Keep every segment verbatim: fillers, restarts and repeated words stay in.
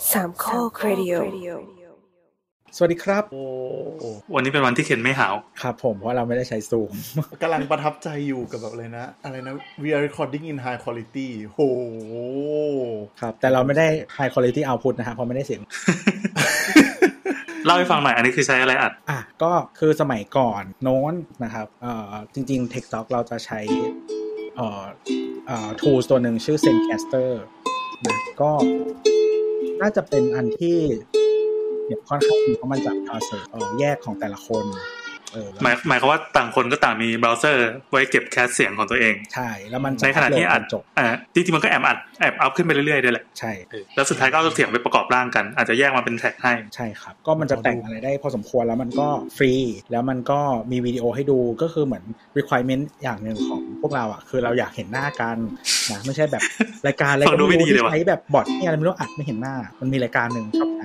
สามข้อเรดิโอสวัสดีครับโอ้วันนี้เป็นวันที่เคนไม่หาวครับผมเพราะเราไม่ได้ใช้ซูมกำลังประทับใจอยู่กับแบบอะไรนะอะไรนะ we are recording in high quality โหครับแต่เราไม่ได้ high quality output นะฮะเพราะไม่ได้เสียงเล่าให้ฟังหน่อยอันนี้คือใช้อะไรอัดอ่ะก็คือสมัยก่อนโน้นนะครับเอ่อจริงๆ TikTok เราจะใช้เอ่อเอ่อ tools ตัวหนึ่งชื่อ Zencastr นะก็น่าจะเป็นอันที่เนี่ยค่อนข้างดีเพราะมันจับ process เอ่อแยกของแต่ละคนเออหมายหมายความว่าต่างคนก็ต่างมีเบราว์เซอร์ไว้เก็บแคสเสียงของตัวเองใช่แล้วมันในขณะที่อัดจบอ่าจริงๆมันก็แอบอัดแอบอัพขึ้นไปเรื่อยๆด้วยแหละใช่แล้วสุดท้ายก็เอาเสียงไปประกอบร่างกันอาจจะแยกมาเป็นแท็กให้ใช่ครับก็มันจะแต่งอะไรได้พอสมควรแล้วมันก็ฟรีแล้วมันก็มีวิดีโอให้ดูก็คือเหมือน requirement อย่างนึงของพวกเราอ่ะคือเราอยากเห็นหน้ากันนะไม่ใช่แบบรายการอะไรก็ไม่รู้ที่ใช้แบบบอทเนี่ยอะไรไม่รู้อัดไม่เห็นหน้ามันมีรายการนึงชอบใช้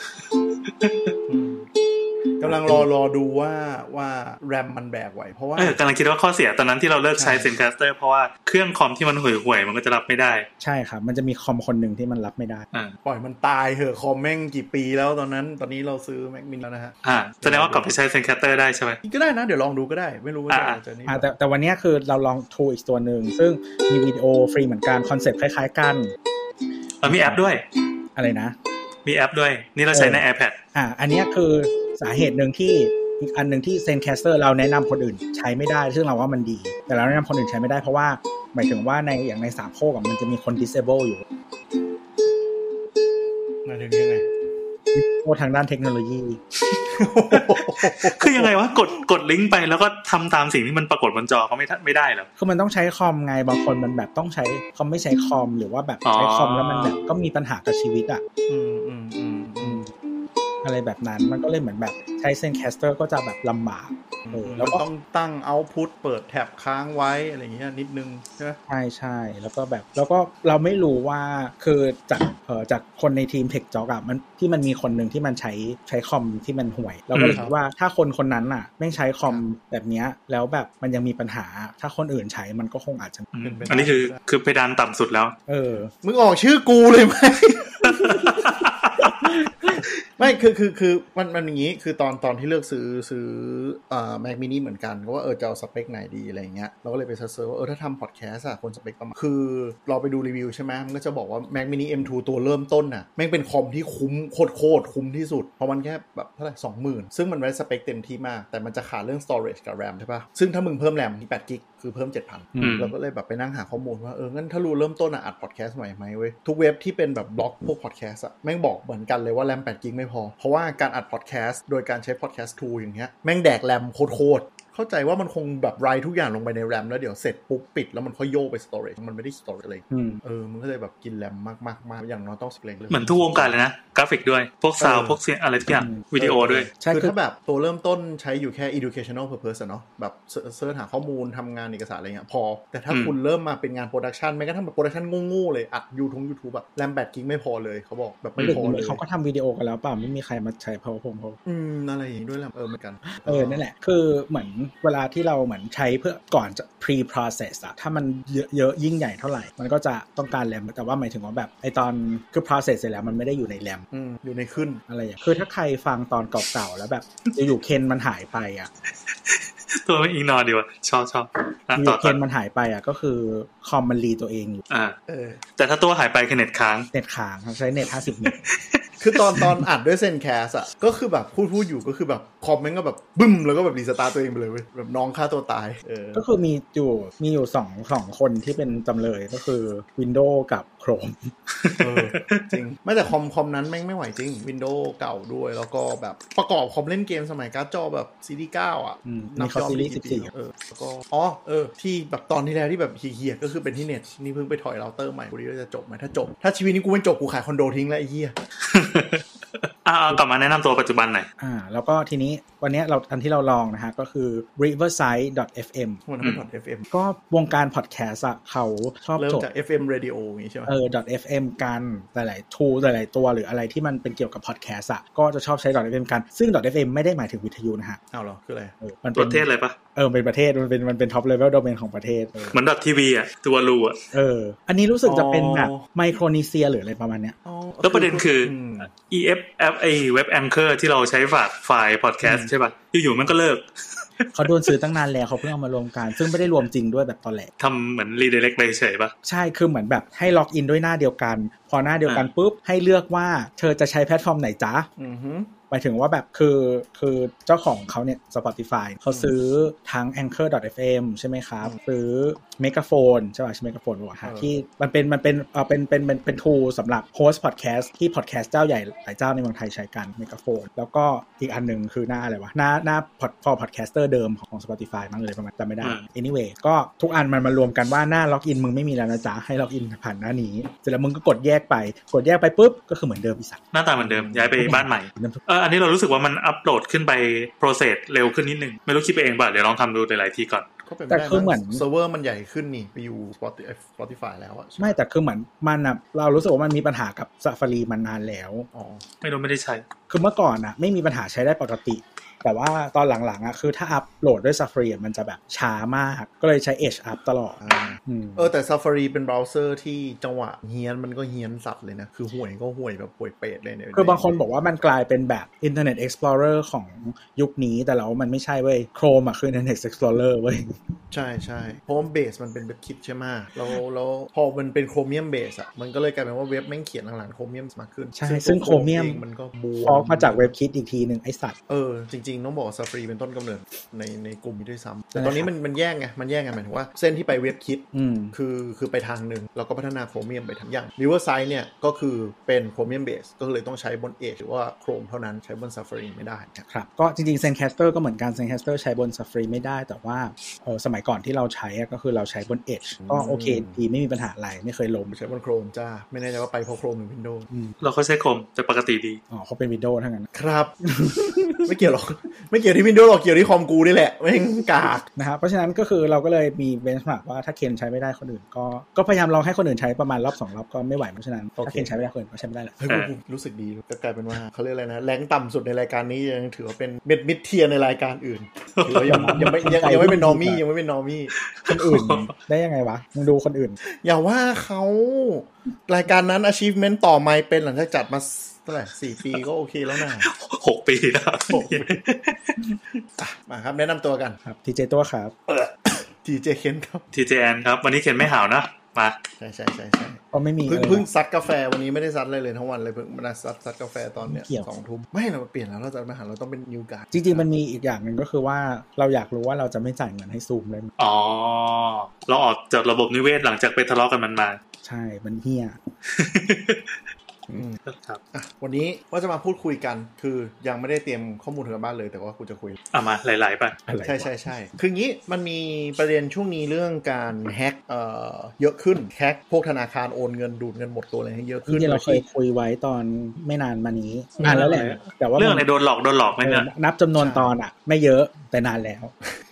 กำลังรอรอดูว่าว่าแรมมันแบกไหวเพราะว่าเออกำลังคิดว่าข้อเสียตอนนั้นที่เราเลิกใช้ Zencastr เพราะว่าเครื่องคอมที่มันห่วยๆมันก็จะรับไม่ได้ใช่ครับมันจะมีคอมคนหนึ่งที่มันรับไม่ได้ปล่อยมันตายเหอะคอมแม่งกี่ปีแล้วตอนนั้นตอนนี้เราซื้อ Mac mini แล้วนะฮะอ่าแสดงว่ากลับไปใช้ Zencastr ได้ใช่ไหมก็ได้นะเดี๋ยวลองดูก็ได้ไม่รู้ว่าจะนี่แต่แต่วันนี้คือเราลองทูอีกตัวหนึ่งซึ่งมีวิดีโอฟรีเหมือนกันคอนเซ็ปต์คล้ายๆกันแล้วมีแอปด้วยอะไรนะมีแอปด้วยนี่เราใช้ใน iPad อ่าอันนี้คือสาเหตุหนึ่งที่อีกอันหนึ่งที่ Zencastr เราแนะนำคนอื่นใช้ไม่ได้ซึ่งเราว่ามันดีแต่เราแนะนำคนอื่นใช้ไม่ได้เพราะว่าหมายถึงว่าในอย่างในสามโคกมันจะมีคน disable อยู่หมายถึงยังไงโอ้ทางด้านเทคโนโลยีคือยังไงวะกดกดลิงก์ไปแล้วก็ทำตามสิ่งที่มันปรากฏบนจอเขาไม่ไม่ได้หรอคือมันต้องใช้คอมไงบางคนมันแบบต้องใช้เขาไม่ใช้คอมหรือว่าแบบใช้คอมแล้วมันแบบก็มีปัญหากับชีวิตอ่ะอืมอืมอืมอืมอะไรแบบนั้นมันก็เลยเหมือนแบบใช้ Zencastr ก็จะแบบลำบากเออแล้วต้องตั้ง output เปิดแท็บค้างไว้อะไรอย่างเงี้ยนิดนึงใช่ไหมใช่ใช่แล้วก็แบบแล้วก็เราไม่รู้ว่าคือจากเอ่อจากคนในทีม TechJock อ่ะมันที่มันมีคนหนึ่งที่มันใช้ใช้คอมที่มันห่วยเราก็เลยคิดว่าถ้าคนคนนั้นอ่ะไม่ใช้คอมแบบเนี้ยแล้วแบบมันยังมีปัญหาถ้าคนอื่นใช้มันก็คงอาจจะอันนี้คือคือเพดานต่ำสุดแล้วเออมึงออกชื่อกูเลยไหม ไม่คือคือคือมันมันอย่างงี้คือตอนตอนที่เลือกซื้อซื้ออ่า Mac mini เหมือนกันก็ว่าเออจะเอาสเปคไหนดีอะไรอย่างเงี้ยเราก็เลยไปเซิร์ชว่าเออถ้าทำพอดแคสต์อะคนสเปคประมาณคือเราไปดูรีวิวใช่ไหมมันก็จะบอกว่า Mac mini เอ็ม ทู ตัวเริ่มต้นน่ะแม่งเป็นคอมที่คุ้มโคตรโคตรคุ้มที่สุดเพราะมันแค่แบบเท่าไหร่ สองหมื่น ซึ่งมันได้สเปคเต็มที่มากแต่มันจะขาดเรื่อง storage กับ RAM ใช่ป่ะซึ่งถ้ามึงเพิ่ม RAM ที่แปดกิกคือเพิ่ม เจ็ดพัน เราก็เลยแบบไปนั่งหาข้อมูลว่าเอองั้นถ้ารู้เริ่มต้นอ่ะอัดพอดแคสต์ใหม่ไหมเว้ยทุกเว็บที่เป็นแบบบล็อกพวกพอดแคสต์อ่ะแม่งบอกเหมือนกันเลยว่า RAM แปดกิกไม่พอเพราะว่าการอัดพอดแคสต์โดยการใช้ Podcast Tool อย่างเงี้ยแม่งแดก RAM โคตรเข้าใจว่ามันคงแบบไรทุกอย่างลงไปใน RAM แล้วเดี๋ยวเสร็จปุ๊บปิดแล้วมันค่อยโยกไป storage มันไม่ได้ storage อะไรเออมันก็เลยแบบกิน RAM มากๆๆอย่างน้อยต้องสเปคเหมือนทุกวงการเลยนะกราฟิกด้วยพวกซาวด์พวกเสียงอะไรทุกอย่างวิดีโอด้วยคือถ้าแบบตัวเริ่มต้นใช้อยู่แค่ educational purpose อะเนาะแบบเสิร์ชหาข้อมูลทำงานเอกสารอะไรเงี้ยพอแต่ถ้าคุณเริ่มมาเป็นงานโปรดักชันไม่ก็ทำแบบโปรดักชันโง่ๆเลยอัด YouTube YouTube แบบ RAM แปดกิกไม่พอเลยเขาบอกแบบไม่พอเลยเขาก็ทำวิดีโอกันแล้วป่ะไม่มีใครมาใช้ PowerPoint เขาอืมอะไรอย่างงี้ด้วยแหละเออเหมือนกันเออนั่นแหละคือเหมือนเวลาที่เราเหมือนใช้เพื่อก่อนจะ pre process อะถ้ามันเยอะยิ่งใหญ่เท่าไหร่มันก็จะต้องการ RAM แต่ว่าหมายถึงว่าแบบไอตอนคือ process เสร็จแล้วมันไม่ได้อยู่ใน RAM อืมอยู่ในขึ้นอะไรอย่างคือถ้าใครฟังตอนเก่าๆแล้วแบบอยู่ๆเคนมันหายไปอ่ะตัวไม่อิงนอดีว่ะชอบชอบต่อเคนมันหายไปอ่ะก็คือคอมมันรีตัวเองอยู่อ่าเออแต่ถ้าตัวหายไปคือเน็ตค้างเน็ตค้างใช้เน็ตห้าสิบเมกคือตอนตอนอัดด้วย Zencastr อ่ะก็คือแบบพูดพูดอยู่ก็คือแบบคอมมันก็แบบบึ้มแล้วก็แบบรีสตาร์ทตัวเองไปเลยเว้ยแบบน้องฆ่าตัวตายเออก็คือมีอยู่มีอยู่สอง สองคนที่เป็นจำเลยก็คือ Windows กับ Chrome เออจริงไม่แต่คอมคอมนั้นแม่งไม่ไหวจริง Windows เก่าด้วยแล้วก็แบบประกอบคอมเล่นเกมสมัยการ์ดจอแบบ ซี ดี เก้า อ่ะนับจอซีรีส์สิบสี่เออแล้วก็อ๋อเออที่แบบตอนที่แล้วที่แบบเหี้ยๆก็คือเป็นที่เน็ตนี่เพิ่งไปถอยเราเตอร์ใหม่กูดีว่าจะจบมั้ยถ้าจบถ้าชีวิตนี้กูไม่จบกูขายคอนโดทิ้งแล้วไอ้เหี้ยอ่ากลับมาแนะนำตัวปัจจุบันหน่อยอ่าแล้วก็ทีนี้วันนี้เราอันที่เราลองนะฮะก็คือ riverside ดอท เอฟ เอ็มมันเป็น .fm ก็วงการพอดแคสต์อ่ะเขาชอบจบเริ่มจาก เอฟ เอ็ม radio อย่างงี้ใช่มั้ยเออ .fm กันหลายๆ tool หลายๆตัวหรืออะไรที่มันเป็นเกี่ยวกับพอดแคสต์อ่ะก็จะชอบใช้ .fm กันซึ่ง .fm ไม่ได้หมายถึงวิทยุนะฮะอ้าวเหรอคืออะไรเออมันประเทศอะไรปะเออเป็นประเทศมันเป็นมันเป็นท็อปเลเวลโดเมนของประเทศเหมือน .tv อ่ะตัวรูอ่ะเอออันนี้รู้สึกจะเป็นแบบไมโครนีเซียหรืออะไรประมาณเนี้ยแล้วประเด็นคือ อี เอฟ แอปไอ้เว็บแองเกอร์ที่เราใช้ฝากไฟล์พอดแคสต์ใช่ป่ะอยู่ๆมันก็เลิกเขาโดนซื้อตั้งนานแล้วเขาเพิ่งเอามารวมกันซึ่งไม่ได้รวมจริงด้วยแบบตอนแรกทำเหมือนรีเดเรกไปเฉยป่ะใช่คือเหมือนแบบให้ล็อกอินด้วยหน้าเดียวกันพอหน้าเดียวกันปุ๊บให้เลือกว่าเธอจะใช้แพลตฟอร์มไหนจ๊ะอือฮึหมายถึงว่าแบบคือคือเจ้าของเขาเนี่ย Spotify เขาซื้อทั้ง แองเกอร์ ดอท เอฟ เอ็ม ใช่ไหมครับซื้อ Megaphone ใช่ป่ะใช่ Megaphone ป่ะฮะที่มันเป็นมันเป็นเอ่อเป็นเป็นเป็นเป็น tool สำหรับโฮสต์พอดแคสต์ที่พอดแคสต์เจ้าใหญ่หลายเจ้าในเมืองไทยใช้กัน Megaphone แล้วก็อีกอันนึงคือหน้าอะไรวะหน้าหน้า for podcaster เดิมของ Spotify มั้งเลยประมาณจำไม่ได้ anyway ก็ทุกอันมันมารวมกันว่าหน้าล็อกอินมึงไม่มีแล้วนะจ๊ะให้ล็อกอินผ่านหน้านี้เสร็จแล้วมึงก็กดแยกไปกดแยกไปปุ๊บก็คือเหมือนเดิมอีสักหน้าตาเหมือนเดิมย้ายไปบ้านใหม่เอออันนี้เรารู้สึกว่ามันอัปโหลดขึ้นไปโปรเซสเร็วขึ้นนิดนึงไม่รู้คิดไปเองป่ะเดี๋ยวลองทำดูหลายๆทีก่อนแต่คือเหมือนเซิร์ฟเวอร์มันใหญ่ขึ้นนี่ไปอยู่ Spotify แล้วอ่ะไม่แต่คือเหมือนมันอ่ะเรารู้สึกว่ามันมีปัญหากับ Safari มานานแล้วอ๋อไม่รู้ไม่ได้ใช้คือเมื่อก่อนอ่ะไม่มีปัญหาใช้ได้ปกติแต่ว่าตอนหลังๆอ่ะคือถ้าอัปโหลดด้วย Safari มันจะแบบช้ามากก็เลยใช้ Edge อัปตลอดเออแต่ Safari เป็นเบราว์เซอร์ที่จังหวะเฮี้ยนมันก็เฮี้ยนสัตว์เลยนะคือห่วยก็ห่วยแบบห่วยเป็ดเลยเนี่ยคือบางคนบอกว่ามันกลายเป็นแบบ Internet Explorer ของยุคนี้แต่แล้วมันไม่ใช่เว้ย Chrome อ่ะคือ Internet Explorer เว้ยใช่ๆเพราะว่าเบสมันเป็นเว็บคิดใช่ไหมแล้วแล้วพอมันเป็น Chromium base อ่ะมันก็เลยกลายเป็นว่าเว็บแม่งเขียนหลังๆ Chromium มากขึ้นใช่ซึ่ง Chromium มันก็บวมมาจากเว็บคิดอีกทีนึงไอ้สัตว์เออจริงๆต้องบอก Safari เป็นต้นกำเนิดในในกลุ่มนี้ด้วยซ้ำแต่ตอนนี้มันมันแยกไงมันแยกไงหมายถึงว่าเส้นที่ไปเว็บคิดคือคือไปทางนึงเราก็พัฒนา Chromium ไปทางอย่าง Riverside เนี่ยก็คือเป็น Chromium base ก็เลยต้องใช้บน Edge หรือว่า Chrome เท่านั้นใช้บน Safari ไม่ได้ครับก็จริงๆ Zencaster ก็เหมือนกัน Zencaster ใช้บน Safari ไม่ได้แต่ว่าเออสมัยก่อนที่เราใช้ก็คือเราใช้บน Edge ก็โอเคดีไม่มีปัญหาอะไรไม่เคยล้มใช้บน Chrome จ้าไม่แน่ใจว่าไปเพราะ Chrome หรือ Windows เราก็ใช้ Chrome แต่ปกติดีอ๋อเขาเป็น Windows ทั้งนั้นครับ ไม่เกี่ยวหรอกไม่เกี่ยวที่ Windows หรอกเกี่ยวที่คอมกูนี่แหละแม่งกากนะครับเพราะฉะนั้นก็คือเราก็เลยมีเบนช์มาร์กว่าถ้าเคนใช้ไม่ได้คนอื่นก็ก็พยายามลองให้คนอื่นใช้ประมาณรอบสองรอบก็ไม่ไหวเพราะฉะนั้นถ้าเคนใช้ไม่ได้คนอื่นก็ใช้ไม่ได้แหละเฮ้ยรู้สึกดีก็กลายเป็นว่าเขาเรียกอะไรนะแรงต่ำสุดในรายการนี้ยังถือว่าเป็นเม็ดมิดเทียในรายการอื่นถือว่ายังยังไม่ยังยังไม่เป็นนอร์มี่ยังไม่เป็นนอร์มี่คนอื่นได้ยังไงวะมึงดูคนอื่นอย่าว่าเขารายการนั้น achievement ต่อไมค์เป็นหลังจากจัดมาเท่าไหร่สี่ปีก็โอเคแล้วนะหกปีแล้วมาครับแนะนำตัวกันครับทีเจตัวครับทีเจเคนครับทีเจแอนครับวันนี้เคนไม่ห่าวนะมาใช่ใช่ใช่ใช่ก็ไม่มีเพิ่งเพิ่งซัดกาแฟวันนี้ไม่ได้ซัดเลยเลยทั้งวันเลยเพิ่งมาซัดซัดกาแฟตอนเนี้ยสองทุ่มไม่เราเปลี่ยนแล้วเราจะมาหาเราต้องเป็นนิวการ์ดจริงๆมันมีอีกอย่างหนึ่งก็คือว่าเราอยากรู้ว่าเราจะไม่จ่ายเงินให้ซูมเลยอ๋อเราออกจากระบบนิเวศหลังจากไปทะเลาะกันมันมาใช่มันเหี้ยครับวันนี้ว่าจะมาพูดคุยกันคือยังไม่ได้เตรียมข้อมูลทางบ้านเลยแต่ว่ากูจะคุยอ่ะมาหลายๆไปใช่ใช่ใช่คืองี้มันมีประเด็นช่วงนี้เรื่องการแฮ็กเอ่อเยอะขึ้นแฮ็กพวกธนาคารโอนเงินดูดเงินหมดตัวอะไรให้เยอะขึ้นที่เราเคยคุยไว้ตอนไม่นานมานี้อ่านแล้วแหละแต่ว่าเรื่องอะไรโดนหลอกโดนหลอกไหมเนี่ยนับจำนวนตอนอ่ะไม่เยอะแต่นานแล้ว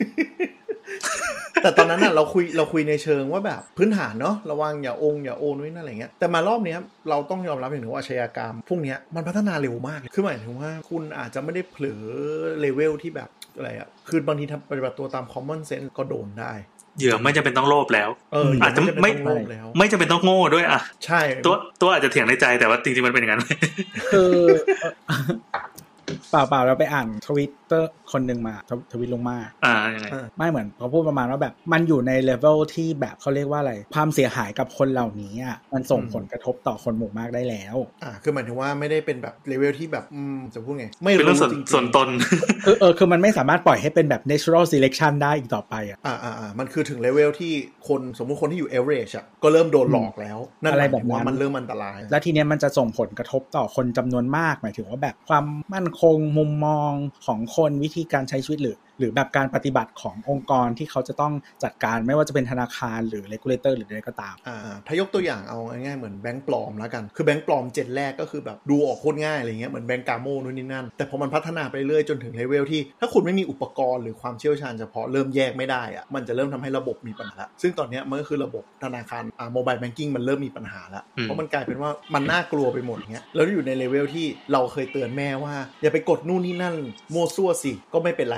แต่ตอนนั้นน่ะเราคุยเราคุยในเชิงว่าแบบพื้นฐานเนาะระวังอย่าองอย่าโอนนู่นนั่นอะไรเงี้ยแต่มารอบนี้เราต้องยอมรับอย่างหนึ่งว่าอาชญากรรมพวกนี้มันพัฒนาเร็วมากคือหมายถึงว่าคุณอาจจะไม่ได้เผลอเลเวลที่แบบอะไรอ่ะคือบางทีทำปฏิบัติตัวตาม common sense ก็โดนได้เหยื่อไม่จำเป็นต้องโลภแล้วเอออาจจะไม่ไม่จำเป็นต้องโง่ด้วยอ่ะใช่ตัวตัวอาจจะเถียงในใจแต่ว่าจริงๆมันเป็นอย่างนั้นคือเปล่าเปล่าเราไปอ่านทวิตเตอร์คนหนึ่งมาทวิตลงมาอ่ายังไงไม่เหมือนเขาพูดประมาณว่าแบบมันอยู่ในเลเวลที่แบบเขาเรียกว่าอะไรความเสียหายกับคนเหล่านี้อ่ะมันส่งผลกระทบต่อคนหมู่มากได้แล้วอ่าคือหมายถึงว่าไม่ได้เป็นแบบเลเวลที่แบบอืมจะพูดไงไม่รู้จริงๆส่วนตนคือเออคือมันไม่สามารถปล่อยให้เป็นแบบ natural selection ได้อีกต่อไปอ่ะอ่าอ่าอ่ามันคือถึงเลเวลที่คนสมมุติคนที่อยู่ average อ่ะก็เริ่มโดนหลอกแล้วนั่นหมายถึงว่ามันเริ่มอันตรายแล้วทีเนี้ยมันจะส่งผลกระทบต่อคนจำนวนมากหมายถึงว่าแบบความมั่นคงมุมมองของคนวิธีการใช้ชีวิตหรือหรือแบบการปฏิบัติขององค์กรที่เขาจะต้องจัดการไม่ว่าจะเป็นธนาคารหรือ regulator หรืออะไรก็ตามอ่าถ้ายกตัวอย่างเอาง่ายๆเหมือนแบงก์ปลอมแล้วกันคือแบงก์ปลอมเจนแรกก็คือแบบดูออกโคตรง่ายอะไรเงี้ยเหมือนแบงก์กาโมนู่นนี่นั่นแต่พอมันพัฒนาไปเรื่อยจนถึงเลเวลที่ถ้าคุณไม่มีอุปกรณ์หรือความเชี่ยวชาญเฉพาะเริ่มแยกไม่ได้อะมันจะเริ่มทำให้ระบบมีปัญหาซึ่งตอนนี้มันก็คือระบบธนาคารอ่าโมบายแบงกิ้งมันเริ่มมีปัญหาแล้วเพราะมันกลายเป็นว่ามันน่ากลัวไปหมดเงี้ยแล้วอยู่ในเลเวลที่เราเคยเตือนแม่ว่าอย่าไปกดนู่นนี่นั่นมั่วซั่วสิก็ไม่เป็นไรแล้ว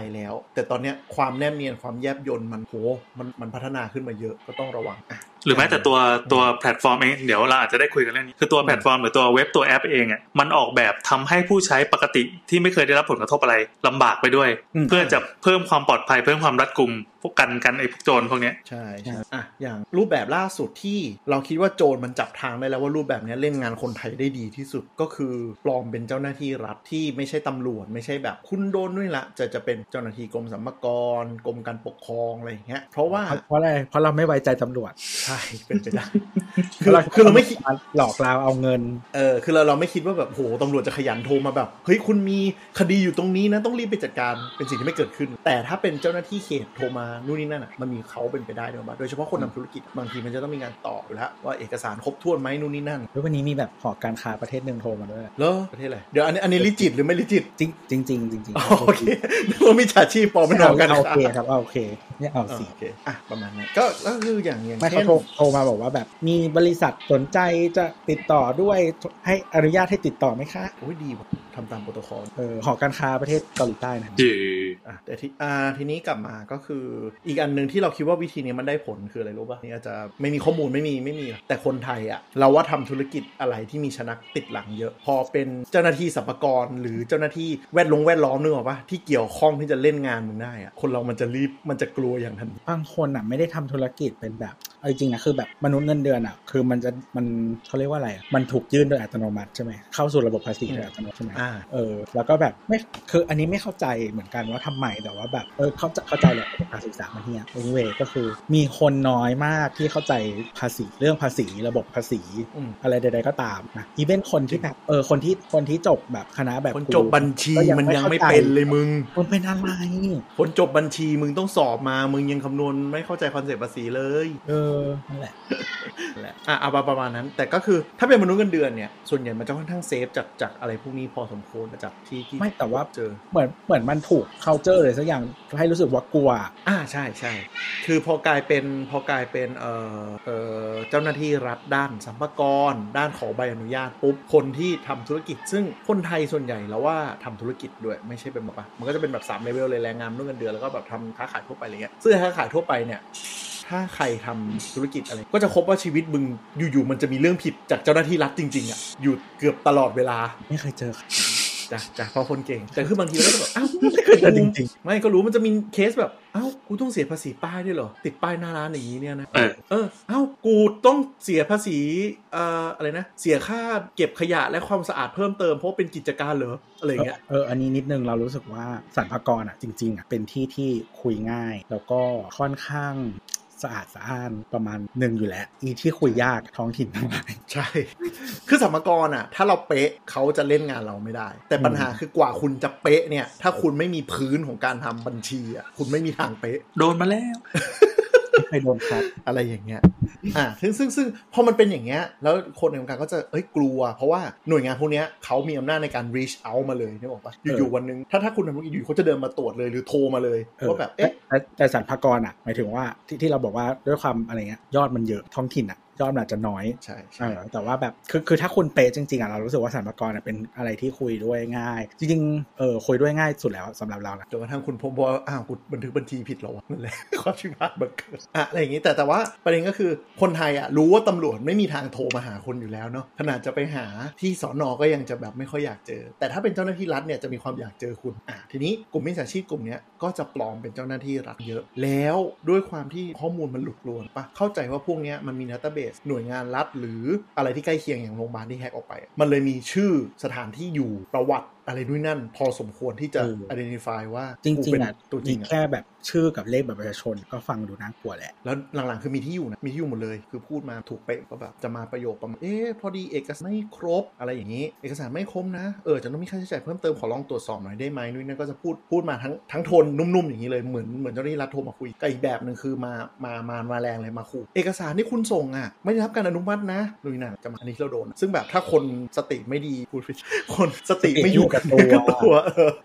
แต่ตอนเนี้ยความแนบเนียนความแยบยลมันโหมันมันพัฒนาขึ้นมาเยอะก็ต้องระวังหรือแม้แต่ตัวตัวแพลตฟอร์มเองเดี๋ยวเราอาจจะได้คุยกันเรื่องนี้คือตัวแพลตฟอร์มหรือตัวเว็บตัวแอปเองอ่ะมันออกแบบทำให้ผู้ใช้ปกติที่ไม่เคยได้รับผลกระทบอะไรลำบากไปด้วยเพื่อจะเพิ่มความปลอดภัยเพิ่มความรัดกุมพวกกันกันไอ้พวกโจรพวกเนี้ยใช่ใช่อ่ะอย่างรูปแบบล่าสุดที่เราคิดว่าโจรมันจับทางได้แล้วว่ารูปแบบนี้เล่นงานคนไทยได้ดีที่สุดก็คือปลอมเป็นเจ้าหน้าที่รัฐที่ไม่ใช่ตำรวจไม่ใช่แบบคุณโดนด้วยละจะจะเป็นเจ้าหน้าที่กรมสรรพากรกรมการปกครองอะไรอย่างเงี้ยเพราะว่าเพราะอะไรเพราะเราไม่ไว้ใจตำรวจใช่เป็นไปได้คือคือเราไม่คิดหลอกเราเอาเงินเออคือเราเราไม่คิดว่าแบบโหตำรวจจะขยันโทรมาแบบเฮ้ยคุณมีคดีอยู่ตรงนี้นะต้องรีบไปจัดการเป็นสิ่งที่ไม่เกิดขึ้นแต่ถ้าเป็นเจ้าหน้าที่เขตโทรมานู่นนี่นั่นอ่ะมันมีเขาเป็นไปได้ด้วยบ้างโดยเฉพาะคนทำธุรกิจบางทีมันจะต้องมีงานต่ออยู่แล้วว่าเอกสารครบถ้วนไหมนู่นนี่นั่นแล้ววันนี้มีแบบหอการค้าประเทศนึงโทรมาด้วยเหรอประเทศอะไรเดี๋ยวอันนี้อันนี้ลิจิตหรือไม่ลิจิตจริงจริงจริงจริงโอเคเรามีฉาชีพปลอมเป็นหอการค้าโอเคครับโอเคเนี่ยเอาสิโอเคอ่ะประมาณนั้นก็ก็คืออย่างอย่างเช่นโทรมาบอกว่าแบบมีบริษัทสนใจจะติดต่อด้วยให้อนุญาตให้ติดต่อไหมคะโอ้ยดีว่ะทำตามโปรโตคอลเออหอการค้าประเทศเกาหลีใต้นะจีอ่ะแต่ที่อ่าทีนี้กลับมาก็คืออีกอันนึงที่เราคิดว่าวิธีนี้มันได้ผลคืออะไรรู้ป่ะนี่อาจจะไม่มีข้อมูลไม่มีไม่มีแต่คนไทยอ่ะเราว่าทำธุรกิจอะไรที่มีชนักติดหลังเยอะพอเป็นเจ้าหน้าที่สรรพากรหรือเจ้าหน้าที่แวดล้อมแวดล้อมนึกออกป่ะที่เกี่ยวข้องที่จะเล่นงานมึงได้อ่ะคนเรามันจะรีบมันจะกลัวอย่างทันบางคนอ่ะไม่ได้ทำธุรกิจเป็นแบบเอาจริงๆนะคือแบบมนุษย์เงินเดือนอ่ะคือมันจะมันเขาเรียกว่าอะไรอ่ะมันถูกยื่นโดยอัตโนมัติใช่ไหมเข้าสู่ระบบภาษีโดยอัตโนมัติใช่ไหมเออแล้วก็แบบไม่คืออันนี้ไม่เข้าใจเหมือนกันว่าทำไมแต่ว่าแบบเออเขาจะเข้าใจแหละการศึกษามันเนี่ย anyway ก็คือมีคนน้อยมากที่เข้าใจภาษีเรื่องภาษีระบบภาษีอะไรใดๆก็ตามนะอีเวนคนที่แบบเออคนที่คนที่จบแบบคณะแบบคนจบบัญชีมันยังไม่เป็นเลยมึงคนเป็นอะไรคนจบบัญชีมึงต้องสอบมามึงยังคำนวณไม่เข้าใจคอนเซ็ปต์ภาษีเลยเออนั่นแหละแหละอ่ะเอาประมาณนั้นแต่ก็คือถ้าเป็นมนุษย์เงินเดือนเนี่ยส่วนใหญ่มันจะค่อนข้างเซฟจากจากอะไรพวกนี้พอสมควรจากที่ที่ไม่แต่ว่าเจอเหมือนเหมือนมันถูก culture เลยสักอย่างให้รู้สึกว่ากลัวอ่าใช่ใช่คือพอกลายเป็นพอกลายเป็นเอ่อเอ่อเจ้าหน้าที่รัฐด้านสรรพากรด้านขอใบอนุญาตปุ๊บคนที่ทำธุรกิจซึ่งคนไทยส่วนใหญ่แล้วว่าทำธุรกิจด้วยไม่ใช่เป็นแบบมันก็จะเป็นแบบสามเลเวลเลยแรงงานมนุษย์เงินเดือนแล้วก็แบบทำค้าขายทั่วไปอะไรเงี้ยซึ่งค้าขายทั่วไปเนี่ยถ้าใครทำธุรกิจอะไรก็จะพบว่าชีวิตมึงอยู่ๆมันจะมีเรื่องผิดจากเจ้าหน้าที่รัฐจริงๆอ่ะอยู่เกือบตลอดเวลาไม่เคยเจอจ้ะจ้ะเพราะคนเก่งแต่คือบางทีเราก็แบบอ้าวไม่เคยเจอจริงๆไม่ก็รู้มันจะมีเคสแบบอ้าวกูต้องเสียภาษีป้ายด้วยเหรอติดป้ายหน้าร้านอย่างนี้เนี่ยนะเอออ้าวกูต้องเสียภาษีเอ่ออะไรนะเสียค่าเก็บขยะและความสะอาดเพิ่มเติมเพราะเป็นกิจการเหรออะไรเงี้ยเอออันนี้นิดนึงเรารู้สึกว่าสรรพากรอ่ะจริงๆอ่ะเป็นที่ที่คุยง่ายแล้วก็ค่อนข้างสะอาดสะอ้านประมาณหนึ่งอยู่แล้วอีที่คุยยากท้องถิ่นทั้งหลายใช่คือสรรพากรอ่ะถ้าเราเป๊ะเขาจะเล่นงานเราไม่ได้แต่ปัญหาคือกว่าคุณจะเป๊ะเนี่ยถ้าคุณไม่มีพื้นของการทำบัญชีอ่ะคุณไม่มีทางเป๊ะโดนมาแล้วไม่โดนครับอะไรอย่างเงี้ยอ่าซึ่งซึ่งซึ่งพอมันเป็นอย่างเงี้ยแล้วคนในวงการก็จะเอ้ยกลัวเพราะว่าหน่วยงานพวกเนี้ยเขามีอำนาจในการ reach out มาเลยเนี่ยบอกป่ะอยู่ๆวันนึงถ้าถ้าคุณทำธุรกิจอยู่เขาจะเดินมาตรวจเลยหรือโทรมาเลยว่าแบบเอ๊ะแต่สรรพากรอ่ะหมายถึงว่าที่ที่เราบอกว่าด้วยความอะไรเงี้ยยอดมันเยอะท้องถิ่นอ่ะยอดอาจจะน้อยใช่ใช่แต่ว่าแบบคือคือถ้าคุณเป๊ะจริงๆอ่ะเรารู้สึกว่าสรรพากรเป็นอะไรที่คุยด้วยง่ายจริงๆเออคุยด้วยง่ายสุดแล้วสำหรับเรานะจนกระทั่งคุณพบว่าอ้าวคุณบันทึกบัญชีผิดหรอนั่นแหละความชิบหายบังเกิดอะอะไรอย่างงี้แต่แต่ว่าประเด็นก็คือคนไทยอ่ะรู้ว่าตำรวจไม่มีทางโทรมาหาคนอยู่แล้วเนาะขนาดจะไปหาที่สน.ก็ยังจะแบบไม่ค่อยอยากเจอแต่ถ้าเป็นเจ้าหน้าที่รัฐเนี่ยจะมีความอยากเจอคุณอ่ะทีนี้กลุ่มมิจฉาชีพกลุ่มนี้ก็จะปลอมเป็นเจ้าหน้าที่รัฐเยอะแล้วด้วยความที่ข้อมูลมันหลุดรวนปะเข้าใจว่าพวกนี้มันมีดัตเตอร์เบสหน่วยงานรัฐหรืออะไรที่ใกล้เคียงอย่างโรงพยาบาลที่แฮกออกไปมันเลยมีชื่อสถานที่อยู่ประวัติอะไรด้วยนั่นพอสมควรที่จะ identify ว่าจริงๆอ่ะตัวจริงแค่แบบชื่อกับเลขบัตรประชาชนก็ฟังดูน่ากลัวแหละแล้วหลังๆคือมีที่อยู่นะมีที่อยู่หมดเลยคือพูดมาถูกเป๊ะก็แบบจะมาประโยคประมาณเอ๊ะพอดีเอกสารไม่ครบอะไรอย่างนี้เอกสารไม่ครบนะเออจะต้องมีค่าใช้จ่ายเพิ่มเติมขอลองตรวจสอบหน่อยได้ไหมนู่นนั่นก็จะพูดพูดมาทั้งทั้งโทนนุ่มๆอย่างนี้เลยเหมือนเหมือนเจ้าหน้าที่รัฐโทรมาคุยกับอีกแบบนึงคือมามามามาแรงเลยมาขู่เอกสารที่คุณส่งอ่ะไม่ได้รับการอนุมัตินะนู่นนั่นจะมาอันนี้เราโดนซึ่งแบบถ้าคนสติไม่ดีพูดคนสติไม่อยู่กับตัว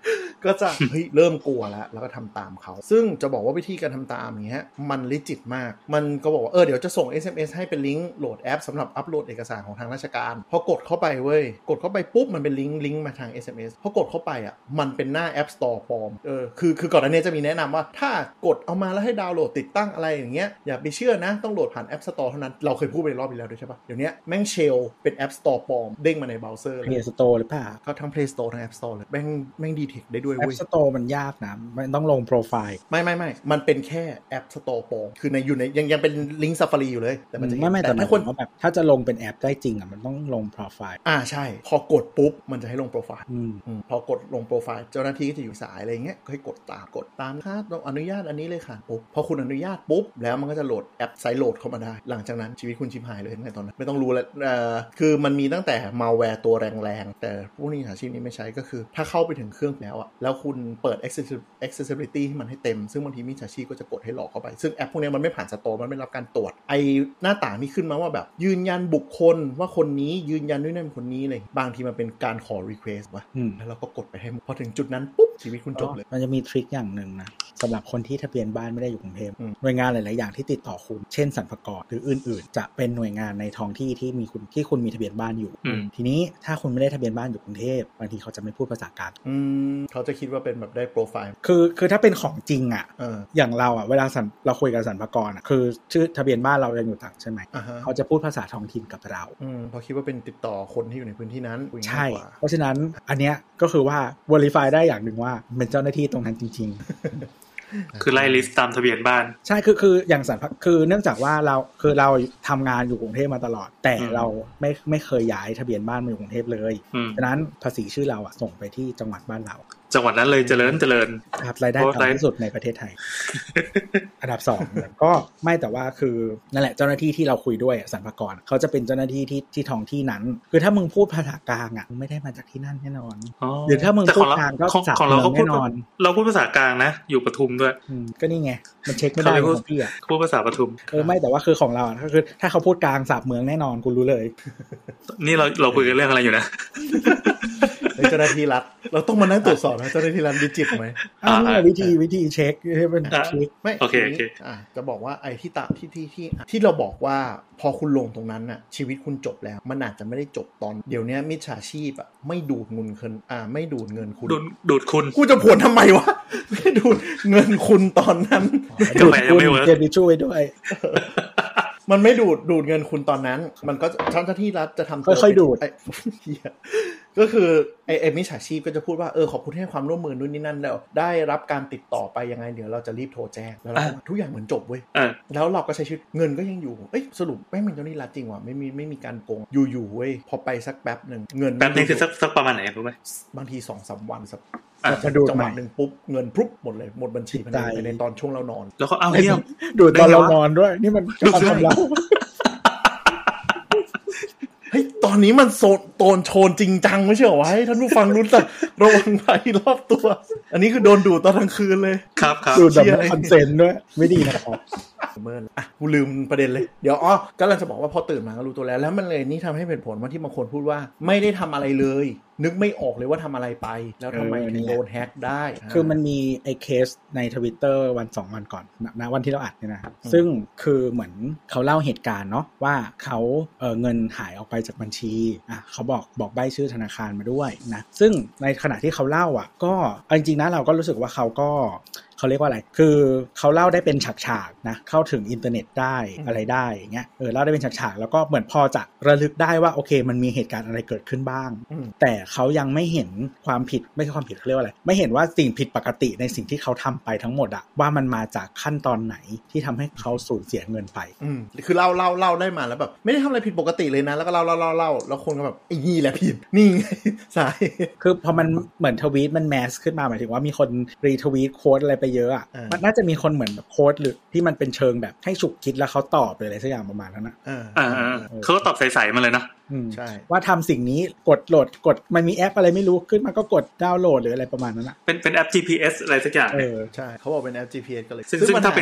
ก็จะเฮ้ยเริ่มกลัวแล้วแล้วก็ทำตามเขาซึ่งจะบอกว่าวิธีการทำตามอย่างเงี้ยมันลิจิตมากมันก็บอกว่าเออเดี๋ยวจะส่ง เอส เอ็ม เอส ให้เป็นลิงก์โหลดแอปสำหรับอัปโหลดเอกสารของทางราชการพอกดเข้าไปเว้ยกดเข้าไปปุ๊บมันเป็นลิงก์ลิงก์มาทาง เอส เอ็ม เอส พอกดเข้าไปอ่ะมันเป็นหน้า App Store ปลอมเออคือคือก่อนหน้านี้จะมีแนะนำว่าถ้ากดเอามาแล้วให้ดาวน์โหลดติดตั้งอะไรอย่างเงี้ยอย่าไปเชื่อนะต้องโหลดผ่าน App Store เท่านั้นเราเคยพูดไปรอบที่แล้วด้วยใช่ป่ะเดี๋ยวนี้แม่งเชลเป็น App Store ปลอมเด้งมาในเบราว์เซอร์เลย Play Store หรือเปล่าก็ทั้ง Play Store ทั้ง App Store เลยแม่งแม่งดีเทคได้ด้วยเว้ย App Store มันยากนะมันต้องลงโปรไฟล์ไม่ไม่ไม่มันเป็นแค่ App Store ปลอมคือในอยู่ในยังยังเป็นลิงก์ Safari อยู่เลยแต่มันจะไม่ไม่แต่ถ้าคนแบบถ้าจะลงเป็นแอปได้จริงอ่ะมันต้องลงโปรไฟล์อ่าใช่พอกดปุ๊บมันจะให้ลงโปรไฟล์พอกดลงโปรไฟล์เจ้าหน้าที่ก็จะอยู่สายอะไรเงี้ยก็ให้กดตามกดตามค่ะต้องอนุญาตอันนี้เลยค่ะปุ๊บพอคุณอนุญาตปุ๊บแล้วมันก็จะโหลดแอปไซต์โหลดเข้ามาได้หลังจากนั้นชีวิตคุณชิบหายเลยในตอนนั้นไม่ต้องรู้แล้วเอ่อคือมันมีตั้งแต่มาแวร์ตัวแรงๆแต่พวกนี้อาชีพนี้ไม่ใช้ก็คือถ้าเข้าไปถึงเครื่องแล้วอ่ะแล้วคุณเปิด accessibility ให้มันให้เต็มซึ่งบางทีมิจฉาชีพก็จะกดให้หลอกเข้าไปซึ่งแอปพวกนี้มันไม่ผ่านสโตร์มันไม่รับการตรวจไอหน้าต่างนี่ขึ้นมาว่าแบบยืนยันบุคคลว่าคนนี้ยืนยันด้วยนั่นคนนี้เลยบางทีมันเป็นการขอ request ว่ะแล้วเราก็กดไปให้พอถึงจุดนั้นปุ๊บชีวิตคุณจบเลยมันจะมีทริคอย่างนึงนะสำหรับคนที่ทะเบียนบ้านไม่ได้อยู่กรุงเทพหน่วยงานหลายๆอย่างที่ติดต่อคุณเช่นสรรพากรหรืออื่นๆจะเป็นหน่วยงานในท้องที่ที่มีคุณที่คุณมีทะเบียนบ้านอยู่ทีนี้ถ้าคุณไม่ได้ทะเบียนบ้านอยู่กรุงเทพบางทีเขาจะไม่พูดภาษากลางอืมเขาจะคิดว่าเป็นแบบได้โปรไฟล์คือคือถ้าเป็นของจริงอ่ะ อ, อย่างเราอ่ะเวลาเราคุยกับสรรพากรอ่ะคือชื่อทะเบียนบ้านเรายังอยู่ต่างใช่ไหม uh-huh. เขาจะพูดภาษาท้องถิ่นกับเราอืมเพราะคิดว่าเป็นติดต่อคนที่อยู่ในพื้นที่นั้นใช่เพราะฉะนั้นอันเนี้ยก็คือว่า verify ได้อย่างหนึ่งว่าเป็นเจ้าหน้าที่ตรงนั้นจริงๆคือไล่ลิสต์ตามทะเบียนบ้านใช่คือคืออย่างสรรพคือเนื่องจากว่าเราคือเราทำงานอยู่กรุงเทพมาตลอดแต่เราไม่ไม่เคยย้ายทะเบียนบ้านมาอยู่กรุงเทพเลยฉะนั้นภาษีชื่อเราอ่ะส่งไปที่จังหวัดบ้านเราจังหวัดนั้นเลยเจริญเจริญครับรายได้ต่ำที่สุดในประเทศไทย อันดับสองก็ไม่แต่ว่าคือนั่นแหละเจ้าหน้าที่ที่เราคุยด้วยสรรพากรเขาจะเป็นเจ้าหน้าที่ที่ที่ท้องที่นั้นคือถ้ามึงพูดภาษากลางอ่ะมึงไม่ได้มาจากที่นั่นแน่นอนหรือถ้ามึงพูดกลางก็ของเราแน่นอนเราพูดภาษากลางนะอยู่ปทุมด้วยก็นี่ไงมันเช็คไม่ได้ของพี่อ่ะพูดภาษาปทุมเออไม่แต่ว่าคือของเราอ่ะก็คือถ้าเขาพูดกลางศัพท์เมืองแน่นอนกูรู้เลยนี่เราเราคุยกันเรื่องอะไรอยู่นะเจ้าหน้าที่รัฐเราต้องมานั่งตรวจสอบนะเจ้าหน้าที่รัฐดิจิตไหมอ่าวิธีวิธีเช็คให้เป็นเช็คไม่โอเคโอเคอ่าจะบอกว่าไอ้ที่ตาที่ที่ที่ที่เราบอกว่าพอคุณลงตรงนั้นน่ะชีวิตคุณจบแล้วมันอาจจะไม่ได้จบตอนเดี๋ยวนี้มิจฉาชีพอ่ะไม่ดูดเงินคุณอ่าไม่ดูดเงินคุณดูดดูดคุณกูจะผวนทำไมวะไม่ดูดเงินคุณตอนนั้นดูดคุณเก็บดิช่วยด้วยมันไม่ดูดดูดเงินคุณตอนนั้นมันก็เจ้าหน้าที่รัฐจะทำค่อยๆดูดก็คือไอ้มิจฉาชีพก็จะพูดว่าเออขอบคุณให้ความร่วมมือนู่นนี่นั่นแล้วได้รับการติดต่อไปยังไงเดี๋ยวเราจะรีบโทรแจ้งแล้วทุกอย่างเหมือนจบเว้ยแล้วเราก็ใช้ชีวิตเงินก็ยังอยู่เอ้ยสรุปไม่เป็นเจ้าหน้าที่รัฐจริงว่ะไม่มีไม่มีการโกงอยู่ๆเว้ยพอไปสักแป๊บนึงเงินแป๊บนึงคือสักสักประมาณไหนรู้ไหมบางที สองสาม วันสักจังหวะนึงปุ๊บเงินพรุบหมดเลยหมดบัญชีภายในตอนช่วงเรานอนแล้วก็เอาเหี้ยดูดตอนเรานอนด้วยนี่มันกำลังเราเฮ้ยตอนนี้มันโซนโตนโชนจริงจังไม่ใช่เหรอวะให้ท่านผู้ฟังรู้จักระวังภัยรอบตัวอันนี้คือโดนดูดตอนกลางคืนเลยครับครับดูดแบบคอนเซนต์ด้วยไม่ดีนะครับเมื่ออ่ะกูลืมประเด็นเลยเดี๋ยวอ๋อก็เลยจะบอกว่าพอตื่นมาก็รู้ตัวแล้วแล้วมันเลยนี่ทำให้เป็นผลว่าที่บางคนพูดว่าไม่ได้ทำอะไรเลยนึกไม่ออกเลยว่าทำอะไรไปแล้วทำไมถึงโดนแฮกได้คือมันมีไอ้เคสใน Twitter วันสองวันก่อนนะวันที่เราอัดเนี่ยนะครับซึ่งคือเหมือนเขาเล่าเหตุการณ์เนาะว่าเขาเอ่อเงินหายออกไปจากบัญชีอ่ะเขาบอกบอกใบชื่อธนาคารมาด้วยนะซึ่งในขณะที่เขาเล่าอ่ะก็จริงๆนะเราก็รู้สึกว่าเขาก็เขาเรียกว่าอะไรคือเขาเล่าได้เป็นฉากๆนะเข้าถึงอินเทอร์เน็ตได้อะไรได้อย่างเงี้ยเออเล่าได้เป็นฉากๆแล้วก็เหมือนพอจะระลึกได้ว่าโอเคมันมีเหตุการณ์อะไรเกิดขึ้นบ้างแต่เขายังไม่เห็นความผิดไม่ใช่ความผิดเขาเรียกว่าอะไรไม่เห็นว่าสิ่งผิดปกติในสิ่งที่เขาทำไปทั้งหมดอะว่ามันมาจากขั้นตอนไหนที่ทำให้เขาสูญเสียเงินไปอืมคือเล่าเล่าเล่าได้มาแล้วแบบไม่ได้ทำอะไรผิดปกติเลยนะแล้วก็เล่าเล่าเล่าเล่าแล้วคนก็แบบไอ้นี่แหละผิดนี่ไงใช่คือพอมันเหมือนทวีตมันแมสขึ้นมาหมายถึงว่ามีคนรีทวีตโค้ดอะไรไปเยอะอะมันน่าจะมีคนเหมือนแบบโค้ดหรือที่มันเป็นเชิงแบบให้ฉุกคิดแล้วเขาตอบเลยอะไรสักอย่างประมาณนั้นนะอ่าเขาก็ตอบใสๆมาเลยนะใช่ว่าทำสิ่งนี้กดโหลดกดมันมีแอปอะไรไม่รู้ขึ้นมาก็กดดาวน์โหลดหรืออะไรประมาณนั้นนะเป็นเป็นแอป จี พี เอส อะไรสักอย่างเออใช่เขาบอกเป็นแอป จี พี เอส ก็เลยซึ่งซึ่งถ้าเป็น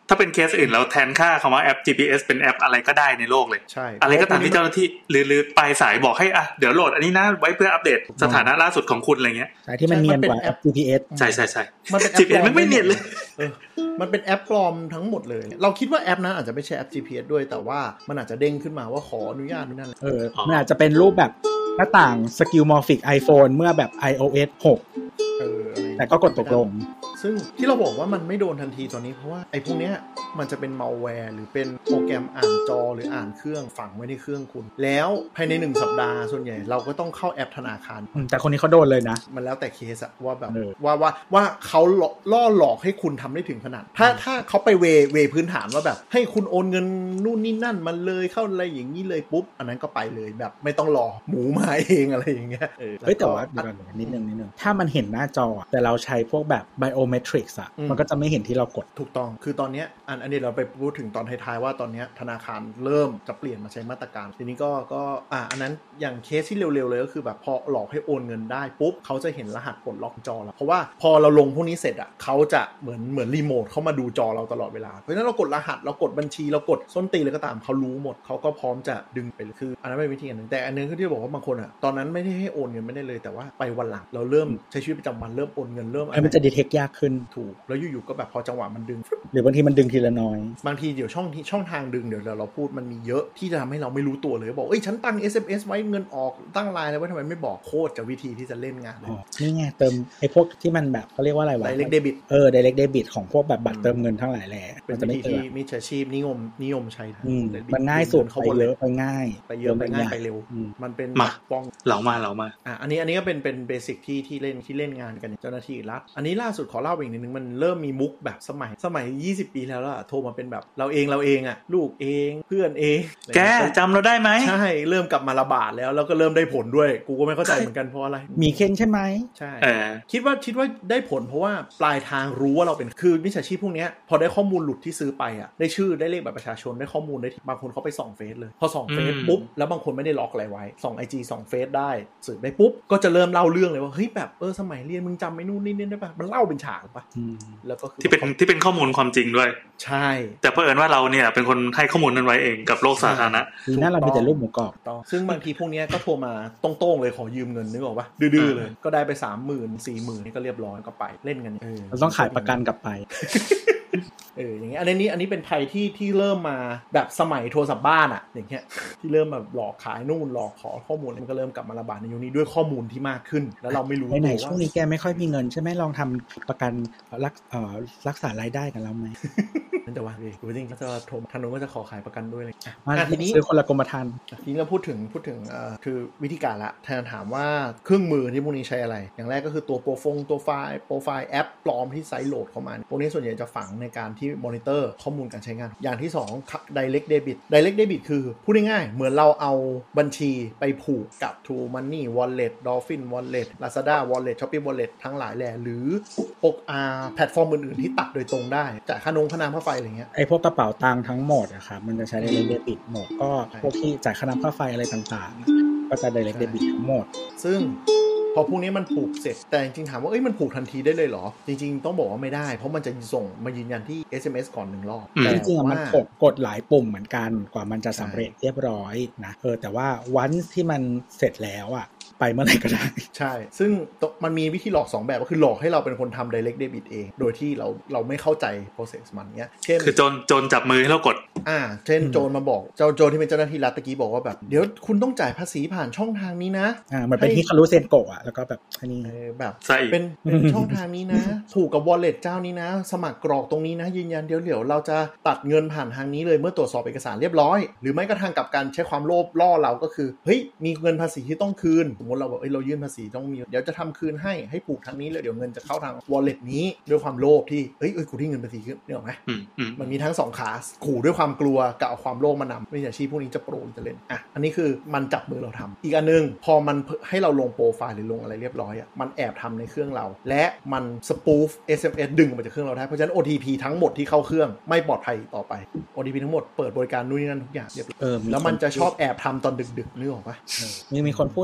ถ้าเป็นเคสอื่นเราแทนค่าคำว่าแอป จี พี เอส เป็นแอปอะไรก็ได้ในโลกเลยใช่อะไรก็ตามที่เจ้าหน้าที่หรือหรือปลายสายบอกให้อ่ะเดี๋ยวโหลดอันนี้นะไว้เพื่ออัปเดตสถานะล่าสุดของคุณอะไรเงี้ยใช่ที่มันเนียนกว่าแอป จี พี เอสใช่ๆๆมันเป็นแอปจี พี เอส มันไม่เนียนเลยเออมันเป็นแอปปลอมทั้งหมดเลยเราคิดว่าแอปนั้นอาจจะไม่ใช่แอป จี พี เอส ด้วยแต่ว่ามันอาจจะเด้งขึ้นมาว่าขออนุญาตนู่นนั่นเออมันอาจจะเป็นรูปแบบหน้าต่าง Skillmorphic iPhone เมื่อแบบ iOS หกเออแต่ก็กดตกลงซึ่งที่เราบอกว่ามันไม่โดนทันทีตอนนี้เพราะว่าไอ้พวกเนี้ยมันจะเป็นมัลแวร์หรือเป็นโปรแกรมอ่านจอหรืออ่านเครื่องฝังไว้ในเครื่องคุณแล้วภายในหนึ่งสัปดาห์ส่วนใหญ่เราก็ต้องเข้าแอปธนาคารแต่คนนี้เขาโดนเลยนะมันแล้วแต่เคสอะว่าแบบว่าว่าว่าเขาล่อหลอกให้คุณทำได้ถึงขนาดถ้าถ้าเขาไปเวเวพื้นฐานว่าแบบให้คุณโอนเงินนู่นนี่นั่นมันเลยเข้าอะไรอย่างนี้เลยปุ๊บอันนั้นก็ไปเลยแบบไม่ต้องรอหมูมาเองอะไรอย่างเงี้ยเฮ้ยแต่ว่าเดี๋ยวก่อนนิดนึงนิดนึงถ้ามันเห็นหน้าจอแต่เราใช้พวกแบบ biometrics อะมันก็จะไม่เห็นที่เรากดถูกต้องคือตอนนี้อันอันนี้เราไปพูดถึงตอนท้ายๆว่าตอนนี้ธนาคารเริ่มจะเปลี่ยนมาใช้มาตรการทีนี้ก็ก็อ่ะอันนั้นอย่างเคสที่เร็วๆเลยก็คือแบบพอหลอกให้โอนเงินได้ปุ๊บเขาจะเห็นรหัสปลดล็อกจอแล้วเพราะว่าพอเราลงพวกนี้เสร็จอ่ะเขาจะเหมือนเหมือนรีโมทเข้ามาดูจอเราตลอดเวลาเพราะฉะนั้นเรากดรหัสเรากดบัญชีเรากดส้นตีนเลยก็ตามเขารู้หมดเขาก็พร้อมจะดึงไปเลยคืออันนั้นเป็นวิธีอันนึงแต่อันนึงคือที่บอกว่าบางคนอ่ะตอนนั้นไม่ได้ให้โอนเงินไม่ได้เลยแต่ว่าไปวันหลังเราเริ่มใช้ชีวิตประจำวันเริ่มโอนเงินเริ่มมันจะ detect ยากขึ้นถูกแล้วอยู่ๆก็แบบพอจังหวะมันดึงหรือบางทีมันดึงทีละน้อยบางทีเดี๋ยวช่องช่องทางดึงเดี๋ยวเราพูดมันมีเยอะที่จะทำให้เราไม่รู้ตัวเลยบอกเอ้ยฉันตั้ง เอส เอ็ม เอส ไว้เงินออกตั้งไลน์แล้วไว้ทำไมไม่บอกโคตรจะวิธีที่จะเล่นงานเลยนี่ไงเติมไอ้พวกที่มันแบบเขาเรียกว่าอะไรวะ direct debit เออ direct debit ของพวกแบบบัตรเติมเงินทั้งหลายแหละเป็นวิธีที่มิจฉาชีพนิยมนิยมใช้มันง่ายสุดไปเยอะไปง่ายไปเยอะไปง่ายไปเร็วมันเป็นป้องเหลามาเหลามาอ่ะอันนี้อันนี้ก็เป็นเป็นเบสิกที่ที่เล่นที่เล่นงานกันเจ้าหน้าที่รัฐอันนี้ล่าสุดขอเล่าอีกนิดนึงมันเริ่มมีมุกแบบสมัยสมัยยี่สิบปีแล้วล่ะโทรมาเป็นแบบเราเองเราเองอ่ะลูกเองเพื่อนเองแกจำเราได้ไหมใช่เริ่มกลับมาระบาดแล้วแล้วก็เริ่มได้ผลด้วยกูก็ไม่เข้าใจเหมือนกันเพราะอะไรมีเค้นใช่ไหมใช่คิดว่าคิดว่าได้ผลเพราะว่าปลายทางรู้ว่าเราเป็นคือมิจฉาชีพพวกนี้พอได้ข้อมูลหลุดที่ซื้อไปอ่ะได้ชื่อได้เลขบัตรประชาชนได้ข้อมูลได้บางคนเขาไปส่องเฟซเลยพอส่องเฟซปุ๊บแล้วบางคนไม่ได้ล็อกอะไรไว้ส่อง ไอ จี ส่องเฟซได้สืบได้ปุ๊บก็จะเริ่มเล่าเรื่องเลยว่าเฮ้ยแบบเออสมัยเรียนมึงจำไม่นู่นนี่นี่ได้ป่ะมันเล่าเป็นฉากป่ะแล้วก็คือที่เป็นที่เป็นข้อมูลความจริงด้วยใช่แต่เผอิญว่าเราเนี่ยเป็นคนให้ข้อมูลนั้นไว้เองกับโลกสาธารณะหน้าเรามีแต่รูปหมูกรอบซึ่งบางทีพวกนี้ก็โทรมาตรงๆเลยขอยืมเงินนึกออกป่ะดื้อๆเลยก็ได้ไป สามหมื่น สี่หมื่น นี่ก็เรียบร้อยก็ไปเล่นกันเออเราต้องขายประกันกลับไปเอออย่างเงี้ยอันนี้อันนี้เป็นภัยที่ที่เริ่มมาแบบสมัยโทรศัพท์บ้านอ่ะอย่างเงี้ยที่เริ่มแบบหลอกขายนู่นหลอกขอข้อมูลมันก็เริ่มกลับมาระบาดในยุคนี้ด้วยข้อมูลที่มากขึ้นแล้วเราไม่รู้ไหนๆช่วงนี้แกไม่ค่อยมีเงินใช่ไหมลองทำประกันรักเอ่อรักษารายได้กันแล้วไหมนั่นแต่ว่าเองจริงก็จะโทรทางนู้นก็จะขอขายประกันด้วยเลยอ่ะทีนี้ซื้อคนละกรมธรรม์ทีนี้เราพูดถึงพูดถึงเอ่อคือวิธีการละแทนถามว่าเครื่องมือที่พวกนี้ใช้อะไรอย่างแรกก็คือตัวโปรฟงตัวไฟล์โปรไฟล์แอปปลอมที่ไซต์โหลดเข้ามาพวกนี้ส่วนใหญ่จะฝังในการที่มอนิเตอร์ข้อมูลการใช้งานอย่างที่สอง direct debit direct debit คือพูดง่ายๆเหมือนเราเอาบัญชีไปผูกกับ True Money Wallet Dolphin Wallet Lazada Wallet Shopee Wallet ทั้งหลายแหล่หรือพวกอ่าแพลตฟอร์มอื่นๆที่ตัดโดยตรงได้จ่ายค่านงค่าน้ำค่าไฟอะไรเงี้ยไอ้พวกกระเป๋าตังค์ทั้งหมดอะครับมันจะใช้ direct debit หมดก็พวกที่จ่ายค่าน้ำค่าไฟอะไรต่างๆก็จะ direct debit ทั้งหมดซึ่งพอพวกนี้มันผูกเสร็จแต่จริงๆถามว่าเอ้ยมันผูกทันทีได้เลยเหรอจริงๆต้องบอกว่าไม่ได้เพราะมันจะส่งมายืนยันที่ เอส เอ็ม เอส ก่อนหนึ่งรอบแต่จริงๆมันกดกดหลายปุ่มเหมือนกันกว่ามันจะสำเร็จเรียบร้อยนะเออแต่ว่าวันที่มันเสร็จแล้วอะไปเมื่อไหร่ก็ได้ใช่ซึ่งมันมีวิธีหลอกสองแบบก็คือหลอกให้เราเป็นคนทำ direct debit เองโดยที่เราเราไม่เข้าใจ process มันเนี้ยเช่นคือโจรโจรจับมือให้เรากดอ่าเช่นโจรมาบอกเจ้าโจรที่เป็นเจ้าหน้าที่รัฐตะกี้บอกว่าแบบเดี๋ยวคุณต้องจ่ายภาษีผ่านช่องทางนี้นะอ่าเหมือนเป็นที่คารุเซนโกะอ่ะแล้วก็แบบอันนี้แบบเป็นเป็นช่องทางนี้นะผูกกับ wallet เจ้านี้นะสมัครกรอกตรงนี้นะยืนยันเดี๋ยวเดี๋ยวเราจะตัดเงินผ่านทางนี้เลยเมื่อตรวจสอบเอกสารเรียบร้อยหรือไม่ก็ทางกับการใช้ความโลภล่อเราก็คือเฮ้ยมีเงินภาษีที่ต้องคืนสมมติเราบอกเอ้ยเรายื่นภาษีต้องมีเดี๋ยวจะทำคืนให้ให้ผูกทางนี้เลยเดี๋ยวเงินจะเข้าทาง wallet นี้ด้วยความโลภที่เอ้ยเอ้ยกูได้เงินภาษีขึ้นเนี่ยหรอไหมมันมีทั้งสองขาขู่ด้วยความกลัวกับเอาความโลภมานำมิจฉาชีพพวกนี้จะโปรจะเล่นอ่ะอันนี้คือมันจับมือเราทำอีกอันนึงพอมันให้เราลงโปรไฟล์หรือลงอะไรเรียบร้อยอ่ะมันแอบทำในเครื่องเราและมันสปูฟ เอส เอ็ม เอส ดึงออกมาจากเครื่องเราได้เพราะฉะนั้น โอ ที พี ทั้งหมดที่เข้าเครื่องไม่ปลอดภัยต่อไป โอ ที พี ทั้งหมดเปิดบริการนู่นนี่นั่นทุกอย่างเรียบร้อยแล้วมันจะชอบแอบทำตอนดึกๆนึกออกปะมีมีคนพูดอย่างนี้ว่า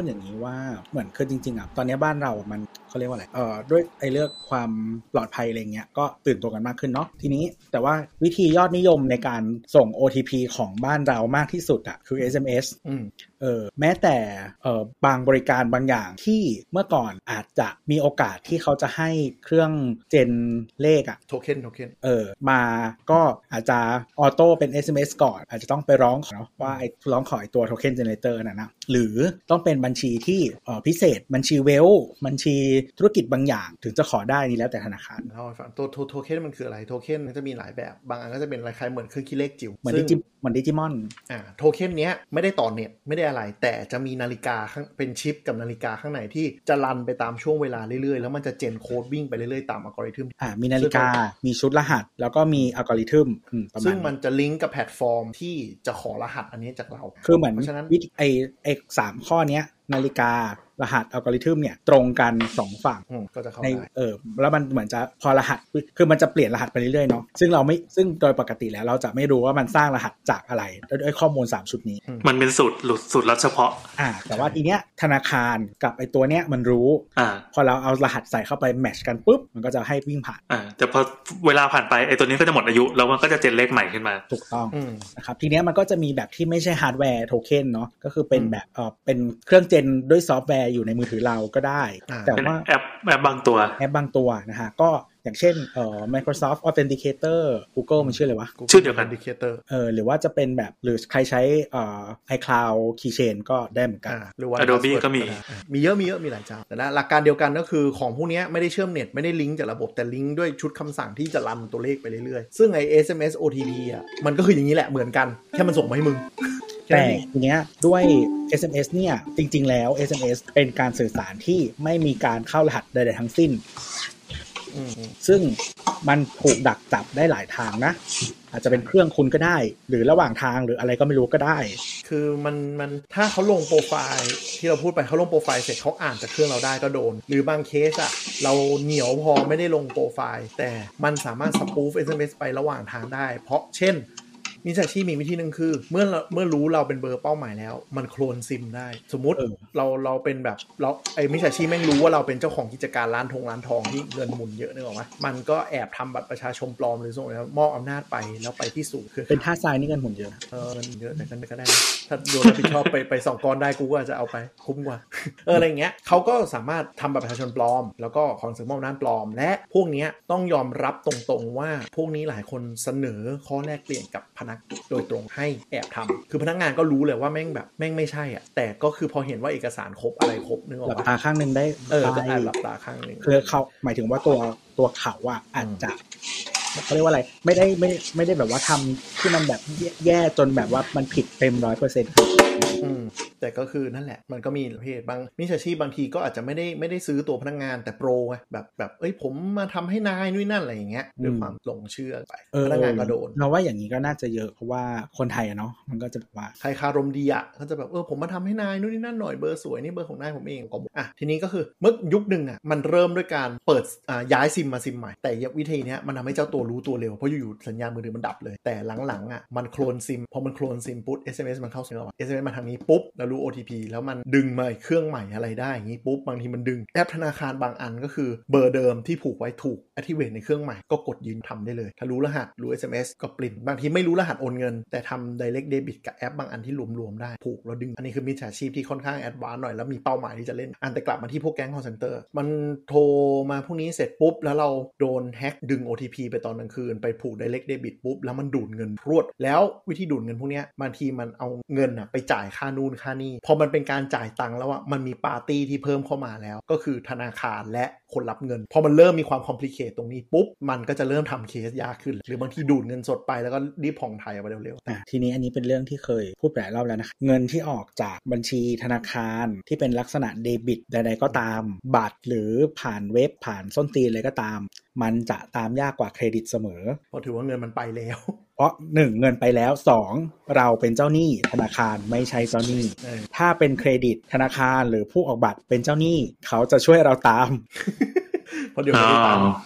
ว่าเหมือนคือจริงๆอ่ะตอนนี้บ้านเรามันเขาเรียกว่าอะไรเอ่อด้วยไอ้เรื่องความปลอดภัยอะไรเงี้ยก็ตื่นตัวกันมากขึ้นเนาะทีนี้แต่ว่าวิธียอดนิยมในการส่ง โอ ที พี ของบ้านเรามากที่สุดอ่ะคือ เอส เอ็ม เอสอืมเออแม้แต่เอ่อบางบริการบางอย่างที่เมื่อก่อนอาจจะมีโอกาสที่เขาจะให้เครื่องเจนเลขอ่ะโทเค็นโทเค็นเออมาก็อาจจะออโต้เป็น เอส เอ็ม เอส ก่อนอาจจะต้องไปร้องขอว่าไอ้ร้องขอไอ้ตัวโทเค็นเจเนเรเตอร์นั่นนะหรือต้องเป็นบัญชีที่เอ่อพิเศษบัญชีเวลบัญชีธุรกิจบางอย่างถึงจะขอได้นี่แล้วแต่ธนาคารเล่าให้ฟังตัวโทเค็นมันคืออะไรโทเค็นมันจะมีหลายแบบบางอันก็จะเป็นคล้ายๆเหมือนเครื่องคิดเลขจิ๋วเหมือนดิจิเหมือนดิจิมอนอ่าโทเค็นเนี้ยไม่ได้ต่อเน็ตไม่ได้อะไรแต่จะมีนาฬิกาข้างเป็นชิปกับนาฬิกาข้างในที่จะรันไปตามช่วงเวลาเรื่อยๆแล้วมันจะเจนโค้ดวิ่งไปเรื่อยๆตามอัลกอริทึมอ่ามีนาฬิกามีชุดรหัสแล้วก็มีอัลกอริทึมซึ่งมันจะลิงก์กับแพลตฟอร์มที่จะขอรหัสอันนี้จากเราคือเหมือนเพราะฉะนั้นไอ้ไอ้สามข้อเนี้ยนาฬิการหัสอัลกอริทึมเนี่ยตรงกันสองฝั่งก็จะเข้าในเออแล้วมันเหมือนจะพอรหัสคือมันจะเปลี่ยนรหัสไปเรื่อยๆเนาะซึ่งเราไม่ซึ่งโดยปกติแล้วเราจะไม่รู้ว่ามันสร้างรหัสจากอะไรด้วยข้อมูลสามชุดนี้มันเป็นสูตรหลุดสูตรลับเฉพาะอ่าแต่ว่าทีเนี้ยธนาคารกับไอ้ตัวเนี้ยมันรู้อ่าพอเราเอารหัสใส่เข้าไปแมทช์กันปุ๊บมันก็จะให้วิ่งผ่านอ่าแต่พอเวลาผ่านไปไอ้ตัวนี้ก็จะหมดอายุแล้วมันก็จะเจนเลขใหม่ขึ้นมาถูกต้องนะครับทีเนี้ยมันก็จะมีแบบที่ไม่ใช่ฮาร์ดแวร์โทเค็นเนาะก็คือเป็นแบบเออเป็นเครื่องเจนด้วยซอฟต์แวร์อยู่ในมือถือเราก็ได้แต่ว่าแอปแอปบางตัวแอปบางตัวนะฮะก็อย่างเช่นเอ่อ Microsoft Authenticator Google มันชื่ออะไรวะชื่อเดียวกัน Authenticator เออหรือว่าจะเป็นแบบหรือใครใช้เอ่อ iCloud Keychain ก็ได้เหมือนกันหรือว่า Adobe ก็มีมีเยอะมีเยอะมีหลายเจ้าแต่นะหลักการเดียวกันก็คือของพวกนี้ไม่ได้เชื่อมเน็ตไม่ได้ลิงก์จากระบบแต่ลิงก์ด้วยชุดคำสั่งที่จะรันตัวเลขไปเรื่อยๆซึ่งไอ้ เอส เอ็ม เอส โอ ที พี อ่ะมันก็คืออย่างนี้แหละเหมือนกันแค่มันส่งมาให้มึงแต่ทีเนี้ยด้วย เอส เอ็ม เอส เนี่ยจริงๆแล้ว เอส เอ็ม เอส เป็นการสื่อสารที่ไม่มีการเข้ารหัสใดๆทั้งสิ้นซึ่งมันถูกดักจับได้หลายทางนะอาจจะเป็นเครื่องคุณก็ได้หรือระหว่างทางหรืออะไรก็ไม่รู้ก็ได้คือมันมันถ้าเขาลงโปรไฟล์ที่เราพูดไปเขาลงโปรไฟล์เสร็จเขาอ่านจากเครื่องเราได้ก็โดนหรือบางเคสอะเราเหนียวพอไม่ได้ลงโปรไฟล์แต่มันสามารถสปูฟ เอส เอ็ม เอส ไประหว่างทางได้เพราะเช่นมิจฉาชีพมีวิธีนึงคือเมื่อเมื่อรู้เราเป็นเบอร์เป้าหมายแล้วมันโคลนซิมได้สมมุติเราเราเป็นแบบเราไอ้มิจฉาชีพแม่งรู้ว่าเราเป็นเจ้าของกิจการร้านทงร้านทองที่เงินหมุนเยอะนึกออกมั้ยมันก็แอบทำบัตรประชาชนปลอมหรือส่งแล้วมอบอำนาจไปแล้วไปที่ศูนย์คือเป็นท่าทรายนี่เงินหมุนเยอะเออเงินเยอะแต่กันก็ได้ถ้าโดนรับผิดชอบไปไปสองก้อนได้กูก็อาจจะเอาไปคุ้มกว่าเอออะไรอย่างเงี้ยเขาก็สามารถทำบัตรประชาชนปลอมแล้วก็ขอซื้อมอบอำนาจปลอมและพวกนี้ต้องยอมรับตรงๆว่าพวกนี้หลายคนเสนอข้อแลกเปลี่ยนกับพนักโดยตรงให้แอบทำคือพนักงานก็รู้เลยว่าแม่งแบบแม่งไม่ใช่อ่ะแต่ก็คือพอเห็นว่าเอกสารครบอะไรครบนึกออกหลับตาข้างนึงได้เออจะอ่านหลับตาข้างนึงคือเขาหมายถึงว่าตัวตัวเขาอ่ะอาจจะเขาเรียกว่าอะไรไม่ได้ไม่ไม่ได้แบบว่าทำที่มันแบบแย่จนแบบว่ามันผิดเต็ม ร้อยเปอร์เซ็นต์อืมแต่ก็คือนั่นแหละมันก็มีประเภทบางมิจฉาชีพบางทีก็อาจจะไม่ได้ไม่ได้ซื้อตัวพนักงานแต่โปรไงแบบแบบเอ้ยผมมาทำให้นายนู่นนั่นอะไรอย่างเงี้ยด้วยความหลงเชื่อไปพนักงานก็โดนเราว่าอย่างนี้ก็น่าจะเยอะเพราะว่าคนไทยอะเนาะมันก็จะแบบว่าใครคารมดีอ่ะเขาจะแบบเออผมมาทำให้นายนู่นนี่นั่นหน่อยเบอร์สวยนี่เบอร์ของนายผมเองก็อ่ะทีนี้ก็คือเมื่อยุคนึงอ่ะมันเริ่มด้วยการเปิดอ่าย้ายซิมมาซิมใหม่แต่วิธีนี้มันทำให้เจ้าตัวรู้ตัวเร็วเพราะอยู่ๆสัญญาณมือถือมันดับเลยแต่หลังๆอ่ะมันโคลนซิมพอมันโคลนซิมปุ๊บ เอส เอ็ม เอส มันเข้าซิมเรา เอส เอ็ม เอส มาทางนี้ปุ๊บแล้วรู้ โอ ที พี แล้วมันดึงมาเครื่องใหม่อะไรได้อย่างนี้ปุ๊บบางทีมันดึงแอปธนาคารบางอันก็คือเบอร์เดิมที่ผูกไว้ถูก activate ในเครื่องใหม่ก็กดยืนทำได้เลยถ้ารู้รหัสรู้ เอส เอ็ม เอส ก็ปริ้นบางทีไม่รู้รหัสโอนเงินแต่ทำ direct debit กับแอปบางอันที่รวมๆได้ผูกแล้วดึงอันนี้คือมิจฉาชีพที่ค่อนข้างแอดวานซ์หน่อยแล้วมีเป้าหมายที่จะเล่นอันแต่กลับมาที่พวกแก๊ง call center มันโทรมาพวกนี้เสร็จปุ๊บแล้วเราโดนแฮ็กดึง โอ ที พี ไปตอนกลางคืนไปผูก direct debit ปุ๊บแล้วมันดูดเงินรวดแล้ววิธีดูดเงินพวกนี้บางทีมันเอาเงินอะไปจ่ายค่านู่นค่านี่พอมันเป็นการจ่ายตังค์แล้วอะมันมีปาร์ตี้ที่เพิ่มเข้ามาแล้วก็คือธนาคารและคนรับเงินพอมันเริ่มมีความคอมพลีเคทตรงนี้ปุ๊บมันก็จะเริ่มทำเคสยากขึ้นหรือบางทีดูดเงินสดไปแล้วก็รีบผ่องไทยออกไปเร็วๆทีนี้อันนี้เป็นเรื่องที่เคยพูดหลายรอบแล้วนะเงินที่ออกจากบัญชีธนาคารที่เป็นลักษณะเดบิตใดๆก็ตามบัตรหรือผ่านเว็บผ่านส้นตีนอะไรก็ตามมันจะตามยากกว่าเครดิตเสมอเพราะถือว่าเงินมันไปแล้วเพราะหนึ่งเงินไปแล้วสองเราเป็นเจ้าหนี้ธนาคารไม่ใช่เจ้าหนี้ถ้าเป็นเครดิตธนาคารหรือผู้ออกบัตรเป็นเจ้าหนี้เขาจะช่วยเราตามเพราะเดี๋ยวไม่ได้ตาม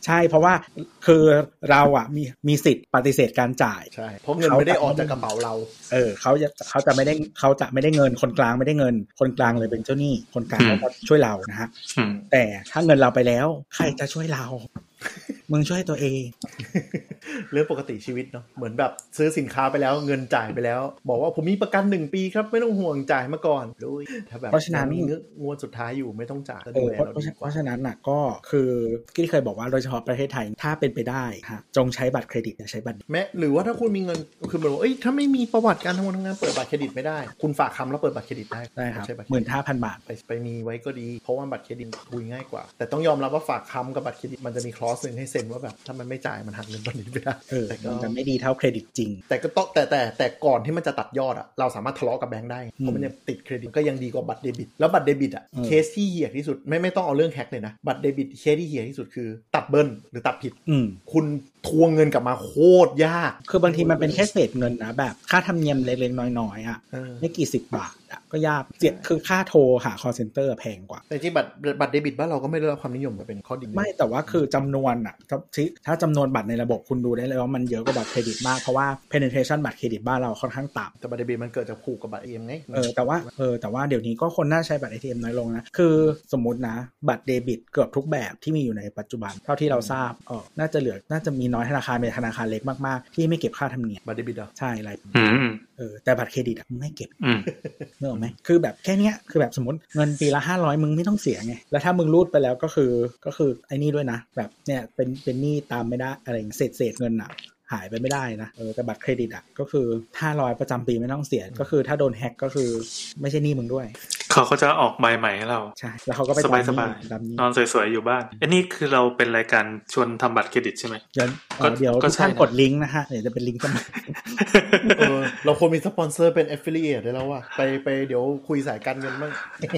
ใช่เพราะว่าคือเราอ่ะมีมีสิทธิ์ปฏิเสธการจ่ายใช่เพราะเงินไม่ได้ออกจากกระเป๋าเราเออเขาจะเขาจะไม่ได้เขาจะไม่ได้เงินคนกลางไม่ได้เงินคนกลางเลยเป็นเจ้าหนี้คนกลางก็ช่วยเรานะฮะแต่ถ้าเงินเราไปแล้วใครจะช่วยเรามึงช่วยตัวเองเรื่องปกติชีวิตเนาะเหมือนแบบซื้อสินค้าไปแล้วเงินจ่ายไปแล้วบอกว่าผมมีประกันหนึ่งปีครับไม่ต้องห่วงจ่ายมาก่อนด้วยถ้าแบบเพราะฉะนั้นมีงวดสุดท้ายอยู่ไม่ต้องจ่ายเออเพราะเพราะฉะนั้นน่ะก็คือที่เคยบอกว่าโดยเฉพาะประเทศไทยถ้าเป็นไปได้ฮะจงใช้บัตรเครดิตอย่าใช้บัตรแม้หรือว่าถ้าคุณมีเงินคือแบบว่าเอ้ยถ้าไม่มีประวัติการทำงานทำงานเปิดบัตรเครดิตไม่ได้คุณฝากคำแล้วเปิดบัตรเครดิตได้ได้ครับหมื่นห้าพันบาทไปไปมีไว้ก็ดีเพราะว่าบัตรเครดิตคุยง่ายกว่าแต่ต้องยอมรับว่าฝากคำกับบัตรเครดิตมันจะมีคลอสนึงให้เซ็นว่าแบบถ้ามันไม่จ่ายมันหักเงินตอนนี้ไปได้เออมันจะไม่ดีเท่าเครดิตจริงแต่ก็ต้องแต่แต่แต่ก่อนที่มันจะตัดยอดอ่ะเราสามารถทะเลาะกับแบงค์ได้เพราะมันยังติดเครดิตก็ยังดีกว่าบัตรเดบิตแล้วบัตรเดบิตอ่ะเคสที่เหี้ยที่สุดไม่ไม่ต้องเอาเรื่องแฮกเลยนะบัตรเดบิตเคสที่เหี้ยที่สุดคือตัดเบิ้ลหรือตัดผิดคุณทวงเงินกลับมาโคตรยากคือบางทีมันเป็นแค่เศษเงินนะแบบค่าธรรมเนียมเล็กๆน้อยๆอ่ะไม่กี่สิบบาทอ่ะก็ยากเสียคือค่าโทรหา call center แพงกว่าแต่จริงบัตรบัตรเดบิตบ้านเราก็ไม่ได้รับความนิยมเป็นข้อดีไม่แต่ว่าคือจำนวนอ่ะถ้าจำนวนบัตรในระบบคุณดูได้เลยว่ามันเยอะกว่าบัตรเครดิตมากเพราะว่า penetration บัตรเครดิตบ้านเราค่อนข้างต่ำแต่บัตรเดบิตมันเกิดจากผูกกับบัตร เอ ที เอ็ม ไงเออแต่ว่าเออแต่ว่าเดี๋ยวนี้ก็คนน่าใช้บัตร เอ ที เอ็ม น้อยลงนะคือสมมุตินะบัตรเดบิตเกือบทุกแบบที่มีอยู่ในปัจจุบันเท่าที่เราทราบเออน่าจะเหลือน่าจะมีน้อยธนาคารเป็นธนาคารเล็กมากๆที่ไม่เก็บค่าธรรมเนียมบัตรเดบิตอ่ะใช่อะไรเออแต่บัตรเครดิตอ่ะไม่เก็บนึกออกไหมคือแบบแค่เนี้ยคือแบบสมมติเงินปีละห้าร้อยมึงไม่ต้องเสียไงแล้วถ้ามึงรูดไปแล้วก็คือก็คือไอ้นี่ด้วยนะแบบเนี่ยเป็นเป็นหนี้ตามไม่ได้อะไรเศษเศษเงินอ่ะหายไปไม่ได้นะเออแต่บัตรเครดิตอ่ะก็คือห้าร้อยประจำปีไม่ต้องเสียก็คือถ้าโดนแฮกก็คือไม่ใช่หนี้มึงด้วยเขาก็จะออกใบใหม่ให้เราใช่แล้วเขาก็ไปสบายสบายนอนสวยๆอยู่บ้านอันนี้คือเราเป็นรายการชวนทำบัตรเครดิตใช่ไหมเดี๋ยวเดี๋ยวทุกท่านกดลิงก์นะฮะเดี๋ยวจะเป็นลิงก์สมัครเออเราควรมีสปอนเซอร์เป็น affiliate ได้แล้วว่ะไปไปเดี๋ยวคุยสายการเงินบ้าง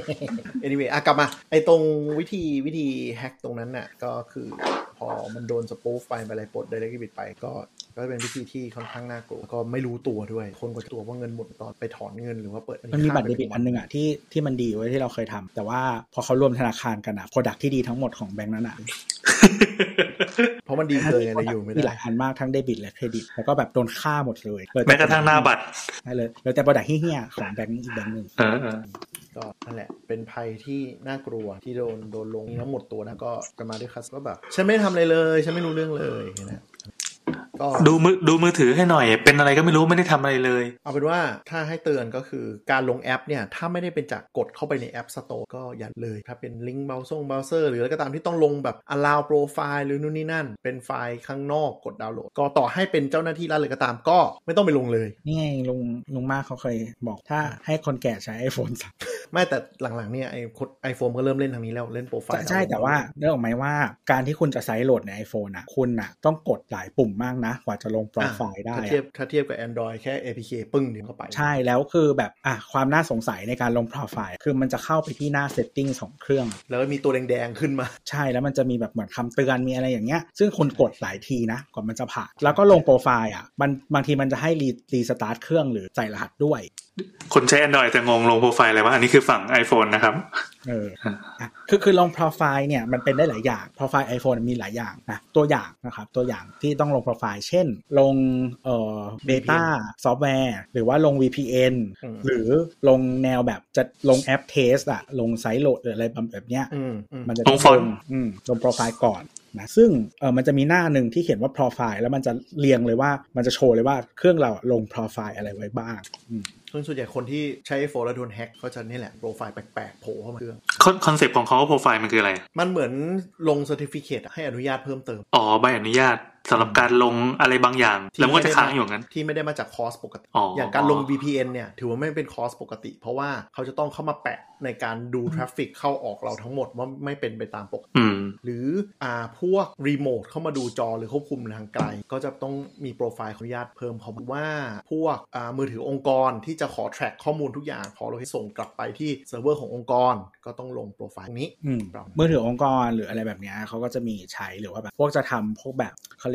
anyway อ่ะกลับมาไอ้ตรงวิธีวิธีแฮกตรงนั้นน่ะก็คือพอมันโดนสปูฟไปอะไรปลด direct debit ไปก็ก็เป็นวิธีที่ค่อนข้างน่ากลัวก็ไม่รู้ตัวด้วยคนก็ตัวว่าเงินหมดตอนไปถอนเงินหรือว่าเปิดมันมีบัตรเดบิตอันนึงอ่ะที่ที่มันดีไว้ที่เราเคยทำแต่ว่าพอเขารวมธนาคารกันอ่ะ product ที่ดีทั้งหมดของแบงค์นั้นอ่ะเพราะมันดีเกินอะไรอยู่ไม่ได้มีหลายอันมากทั้งเดบิตและเครดิตแล้วก็แบบโดนฆ่าหมดเลยแม้กระทั่งหน้าบัตรใช่เลยแล้วแต่ product เหี้ยๆของแบงค์อีกแบงค์นึงก็นั่นแหละเป็นภัยที่น่ากลัวที่โดนโดนลงทั้งหมดตัวนะก็กันมาด้วยคัสก็แบบฉันไม่ทำอะไรเลยฉันไม่รู้เรื่องเลยนะดูมือดูมือถือให้หน่อยเป็นอะไรก็ไม่รู้ไม่ได้ทำอะไรเลยเอาเป็นว่าถ้าให้เตือนก็คือการลงแอปเนี่ยถ้าไม่ได้เป็นจากกดเข้าไปในแอป Store ก็อย่าเลยถ้าเป็นลิงก์เบราว์ซ่งเบราว์เซอร์หรืออะไรก็ตามที่ต้องลงแบบ allow profile หรือนู่นนี่นั่นเป็นไฟล์ข้างนอกกดดาวน์โหลดก็ต่อให้เป็นเจ้าหน้าที่รัฐเลยก็ตามก็ไม่ต้องไปลงเลยนี่ไงลุงลุงมากเขาเคยบอกถ้าให้คนแก่ใช้ iPhone ไม่แต่หลังๆเนี่ยไอไอโฟนก็เริ่มเล่นทางนี้แล้วเล่นโปรไฟล์ใช่แต่ว่าเรื่องออกไหมว่าการที่คุณจะไซด์โหลดใน iPhone อ่ะคุณอ่ะต้องกดหลายปุ่มมากนะกว่าจะลงโปรไฟล์ได้ถ้าเทียบถ้าเทียบกับ Android แค่ เอ พี เค ปึ้งเดียวก็ไปใช่แล้วคือแบบอ่ะความน่าสงสัยในการลงโปรไฟล์คือมันจะเข้าไปที่หน้า setting ของเครื่องแล้วมีตัวแดงๆขึ้นมาใช่แล้วมันจะมีแบบเหมือนคำเตือนมีอะไรอย่างเงี้ยซึ่งคุณกดหลายทีนะก่อนมันจะผ่านแล้วก็ลงโปรไฟล์อ่ะมันบางทีมันจะให้รีรีสตาร์ทเครื่องหรือใส่รหัสด้วยคนใช้ Android จะงงลงโปรไฟล์อะไรวะอันนี้คือฝั่ง iPhone นะครับเอออ่ะคือคือลงโปรไฟล์เนี่ยมันเป็นได้หลายอย่างโปรไฟล์ iPhone มีหลายอย่างนะตัวอย่างนะครับตัวอย่างที่ต้องลงโปรไฟล์เช่นลงเอ่อเบต้าซอฟต์แวร์หรือว่าลง วี พี เอ็น หรือลงแนวแบบจะลงแอปเทสอะลงไซต์โหลดหรืออะไรแบบเนี้ยมันจะต้องลงอืมลงโปรไฟล์ก่อนนะซึ่งเออมันจะมีหน้าหนึ่งที่เขียนว่าโปรไฟล์แล้วมันจะเรียงเลยว่ามันจะโชว์เลยว่าเครื่องเราลงโปรไฟล์อะไรไว้บ้างซึ่งส่วนใหญ่คนที่ใช้ iPhone แล้วโดนแฮ็กก็จะนี่แหละโปรไฟล์แปลกๆโผล่เข้ามาเครื่องคอนเซ็ปต์ของเขาโปรไฟล์มันคืออะไรมันเหมือนลง Certificate ให้อนุญาตเพิ่มเติมอ๋อใบอนุญาตสำหรับการลงอะไรบางอย่างแล้วมันก็จะค้างอยู่งั้นที่ไม่ได้มาจากคอร์สปกติ อ, อย่างการลง วี พี เอ็น เนี่ยถือว่าไม่เป็นคอร์สปกติเพราะว่าเขาจะต้องเข้ามาแปะในการดูทราฟฟิกเข้าออกเราทั้งหมดว่าไม่เป็นไปตามปกติหรืออ่าพวกรีโมทเข้ามาดูจอหรือควบคุมทางไกลก็จะต้องมีโปรไฟล์ขออนุญาตเพิ่มเขาว่าพวกอ่ามือถือองค์กรที่จะขอ track ข้อมูลทุกอย่างขอเราให้ส่งกลับไปที่เซิร์ฟเวอร์ขององค์กรก็ต้องลงโปรไฟล์นี้มือถือองค์กรหรืออะไรแบบนี้เขาก็จะมีใช้หรือว่าแบบพวกจะทำพวกแบบเขาเรียก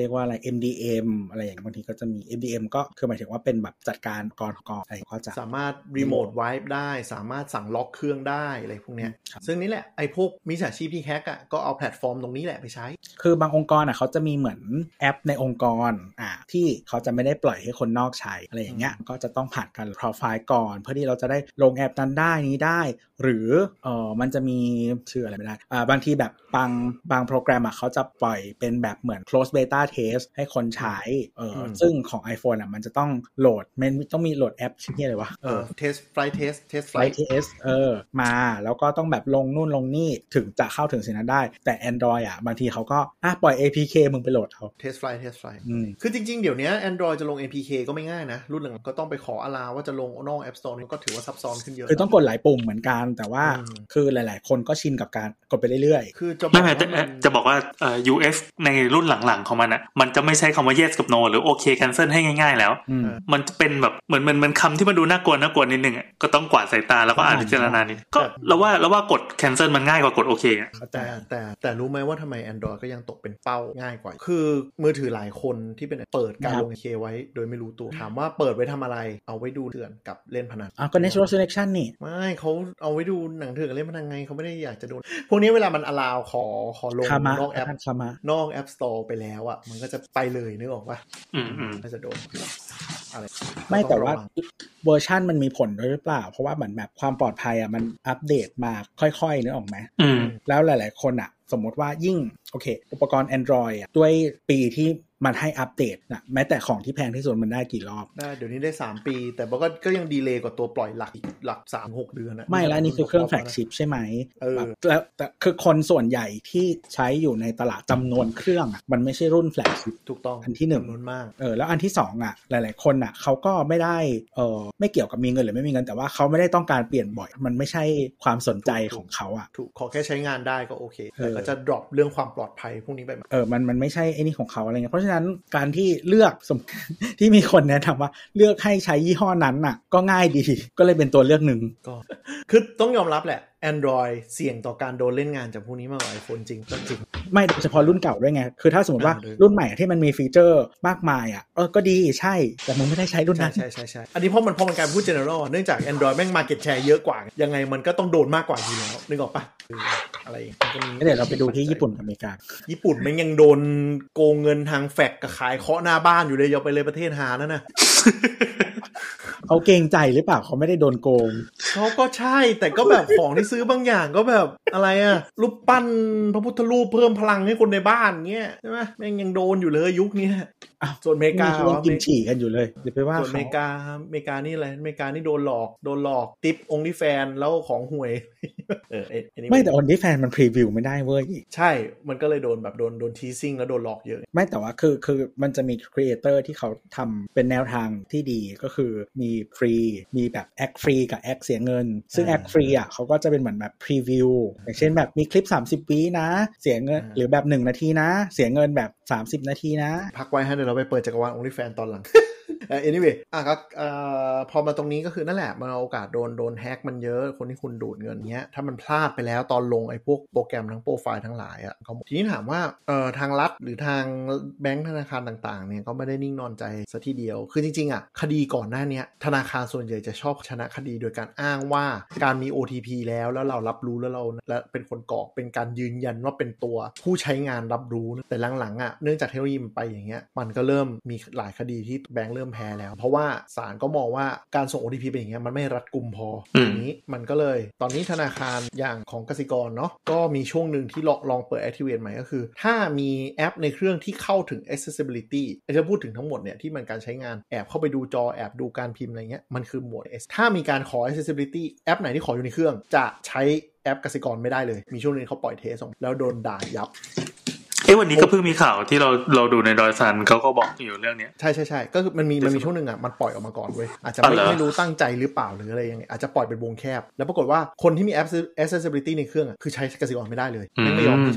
รียกว่าอะไร เอ็ม ดี เอ็ม อะไรอย่างบางทีก็จะมี เอ็ม ดี เอ็ม ก็คือหมายถึงว่าเป็นแบบจัดการก่อนก่อนอะไรก็จะสามารถรีโมทไวป์ได้สามารถสั่งล็อกเครื่องได้อะไรพวกเนี้ยซึ่งนี่แหละไอ้พวกมิจฉาชีพที่แฮกอ่ะก็เอาแพลตฟอร์มตรงนี้แหละไปใช้คือบางองค์กรอ่ะเขาจะมีเหมือนแอปในองค์กรอ่าที่เขาจะไม่ได้ปล่อยให้คนนอกใช้อะไรอย่างเงี้ยก็จะต้องผ่านการโปรไฟล์ก่อนเพื่อที่เราจะได้ลงแอปนั้นได้นี้ได้หรือเออมันจะมีชื่ออะไรไม่ได้อ่าบางทีแบบบางบางโปรแกรมอ่ะเขาจะปล่อยเป็นแบบเหมือน close beta test ให้คนใช้เออซึ่งของ iPhone อ่ะมันจะต้องโหลดมันต้องมีโหลดแอปชื่ออะไรวะเออ test flight test test flight test เออมาแล้วก็ต้องแบบลงนู่นลงนี่ถึงจะเข้าถึงสิ่งนั้นได้แต่ Android อ่ะบางทีเขาก็อ่ะปล่อย เอ พี เค มึงไปโหลดเอา test flight test flight คือจริงๆเดี๋ยวนี้ Android จะลง เอ พี เค ก็ไม่ง่ายนะรุ่นหลังก็ต้องไปขออลาว่าจะลงนอก App Store นี่ก็ถือว่าซับซ้อนขึ้นเยอะคือต้องกดหลายปุ่มเหมือนกันแต่ว่าคือหลายๆคนก็ชินกับการกดไปเรื่อยๆคือจะไม่ไม่จะบอกว่าเอ่อ ยู เอฟ ในรุ่นหลังๆของมันอ่ะมันจะไม่ใช้คำว่า yes กับ no หรือ okay cancel ให้ง่ายๆแล้วมันจะเป็นแบบเหมือนมันมันคำที่มันดูน่ากลัวน่ากลัวนิดนึงอ่ะก็ต้องกวาดสายตาแล้วก็อ่านพิจารณานิดก็เราว่าเราว่ากด cancel มันง่ายกว่ากด okay อ่ะแต่แต่แต่รู้ไหมว่าทำไม Android ก็ยังตกเป็นเป้าง่ายกว่าคือมือถือหลายคนที่เป็นเปิดการลง เค ไว้โดยไม่รู้ตัวถามว่าเปิดไว้ทำอะไรเอาไว้ดูเถื่อนกับเล่นพนันอ่ะก็ natural selection นี่ไม่เขาเอาไว้ดูหนังเถื่อนกับเล่นพนันไงเขาไม่ได้อยากจะโดนพวกนี้เวลามัน allow ขอขอลงนอกแอปนอก App Store ไปแล้วอ่ะมันก็จะไปเลยนึกออกป่ะอืมๆก็จะโดนอะไรไม่แต่ว่าเวอร์ชันมันมีผลด้วยหรือเปล่าเพราะว่าเหมือนแบบความปลอดภัยอ่ะมันอัปเดตมาค่อยๆนึกออกไหมแล้วหลายๆคนอ่ะสมมติว่ายิ่งโอเคอุปกรณ์ Android อ่ะด้วยปีที่มันให้อัปเดตนะแม้แต่ของที่แพงที่สุดมันได้กี่รอบได้เดี๋ยวนี้ได้สามปีแต่ก็ก็ยังดีเลย์กว่าตัวปล่อยหลักหลัก สามถึงหก เดือนนะไม่แล้วนี่คือเครื่องแฟลกชิพใช่ไหมเออแล้วแต่คือคนส่วนใหญ่ที่ใช้อยู่ในตลาดจำนวนเครื่องอ่ะมันไม่ใช่รุ่นแฟลกชิพถูกต้องอันที่หนึ่งจำนวนมากเออแล้วอันที่สองอ่ะหลายๆคนอ่ะเขาก็ไม่ได้เออไม่เกี่ยวกับมีเงินหรือไม่มีเงินแต่ว่าเขาไม่ได้ต้องการเปลี่ยนบ่อยมันไม่ใช่ความสนใจของเขาอ่ะถูกขอแค่ใช้งานได้ก็โอเคแต่ก็จะ drop เรื่องความปลอดภัยพวกนี้ไปเออมันมันไม่ใช่ไอ้นี่ของเขาอะไรเงี้ยเพราะฉะนั้นการที่เลือกที่มีคนแนะนำว่าเลือกให้ใช้ยี่ห้อนั้นน่ะก็ง่ายดีก็เลยเป็นตัวเลือกหนึ่งก็คือต้องยอมรับแหละ Android เสี่ยงต่อการโดนเล่นงานจากพวกนี้มากกว่า iPhone จริงก็จริงไม่โดยเฉพาะรุ่นเก่าด้วยไงคือถ้าสมมติว่ารุ่นใหม่ที่มันมีฟีเจอร์มากมายอ่ะเออก็ดีใช่แต่มึงไม่ได้ใช้รุ่นนั้นใช่ๆๆอันนี้เพราะมันเพราะมันการพูด general เนื่องจาก Android แม่ง market share เยอะกว่ายังไงมันก็ต้องโดนมากกว่าอยู่แล้วนึกออกป่ะอะไรก็มีเดี๋ยวเราไปดูที่ญี่ปุ่นกับอเมริกาญี่ปุ่นมันยังโดนโกงเงินทางแฟกกับขายเคาะหน้าบ้านอยู่เลยอย่าไปเลยประเทศหานั่นน่ะเขาเกรงใจหรือเปล่าเขาไม่ได้โดนโกงเขาก็ใช่แต่ก็แบบของที่ซื้อบางอย่างก็แบบอะไรอะรูปปั้นพระพุทธรูปเพิ่มพลังให้คนในบ้านเงี้ยใช่ไหมแม่งยังโดนอยู่เลยยุคนี้ส่วนอเมริกายังกินฉี่กันอยู่เลยเดี๋ยวไปว่าส่วนอเมริกาอเมริกานี่อะไรอเมริกานี่โดนหลอกโดนหลอกติปองค์ที่แฟนแล้วของห่วยเออไม่แต่องค์ที่แฟนมันพรีวิวไม่ได้เว้ยใช่มันก็เลยโดนแบบโดนโดนทีซิ่งแล้วโดนหลอกเยอะไม่แต่ว่าคือคือมันจะมีครีเอเตอร์ที่เขาทำเป็นแนวทางที่ดีก็คือมีฟรีมีแบบแอคฟรีกับแอคเสียเงินซึ่งแอคฟรีอ่ะเขาก็จะเป็นเหมือนแบบพรีวิวอย่างเช่นแบบมีคลิปสามสิบวินะเสียเงินหรือแบบหนึ่งนาทีนะเสียเงินแบบสามสิบนาทีนะพักไว้ให้เดี๋ยวเราไปเปิดจักรวาล OnlyFans ตอนหลัง anyway อ่ะก็เอ่อพอมาตรงนี้ก็คือนั่นแหละมันโอกาสโดนโดนแฮกมันเยอะคนที่คุณดูดเงินเงี้ยถ้ามันพลาดไปแล้วตอนลงไอ้พวกโปรแกรมทั้งโปรไฟล์ทั้งหลายอ่ะทีนี้ถามว่าเอ่อทางรัฐหรือทางแบงก์ธนาคารต่างๆเนี่ยก็ไม่ได้นิ่งนอนใจซะทีเดียวคือจริงๆอ่ะคดีก่อนหน้านี้ธนาคารส่วนใหญ่จะชอบชนะคดีโดยการอ้างว่าการมี โอ ที พี แล้วแล้วเรารับรู้แล้วเราและเป็นคนกรอกเป็นการยืนยันว่าเป็นตัวผู้ใช้งานรับรู้แต่หลังๆอ่ะเนื่องจากเทคโนโลยีมันไปอย่างเงี้ยมันก็เริ่มมีหลายคดีที่แบงก์เริ่มแพ้แล้วเพราะว่าศาลก็มองว่าการส่ง โอ ที พี เป็นอย่างเงี้ยมันไม่รัดกุมพออย่างนี้มันก็เลยตอนนี้ธนาคารอย่างของกสิกรเนาะก็มีช่วงหนึ่งที่ลองลองเปิด activate ใหม่ก็คือถ้ามีแอปในเครื่องที่เข้าถึง accessibility จะพูดถึงทั้งหมดเนี่ยที่มันการใช้งานแอบเข้าไปดูจอแอบดูการพิมพ์อะไรเงี้ยมันคือหมวด S ถ้ามีการขอ accessibility แอปไหนที่ขออยู่ในเครื่องจะใช้แอปกสิกรไม่ได้เลยมีช่วงนึงเขาปล่อยเทสแล้วโดนด่ายับเอ้วันนี้ก็เพิ่งมีข่าวที่เราเราดูในดอยซันเขาก็บอกอยู่เรื่องนี้ใช่ใช่ใช่ก็คือมันมีมันมีช่วงหนึ่งอ่ะมันปล่อยออกมาก่อนเว้ยอาจจะไม่ไม่รู้ตั้งใจหรือเปล่าหรืออะไรยังไงอาจจะปล่อยเป็นวงแคบแล้วปรากฏว่าคนที่มี accessibility ในเครื่องอ่ะคือใช้กสิกรไม่ได้เลยไม่ยอมที่ใช้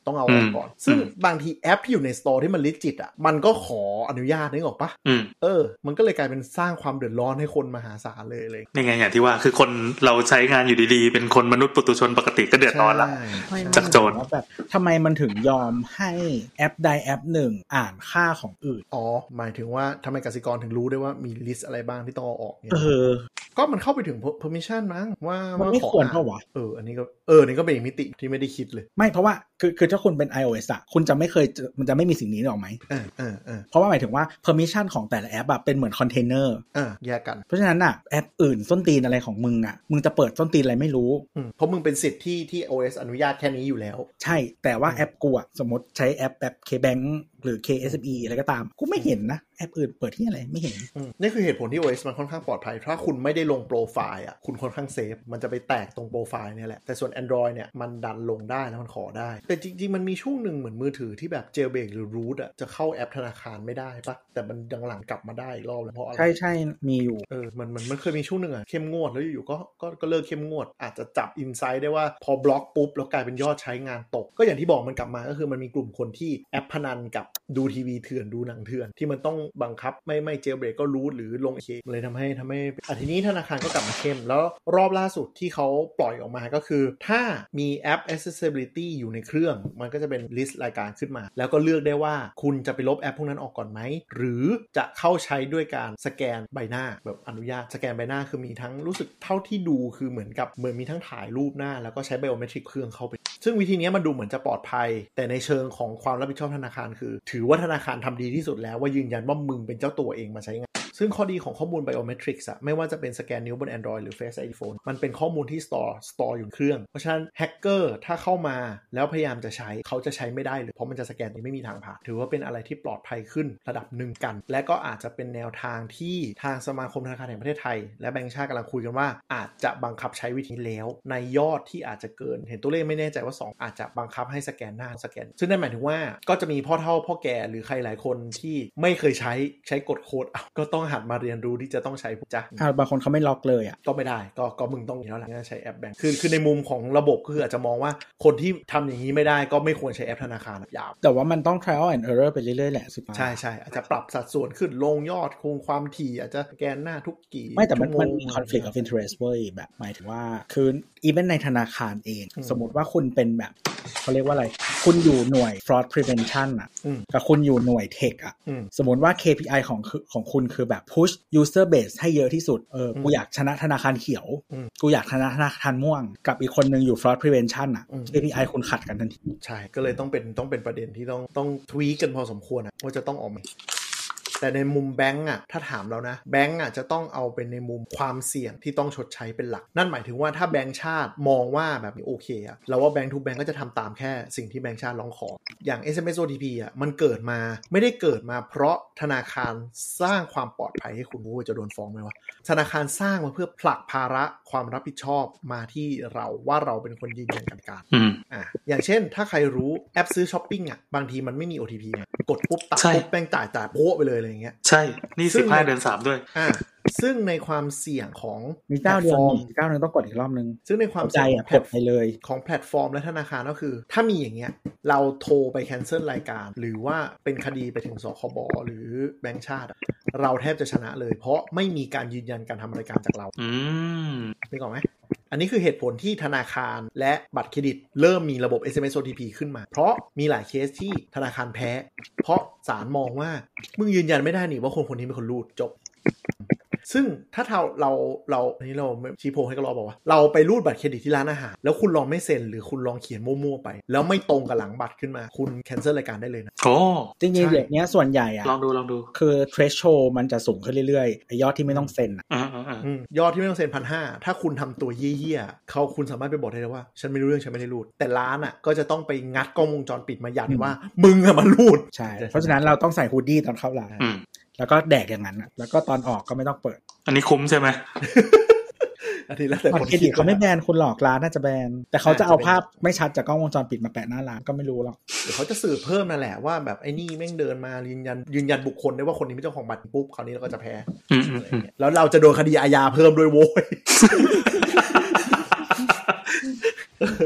ต้องเอาออกก่อนซึ่งบางทีแอปที่อยู่ในสโตร์ที่มัน legit อ่ะมันก็ขออนุญาตนึกออกปะเออมันก็เลยกลายเป็นสร้างความเดือดร้อนให้คนมหาศาลเลยเลยนี่ไงอย่างที่ว่าคือคนเราใช้งานอยู่ดีๆเป็นคนมนุษย์ปุถุชนปกติก็เดือดร้อนละจากโจรแบบทำไมมันถึงยอมให้แอปใดแอปหนึ่งอ่านค่าของอื่นอ๋อหมายถึงว่าทำไมกสิกรถึงรู้ได้ว่ามีลิสต์อะไรบ้างที่ต้องเอาออกเนี่ยเออก็มันเข้าไปถึง permission มั้งว่ามันไม่ควรเท่าวะเอออันนี้ก็เออนี่ก็เป็นอีกมิติที่ไม่ได้คิดเลยไม่เพราะว่าคือคือถ้าคุณเป็น iOS อ่ะคุณจะไม่เคยมันจะไม่มีสิ่งนี้หรอกไหมเออเออเออเพราะว่าหมายถึงว่า permission ของแต่ละแอปอ่ะเป็นเหมือนคอนเทนเนอร์เออแยกกันเพราะฉะนั้นอ่ะแอปอื่นส้นตีนอะไรของมึงอ่ะมึงจะเปิดส้นตีนอะไรไม่รู้เพราะมึงเป็นสิทธิ์ที่ที่ โอ เอส อนุญาตแค่นี้อยู่แล้วใช่แต่ว่าแอปกูอ่ะสมมติใช้แอปแบบ K-Bank หรือ เค เอส เอ็ม อี อะไรก็ตามกูไม่เห็นนะแอปอื่นเปิดที่อะไรไม่เห็นนี่คือเหตุผลที่ โอ เอส มันค่อนข้างปลอดภัยถ้าคุณไม่ได้ลงโปรไฟล์อ่ะคุณค่อนข้างเซฟมันจะไปแตกตรงโปรไฟล์เนี่ยแหละแต่ส่วน Android เนี่ยมันดันลงได้แล้วมันขอได้แต่จริงๆมันมีช่วงหนึ่งเหมือนมือถือที่แบบ jailbreak หรือ root อ่ะจะเข้าแอปธนาคารไม่ได้ปะแต่มันดังหลังกลับมาได้อีกรอบแล้วเพราะอะไรใช่ๆมีอยู่เออมันมันมันเคยมีช่วงนึงอ่ะเข้มงวดแล้วอยู่ๆก็ก็ก็เลิกเข้มงวดอาจจะจับ insight ได้ว่าพอบล็อกปุ๊บแล้วกลายเป็นยอดใช้งานตกก็อย่างที่บอกมันกลับมาก็คือมันมีกลุ่มคนที่แอปพนันกับดูทีวีเถื่อนดูหนังเถื่อนที่มันต้องบังคับไม่ไม่เจลเบรกก็รูทหรือลงเคเลยทำให้ทำให้อ่ะทีนี้ธนาคารก็กลับมาเข้มแล้วรอบล่าสุดที่เขาปล่อยออกมาก็คือถ้ามีแอป accessibility อยู่ในเครื่องมันก็จะเป็นลิสต์รายการขึ้นมาแล้วก็เลือกได้ว่าคุณจะไปลบแอปพวกนั้นออกก่อนไหมหรือจะเข้าใช้ด้วยการสแกนใบหน้าแบบอนุญาตสแกนใบหน้าคือมีทั้งรู้สึกเท่าที่ดูคือเหมือนกับเหมือนมีทั้งถ่ายรูปหน้าแล้วก็ใช้ไบโอเมตริกเครื่องเข้าไปซึ่งวิธีนี้มันดูเหมือนจะปลอดภัยแต่ในเชิงของความรับผิดชอบธนาคารคือถือว่าธนาคารทำดีที่สุดแล้วว่ายืนยันว่ามึงเป็นเจ้าตัวเองมาใช้งานซึ่งข้อดีของข้อมูล biometrics อะไม่ว่าจะเป็นสแกนนิ้วบน Android หรือ Face ไอ ดี Phone มันเป็นข้อมูลที่ store store อยู่เครื่องเพราะฉะนั้นแฮกเกอร์ถ้าเข้ามาแล้วพยายามจะใช้เขาจะใช้ไม่ได้เลยเพราะมันจะสแกนไม่มีทางผ่านถือว่าเป็นอะไรที่ปลอดภัยขึ้นระดับหนึ่งกันและก็อาจจะเป็นแนวทางที่ทางสมาคมธนาคารแห่งประเทศไทยและแบงก์ชาติกำลังคุยกันว่าอาจจะบังคับใช้วิธีแล้วในยอดที่อาจจะเกินเห็นตัวเลขไม่แน่ใจว่าสองอาจจะบังคับให้สแกนหน้าสแกนซึ่งนั่นหมายถึงว่าก็จะมีพ่อเฒ่าพ่อแก่หรือใครหลายคนที่ไม่เคยใช้ใช้กดโค้ดเอาก็ต้องหัดมาเรียนรู้ที่จะต้องใช้จ้ะอ่าบางคนเขาไม่ล็อกเลยอ่ะก็ไม่ได้ก็ก็มึงต้องอย่างนั้นแหละใช้แอปแบงค์คือคือในมุมของระบบก็คืออาจจะมองว่าคนที่ทำอย่างนี้ไม่ได้ก็ไม่ควรใช้แอปธนาคารยาวแต่ว่ามันต้อง trial and error ไปเรื่อยๆแหละสุดท้ายใช่ใช่อาจจะปรับสัดส่วนขึ้นลงยอดคงความถี่อาจจะสแกนหน้าทุกกี่ไม่แต่มันมันมี conflict of interest เว้ยแบบหมายถึงว่าคือ even ในธนาคารเองสมมติว่าคุณเป็นแบบเขาเรียกว่าอะไรคุณอยู่หน่วย fraud prevention อ่ะกับคุณอยู่หน่วย tech อ่ะสมมติว่า เค พี ไอ ของของคุณคือแบบ push user base ให้เยอะที่สุดเออกูอยากชนะธนาคารเขียวกูอยากชนะธนาคารม่วงกับอีกคนนึงอยู่ fraud prevention อ่ะ เค พี ไอ คุณขัดกันทันทีใช่ก็เลยต้องเป็นต้องเป็นประเด็นที่ต้องต้องทวีกันพอสมควรอ่ะว่าจะต้องออกมาแต่ในมุมแบงก์อ่ะถ้าถามเรานะแบงก์อ่ะจะต้องเอาเป็นในมุมความเสี่ยงที่ต้องชดใช้เป็นหลักนั่นหมายถึงว่าถ้าแบงก์ชาติมองว่าแบบนี้โอเคอ่ะเราว่าแบงก์ทุกแบงก์ก็จะทำตามแค่สิ่งที่แบงก์ชาติร้องขออย่าง เอส เอ็ม เอส โอ ที พี อ่ะมันเกิดมาไม่ได้เกิดมาเพราะธนาคารสร้างความปลอดภัยให้คุณรู้จะโดนฟ้องไหมวะธนาคารสร้างมาเพื่อผลักภาระความรับผิดชอบมาที่เราว่าเราเป็นคนยืนยันการการอ่ะอย่างเช่นถ้าใครรู้แอปซื้อช้อปปิ้งอ่ะบางทีมันไม่มี โอ ที พี ไงกดปุ๊บตัดปุ๊บแบงก์จ่ายจ่ายโป๊ะไปเลยอะไรอย่างเงี้ยใช่นี่สิบห้าเดือนสามด้วยอ่าซึ่งในความเสี่ยงของมีเจ้าเดียวมีเจ้านึงต้องกดอีกรอบนึงซึ่งในความเสี่ยงกดไปเลยของแพลตฟอร์มและธนาคารก็คือถ้ามีอย่างเงี้ยเราโทรไปแคนเซิลรายการหรือว่าเป็นคดีไปถึงสคบหรือแบงก์ชาติเราแทบจะชนะเลยเพราะไม่มีการยืนยันการทำรายการจากเราอืมนึกออกไหมอันนี้คือเหตุผลที่ธนาคารและบัตรเครดิตเริ่มมีระบบ เอส เอ็ม เอส โอ ที พี ขึ้นมาเพราะมีหลายเคสที่ธนาคารแพ้เพราะศาลมองว่ามึงยืนยันไม่ได้นี่ว่าคนคนนี้เป็นคนรูดจบซึ่งถ้าเราเราเราอันนี้เราชี้โพงให้ก็รอบอกว่าเราไปรูดบัตรเครดิตที่ร้านอาหารแล้วคุณลองไม่เซ็นหรือคุณลองเขียนมั่วๆไปแล้วไม่ตรงกับหลังบัตรขึ้นมาคุณแคนเซิลรายการได้เลยนะโอ้จริงๆอย่างเนี้ยส่วนใหญ่อะลองดูลองดูคือ threshold มันจะสูงขึ้นเรื่อยๆไอ้ยอดที่ไม่ต้องเซ็นอ่ะยอดที่ไม่ต้องเซ็น หนึ่งพันห้าร้อย ถ้าคุณทำตัวเหี้ยๆเขาคุณสามารถไปบอกได้เลยว่าฉันไม่รู้เรื่องฉันไม่ได้รูดแต่ร้านอ่ะก็จะต้องไปงัดกล้องวงจรปิดมายันว่ามึงอะมารูดใช่เพราะฉะนั้นเราต้องใส่ฮูดดี้ตอนเข้าร้านแล้วก็แดกอย่างนั้นอ่ะแล้วก็ตอนออกก็ไม่ต้องเปิดอันนี้คุ้มใช่ไหมอันนี้แล้วแต่คนเครดิตเขาไม่แบนคุณหลอกร้านน่าจะแบนแต่เขาจะเอาภาพไม่ชัดจากกล้องวงจรปิดมาแปะหน้าร้านก็ไม่รู้หรอกเดี๋ยวเขาจะสืบเพิ่มนั่นแหละว่าแบบไอ้นี่แม่งเดินมายืนยันยืนยันบุคคลได้ว่าคนนี้เป็นเจ้าของบัตรปุ๊บคราวนี้เราก็จะแพ้แล้วเราจะโดนคดีอาญาเพิ่มด้วยโว้ย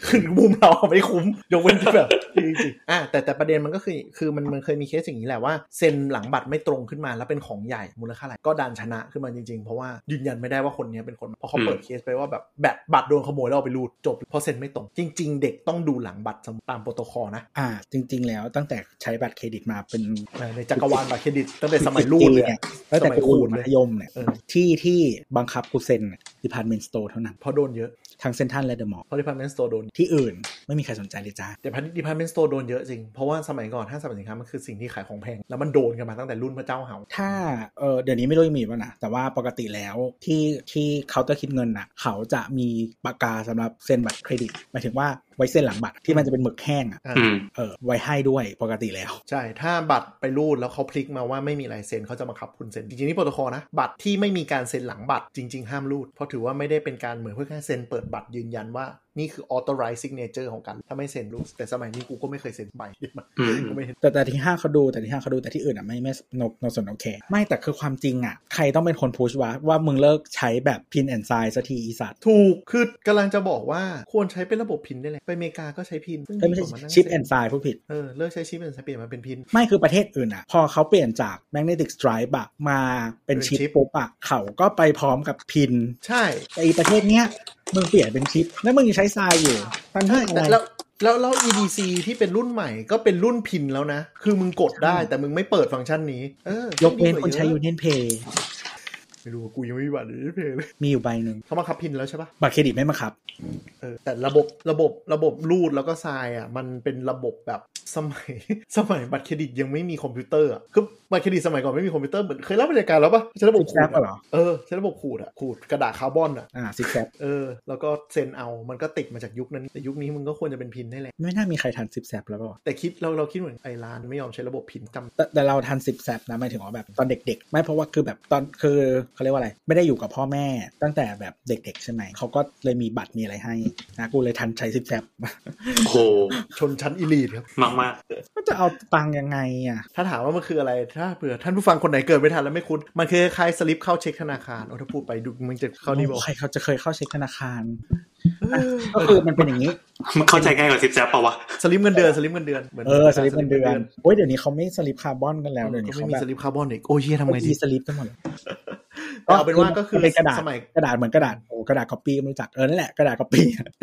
คือมุมเราไม่คุ้มยกเว้นที่แบบจริงๆอ่ะแต่แต่ประเด็นมันก็คือคือมันมันเคยมีเคสอย่างนี้แหละว่าเซ็นหลังบัตรไม่ตรงขึ้นมาแล้วเป็นของใหญ่มูลค่าหลายก็ดันชนะขึ้นมาจริงๆเพราะว่ายืนยันไม่ได้ว่าคนนี้เป็นคนเพราะเขาเปิดเคสไปว่าแบบแบบบัตรโดนขโมยแล้วเอาไปรูดจบเพราะเซ็นไม่ตรงจริงๆเด็กต้องดูหลังบัตรตามโปรโตคอลนะอ่าจริงๆแล้วตั้งแต่ใช้บัตรเครดิตมาเป็นในจักรวาลบัตรเครดิตตั้งแต่สมัยรูดเลยตั้งแต่กูมัธยมเนี่ยที่ที่บังคับกูเซ็น Department Store เท่านั้นเพราะโดนเยอะทางเซ็นทรัลและเดอะมอลล์เพราะ Department Store โดนที่อื่นไม่มีใครสนใจเลยจ้าแต่ Department Store โดนเยอะจริงเพราะว่าสมัยก่อนห้างสรรพสินค้ามันคือสิ่งที่ขายของแพงแล้วมันโดนกันมาตั้งแต่รุ่นพระเจ้าเห่าถ้าเออเดี๋ยวนี้ไม่รู้มีป่ะนะแต่ว่าปกติแล้วที่ที่เคาน์เตอร์คิดเงินน่ะเขาจะมีปากกาสำหรับเซ็นบัตรเครดิตหมายถึงว่าไว้เซ็นหลังบัตรที่มันจะเป็นหมึกแห้งอ่ะเออไว้ให้ด้วยปกติแล้วใช่ถ้าบัตรไปรูดแล้วเขาพลิกมาว่าไม่มีลายเซ็นเขาจะบังคับคุณเซ็นจริงๆนี่โปรโตคอลนะบัตรที่ไม่มีการเซ็นหลังบัตรจริงๆห้ามรูดเพราะถือว่าไม่ได้เป็นการเหมือนเพื่อแค่เซ็นเปิดบัตรยืนยันว่านี่คือ authorized signature ของกันถ้าไม่เซ็นรูดแต่สมัยนี้กูก็ไม่เคยเซ็นใบแต่แต่ที่ห้างเขาดูแต่ที่ห้างเขาดูแต่ที่อื่นอ่ะไม่ไม่นกนกสนโอเคไม่แต่คือความจริงอ่ะใครต้องเป็นคนพุชว่าว่ามึงเลิกใช้แบบ pin and sign สักทีอีสัตว์ถูกคือกำลังจะบอกว่าควรใช้เป็นระบบพินได้เลยไปอเมริกาก็ใช้พินไม่ใช่ chip and sign ผู้ผิดเออเลิกใช้ chip and sign เปลี่ยนมาเป็นพินไม่คือประเทศอื่นอ่ะพอเขาเปลี่ยนจาก magnetic stripe อ่ะมาเป็นชิปปุ๊บอ่ะเขาก็ไปพร้อมกับพินใช่แต่อีประเทศเนี้ยมึงเปลี่ยนเป็นชิปแล้วมึงยังใช้ทรายอยู่ทันทีอะไรแล้วแล้วแล้ว อี ดี ซี ที่เป็นรุ่นใหม่ก็เป็นรุ่นพินแล้วนะคือมึงกดได้แต่มึงไม่เปิดฟังก์ชันนี้เออยกเว้นคนใช้ Union Pay ไม่รู้กูยังไม่มีบัตร Union Pay เลยมีอยู่ใบนึงเขามาคับพินแล้วใช่ปะบัตรเครดิตไม่มาคับเออแต่ระบบระบบระบบรูดแล้วก็ทรายอ่ะมันเป็นระบบแบบสมัยสมัยบัตรเครดิตยังไม่มีคอมพิวเตอร์อ่ะคือบัตรเครดิตสมัยก่อนไม่มีคอมพิวเตอร์เหมือนเคยเล่าบรรยากาศแล้วป่ะใช้ระบบขูดเหรอเออใช้ระบบขูดอ่ะขูดกระดาษคาร์บอนอ่ะอ่าซิกแซกเออแล้วก็เซ็นเอามันก็ติดมาจากยุคนั้นแต่ยุคนี้มึงก็ควรจะเป็นพินได้แหละไม่น่ามีใครทันซิกแซกแล้วป่ะแต่คิดเราเราคิดเหมือนไอร้านไม่ยอมใช้ระบบพินจำแต่แต่เราทันซิกแซกนะหมายถึงว่าแบบตอนเด็กๆไม่เพราะว่าคือแบบตอนคือเขาเรียกว่าอะไรไม่ได้อยู่กับพ่อแม่ตั้งแต่แบบเด็กๆใช่ไหมเขาก็เลยมีบัตรมีอะไรให้นะกูเลยทันใช้ซิกแซกโอ้โหชนชั้นอีลีทครับมากมากก็จะเอาตังยังไงอ่ะถ้าถามว่ามันคืออะไรถ้าเผื่อท่านผู้ฟังคนไหนเกิดไม่ทันแล้วไม่คุ้นมันคือคล้ายสลิปเข้าเช็คธนาคารโอ้ถ้าพูดไปดูมึงจะเข้านี่บอกใครเขาจะเคยเข้าเช็คธนาคารก็คือมันเป็นอย่างนี้มันเข้าใจง่ายกว่าซิปแซปเปล่าวะสลิปเงินเดือนสลิปเงินเดือนเออสลิปเงินเดือนโอ้ยเดี๋ยวนี้เขาไม่สลิปคาร์บอนกันแล้วเดี๋ยวนี้เขาแบบสลิปคาร์บอนอีกโอ้ยทำไงดีสลิปกันหมดเอาเป็นว่าก็คือเป็นกระดาษกระดาษเหมือนกระดาษโอ้กระดาษก๊อปปี้ไม่รู้จักเออนั่นแหละกระดาษก๊อปปี้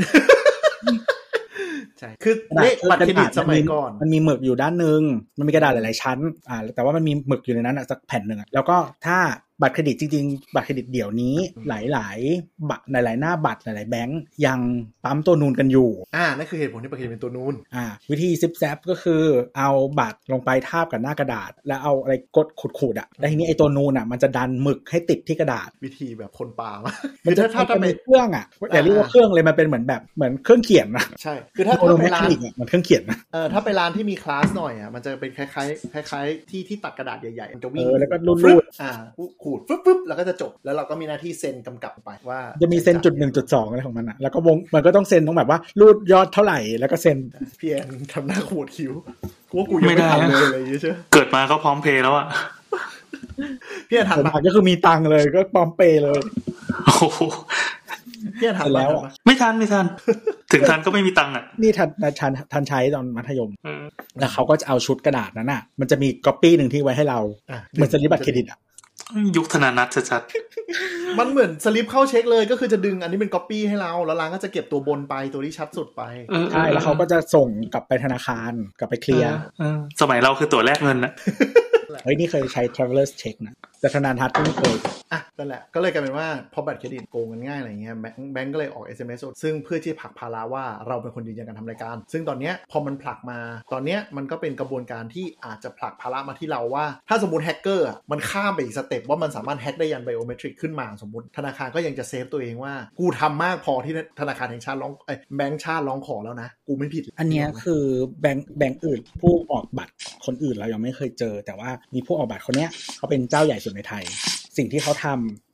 ใช่คือเลขบัตรเครดิตสมัยก่อนมันมีหมึกอยู่ด้านนึงมันมีกระดาษหลายๆชั้นอ่าแต่ว่ามันมีหมึกอยู่ในนั้นอ่ะสักแผ่นนึงอ่ะแล้วก็ถ้าบัตรเครดิตจริงๆบัตรเครดิตเดี๋ยวนี้หลายๆบัตรหลายๆหน้าบัตรหลายๆแบงก์ยังปั๊มตัวนูนกันอยู่อ่านั่นคือเหตุผลที่บัตรเครดิตเป็นตัวนูนอ่าวิธีซิปแซปก็คือเอาบัตรลงไปทาบกับหน้ากระดาษแล้วเอาอะไรกดขูดๆอ่ะแล้วทีนี้ไอ้ตัวนูนอ่ะมันจะดันหมึกให้ติดที่กระดาษวิธีแบบคนป่ามันจะถ้าถ้าเป็นเครื่องอ่ะอย่าเรียกว่าเครื่องเลยมันเป็นเหมือนแบบเหมือนเครื่องเขียนนะใช่คือถ้าถ้าไปร้านมันเครื่องเขียนนะเออถ้าไปร้านที่มีคลาสหน่อยอ่ะมันจะเป็นคล้ายๆคล้ายๆที่ที่ตัดกระดาษใหญ่ๆมันจะวิ่งแล้วก็รูดๆอ่าขูดฟึ๊บๆแล้วก็จะจบแล้วเราก็มีหน้าที่เซ็นกำกับไปว่าจะมีเซ็นจุดหนึ่งจุดสองอะไรของมันอ่ะแล้วก็วงมันก็ต้องเซ็นต้องแบบว่ารูดยอดเท่าไหร่แล้วก็เซ็นพี่แอนทำหน้าขูดคิ้วกูว่ากูยังไม่ทันเลยอะไรอย่างเงี้ยใช่เกิดมาก็พร้อมเพย์แล้วอ่ะพี่แอนทันมาก็คือมีตังค์เลยก็พร้อมเปย์เลยโอ้โหพี่แอนทันแล้วไม่ทันไม่ทันถึงทันก็ไม่มีตังค์อ่ะนี่ทันทันทันใช้ตอนมัธยมแล้วเขาก็จะเอาชุดกระดาษนั้นน่ะมันจะมีก๊อปปี้นึงที่ไว้ให้เราเหมือนสลิปบัตรเครดิตอ่ะยุคธนานัทชัดๆมันเหมือนสลิปเข้าเช็คเลยก็คือจะดึงอันนี้เป็นก๊อปปี้ให้เราแล้วร้านก็จะเก็บตัวบนไปตัวที่ชัดสุดไปใช่แล้วเขาก็จะส่งกลับไปธนาคารกลับไปเคลียร์สมัยเราคือตัวแลกเงินนะเฮ้ยนี่เคยใช้ traveler's check นะแต่ธนาคารไม่เคยอ่ะนั่นแหละก็เลยกลายเป็นว่าพอบัตรเครดิตโกงกันง่ายอะไรเงี้ยแบงก์ก็เลยออก เอส เอ็ม เอส ซึ่งเพื่อที่ผลักภาระว่าเราเป็นคนยืนยันการทำรายการซึ่งตอนเนี้ยพอมันผลักมาตอนเนี้ยมันก็เป็นกระบวนการที่อาจจะผลักภาระมาที่เราว่าถ้าสมมุติแฮกเกอร์มันข้ามไปอีกสเต็ปว่ามันสามารถแฮกได้ยันไบโอเมตริกขึ้นมาสมมุติธนาคารก็ยังจะเซฟตัวเองว่ากูทำมากพอที่ธนาคารแห่งชาติร้องไอ้แบงก์ชาติร้องขอแล้วนะกูไม่ผิดอันเนี้ยคือแบงก์แบงก์อื่นผู้ออกบัตรคนอื่นเรายังไม่เคยเจอแต่ว่ามีผู้ออกบัตรคนเนี้ยเขาเป็นเจ้าใหญ่สุดในไทยสิ่งที่เขาท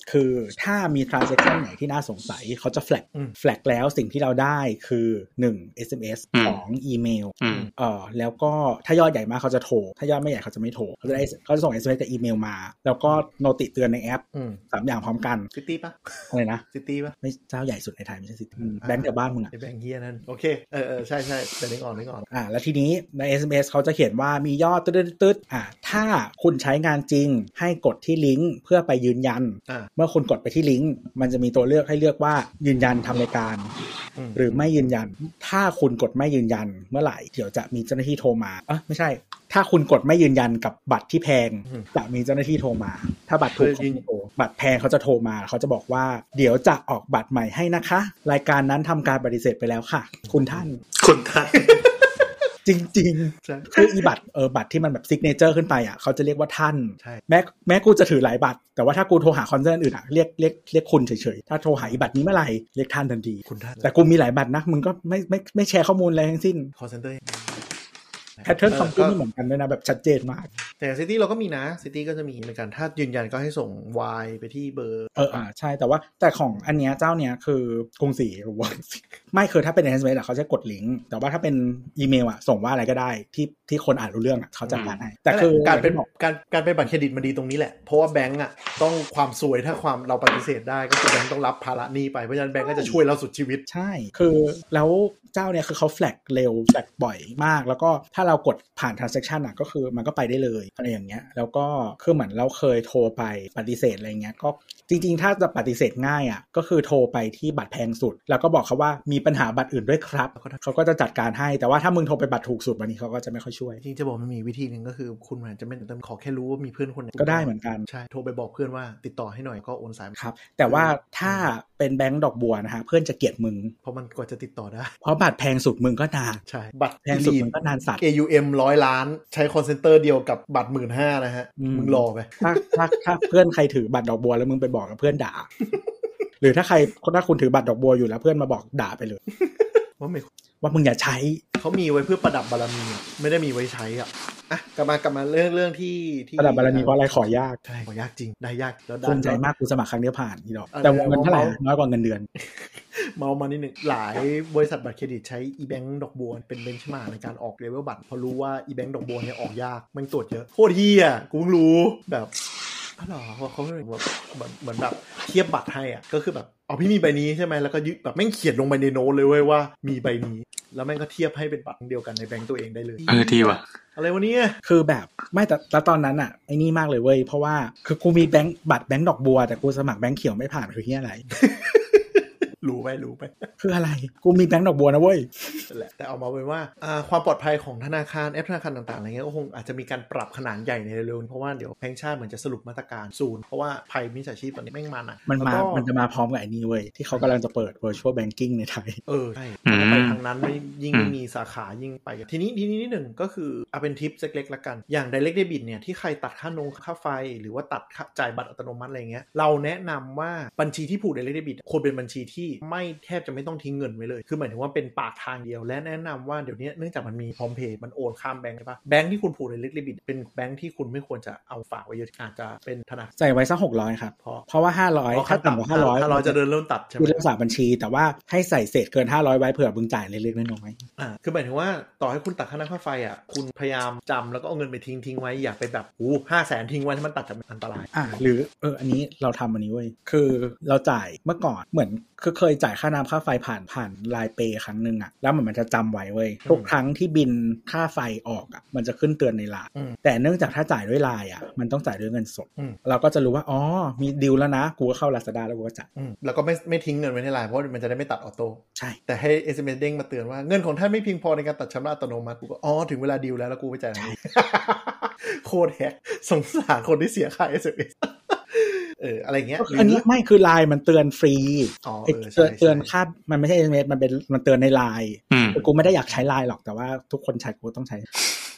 คือถ้ามี transaction ไหนที่น่าสงสัยเขาจะ flag flag แล้วสิ่งที่เราได้คือหนึ่ง เอส เอ็ม เอส สองอีเมลเอ่อแล้วก็ถ้ายอดใหญ่มากเขาจะโทรถ้ายอดไม่ใหญ่เขาจะไม่โทรเขาจะได้เขาจะส่ง เอส เอ็ม เอส กับอีเมลมาแล้วก็โนติเตือนในแอปสามอย่างพร้อมกัน City ป่ะอะไรนะ City ป่ะไม่เจ้าใหญ่สุดในไทยไม่ใช่ City แบงค์แถวบ้านมึงอ่ะไอ้แบงค์เฮียนั่นโอเคเออๆใช่ๆแต่นึกออกนึกออกอ่าแล้วทีนี้ใน เอส เอ็ม เอส เขาจะเขียนว่ามียอดตึ๊ดๆๆอ่าถ้าคุณใช้งานจริงให้กดที่ลิงก์เพื่อไปยืนยันเมื่อคุณกดไปที่ลิงก์มันจะมีตัวเลือกให้เลือกว่ายืนยันทำรายการหรือไม่ยืนยันถ้าคุณกดไม่ยืนยันเมื่อไหร่เดี๋ยวจะมีเจ้าหน้าที่โทรมาเอ้ยไม่ใช่ถ้าคุณกดไม่ยืนยันกับบัตรที่แพงจะมีเจ้าหน้าที่โทรมาถ้าบัตรถูกเขาจะโทรบัตรแพงเขาจะโทรมาเขาจะบอกว่าเดี๋ยวจะออกบัตรใหม่ให้นะคะรายการนั้นทำการปฏิเสธไปแล้วค่ะคุณท่านคุณท่านจริงๆคืออีบัตรเออบัตรที่มันแบบซิกเนเจอร์ขึ้นไปอ่ะเขาจะเรียกว่าท่านแม้แม้กูจะถือหลายบัตรแต่ว่าถ้ากูโทรหาคอนเสิร์ตอื่นอ่ะเรียกเรียกเรียกคุณเฉยๆถ้าโทรหาอีบัตรนี้เมื่อไหร่เรียกท่านทันทีแต่กูมีหลายบัตรนะมึงก็ไม่ไม่ไม่แชร์ข้อมูลอะไรทั้งสิ้น call center แพทเทิร์นคอมพิวไม่เหมือนกันด้วยนะแบบชัดเจนมากแต่ City เราก็มีนะ City ก็จะมีเหมือนกันถ้ายืนยันก็ให้ส่ง Y ไปที่เบอร์เอออ่าใช่แต่ว่าแต่ของอันเนี้ยเจ้าเนี้ยคือกรุงศรีหรือว่าไม่คือถ้าเป็น เอส เอ็ม เอส อ่ะเขาจะกดลิงก์แต่ว่าถ้าเป็นอีเมลอ่ะส่งว่าอะไรก็ได้ที่ที่คนอ่านรู้เรื่องอ่ะเขาจัดการให้แต่คือการเป็นการการเป็นบัตรเครดิตมันดีตรงนี้แหละเพราะว่าแบงก์อ่ะต้องความซวยถ้าความเราปฏิเสธได้ก็คือแบงก์ต้องรับภาระหนี้ไปเพราะฉะนั้นแบงก์ก็จะช่วยเราสุดชีวิตใช่คือแล้วเจ้าเนี่ยคือเขาแฟลกเร็วแฟลกบ่อยมากแล้วก็ถ้าเรากดผ่าน transaction อ่ะก็คือมันก็ไปได้เลยอะไรอย่างเงี้ยแล้วก็คือเหมือนเราเคยโทรไปปฏิเสธอะไรเงี้ยก็จริงๆถ้าจะปฏิเสธง่ายอ่ะก็คือโทรไปที่บัตรแพงสุดแล้วก็บอกเขาว่ามีปัญหาบัตรอื่นด้วยครับเขาก็จะจัดการให้แต่ว่าถ้ามึงโทรไปบัตรถูกสุดวันนี้เขาก็จะไม่ค่อยช่วยจริงจะบอกมันมีวิธีนึงก็คือคุณอาจจะไม่ต้องขอแค่รู้ว่ามีเพื่อนคนก็ได้เหมือนกันใช่โทรไปบอกเพื่อนว่าติดต่อให้หน่อยก็โอนสายครับแต่ว่าถ้าเป็นแบงก์ดอกบัวนะฮะเพื่อนจะเกลียดมึงเพราะมันกว่าจะติดต่อได้เพราะบัตรแพงสุดมึงก็นานใช่บัตรแพงสุดมึงก็นานสัตว์เอ ยู เอ็ม ร้อยล้านใช้คอนเซ็นเตอร์เดียวกับบัตร หนึ่งหมื่นห้าพัน นะฮะมึงรอไปถ้าถ้าถ้าเพื่อนใครถือบัตรดอกบัวแล้วมึงไปบอกกับเพื่อนด่าหรือถ้าใครถ้าคุณถือบัตรดอกบัวอยู่แล้วเพื่อนมาบอกด่าไปเลยว่าไม่ว่ามึงอย่าใช้เขามีไว้เพื่อประดับบารมีไม่ได้มีไว้ใช้อ่ะอ่ะกลับมากลับมาเรื่องเรื่องที่ที่ประดับบารมีเพราะอะไรขอยากใช่ขอยากจริงได้ยากแล้วได้ภูมิใจมากกูสมัครครั้งเดียวผ่านอีดอกแต่วงเงินเท่าไหร่น้อยกว่าเงินเดือนเมามานิดนึงหลายบริษัทบัตรเครดิตใช้ e-bank ดอกบัวเป็นเบนช์มาร์กในการออกเลเวลบัตรเพราะรู้ว่า e-bank ดอกบัวเนี่ยออกยากมันตรวจเยอะโคตรเหี้ยกูเพิ่งรู้แบบอ๋อเหรอเขาเหมือนเหมือนแบบเทียบบัตรให้อ่ะก็คือแบบเอาพี่มีใบนี้ใช่ไหมแล้วก็ยึดแบบแม่งเขียนลงไปในโน้ตเลยเว้ยว่ามีใบนี้แล้วแม่งก็เทียบให้เป็นบัตรเดียวกันในแบงก์ตัวเองได้เลยเออดีว่ะอะไรวะเนี่ยคือแบบไม่แต่แล้วตอนนั้นอ่ะไอ้นี่มากเลยเว้ยเพราะว่าคือกูมีแบงก์บัตรแบงก์ดอกบัวแต่กูสมัครแบงก์เขียวไม่ผ่านคือเหี้ยอะไรรู้ไปรู้ไปคืออะไรกูมีแบงก์ดอกบัวนะเว้ยแหละแต่เอามาเป็นว่าความปลอดภัยของธนาคารแอปธนาคารต่างๆอะไรเงี้ยก็คงอาจจะมีการปรับขนาดใหญ่ในเร็วๆเพราะว่าเดี๋ยวแบงก์ชาติเหมือนจะสรุปมาตรการศูนย์เพราะว่าภัยมิจฉาชีพตอนนี้แม่งมันอ่ะมันมามันจะมาพร้อมกับไอ้นี่เว้ยที่เขากำลังจะเปิด virtual banking ในไทยเออใช่ไปทางนั้นไม่ยิ่งมีสาขายิ่งไปทีนี้ทีนี้นิดหนึ่งก็คือเอาเป็นทิปเล็กๆละกันอย่าง direct debit เนี่ยที่ใครตัดค่านงค่าไฟหรือว่าตัดจ่ายบัตรอัตโนมัติอะไรเงี้ยเราแนะนำว่าบัญชีที่ผูก direct debit ควรเป็นบัญชีที่ไม่แทบไม่ต้องทิ้งเงินไว้เลยคือหมายถึงว่าเป็นปากทางเดียวและแนะนำว่าเดี๋ยวนี้เนื่องจากมันมีพร้อมเพย์มันโอนข้ามแบงค์ใช่ปะแบงค์ที่คุณผูกในDirect Debitเป็นแบงค์ที่คุณไม่ควรจะเอาฝากไว้เยอะอาจจะเป็นธนาคารใส่ไว้สักหกร้อยครับเพราะว่าห้าร้อยถ้าต่ำกว่าห้าร้อยห้าร้อยจะเดินเริ่มตัดใช่มั้ยคือรักษาบัญชีแต่ว่าให้ใส่เศษเกินห้าร้อยไว้เผื่อมึงจ่ายเล็กๆน้อยๆอ่าคือหมายถึงว่าต่อให้คุณตัดค่าน้ำค่าไฟอ่ะคุณพยายามจำแล้วก็เอาเงินไปทิ้งทิ้งไว้อย่าไปแบบโอ้ ห้าแสน ทิ้งไว้ให้มันตัดจากอันตรายอ่าหรือเอออันนี้เราทำอันนี้เว้ยคือเราจ่ายเมื่อก่อนเหมือนคือเคยจ่ายค่าน้ำค่าไฟผ่านผ่านไลน์เปย์ครั้งนึงอ่ะแล้วมันมันจะจำไว้เว้ยทุกครั้งที่บินค่าไฟออกอ่ะมันจะขึ้นเตือนในไลน์แต่เนื่องจากถ้าจ่ายด้วยไลน์อ่ะมันต้องจ่ายด้วยเงินสดเราก็จะรู้ว่าอ๋อมีดีลแล้วนะกูก็เข้า Lazada แล้วกูก็จ่ายแล้วก็ไม่ไม่ทิ้งเงินไว้ในไลน์เพราะมันจะได้ไม่ตัดออโต้ใช่แต่ให้ เอส เอ็ม เอส เด้งมาเตือนว่าเงินของท่านไม่เพียงพอในการตัดชำระอัตโนมัติกูก็อ๋อถึงเวลาดีลแล้วแล้วกูไปจ่ายทันทีโคตรแฮกสงสารคนที่เสียค่า เอส เอ็ม เอสเอออะไรเงี้ยอันนี้ไม่คือไลน์มันเตือนฟรีอ๋อเออเตือนค่ามันไม่ใช่ เอส เอ็ม เอส มันเป็นมันเตือนในไลน์แต่กูไม่ได้อยากใช้ไลน์หรอกแต่ว่าทุกคนใช้กูต้องใช้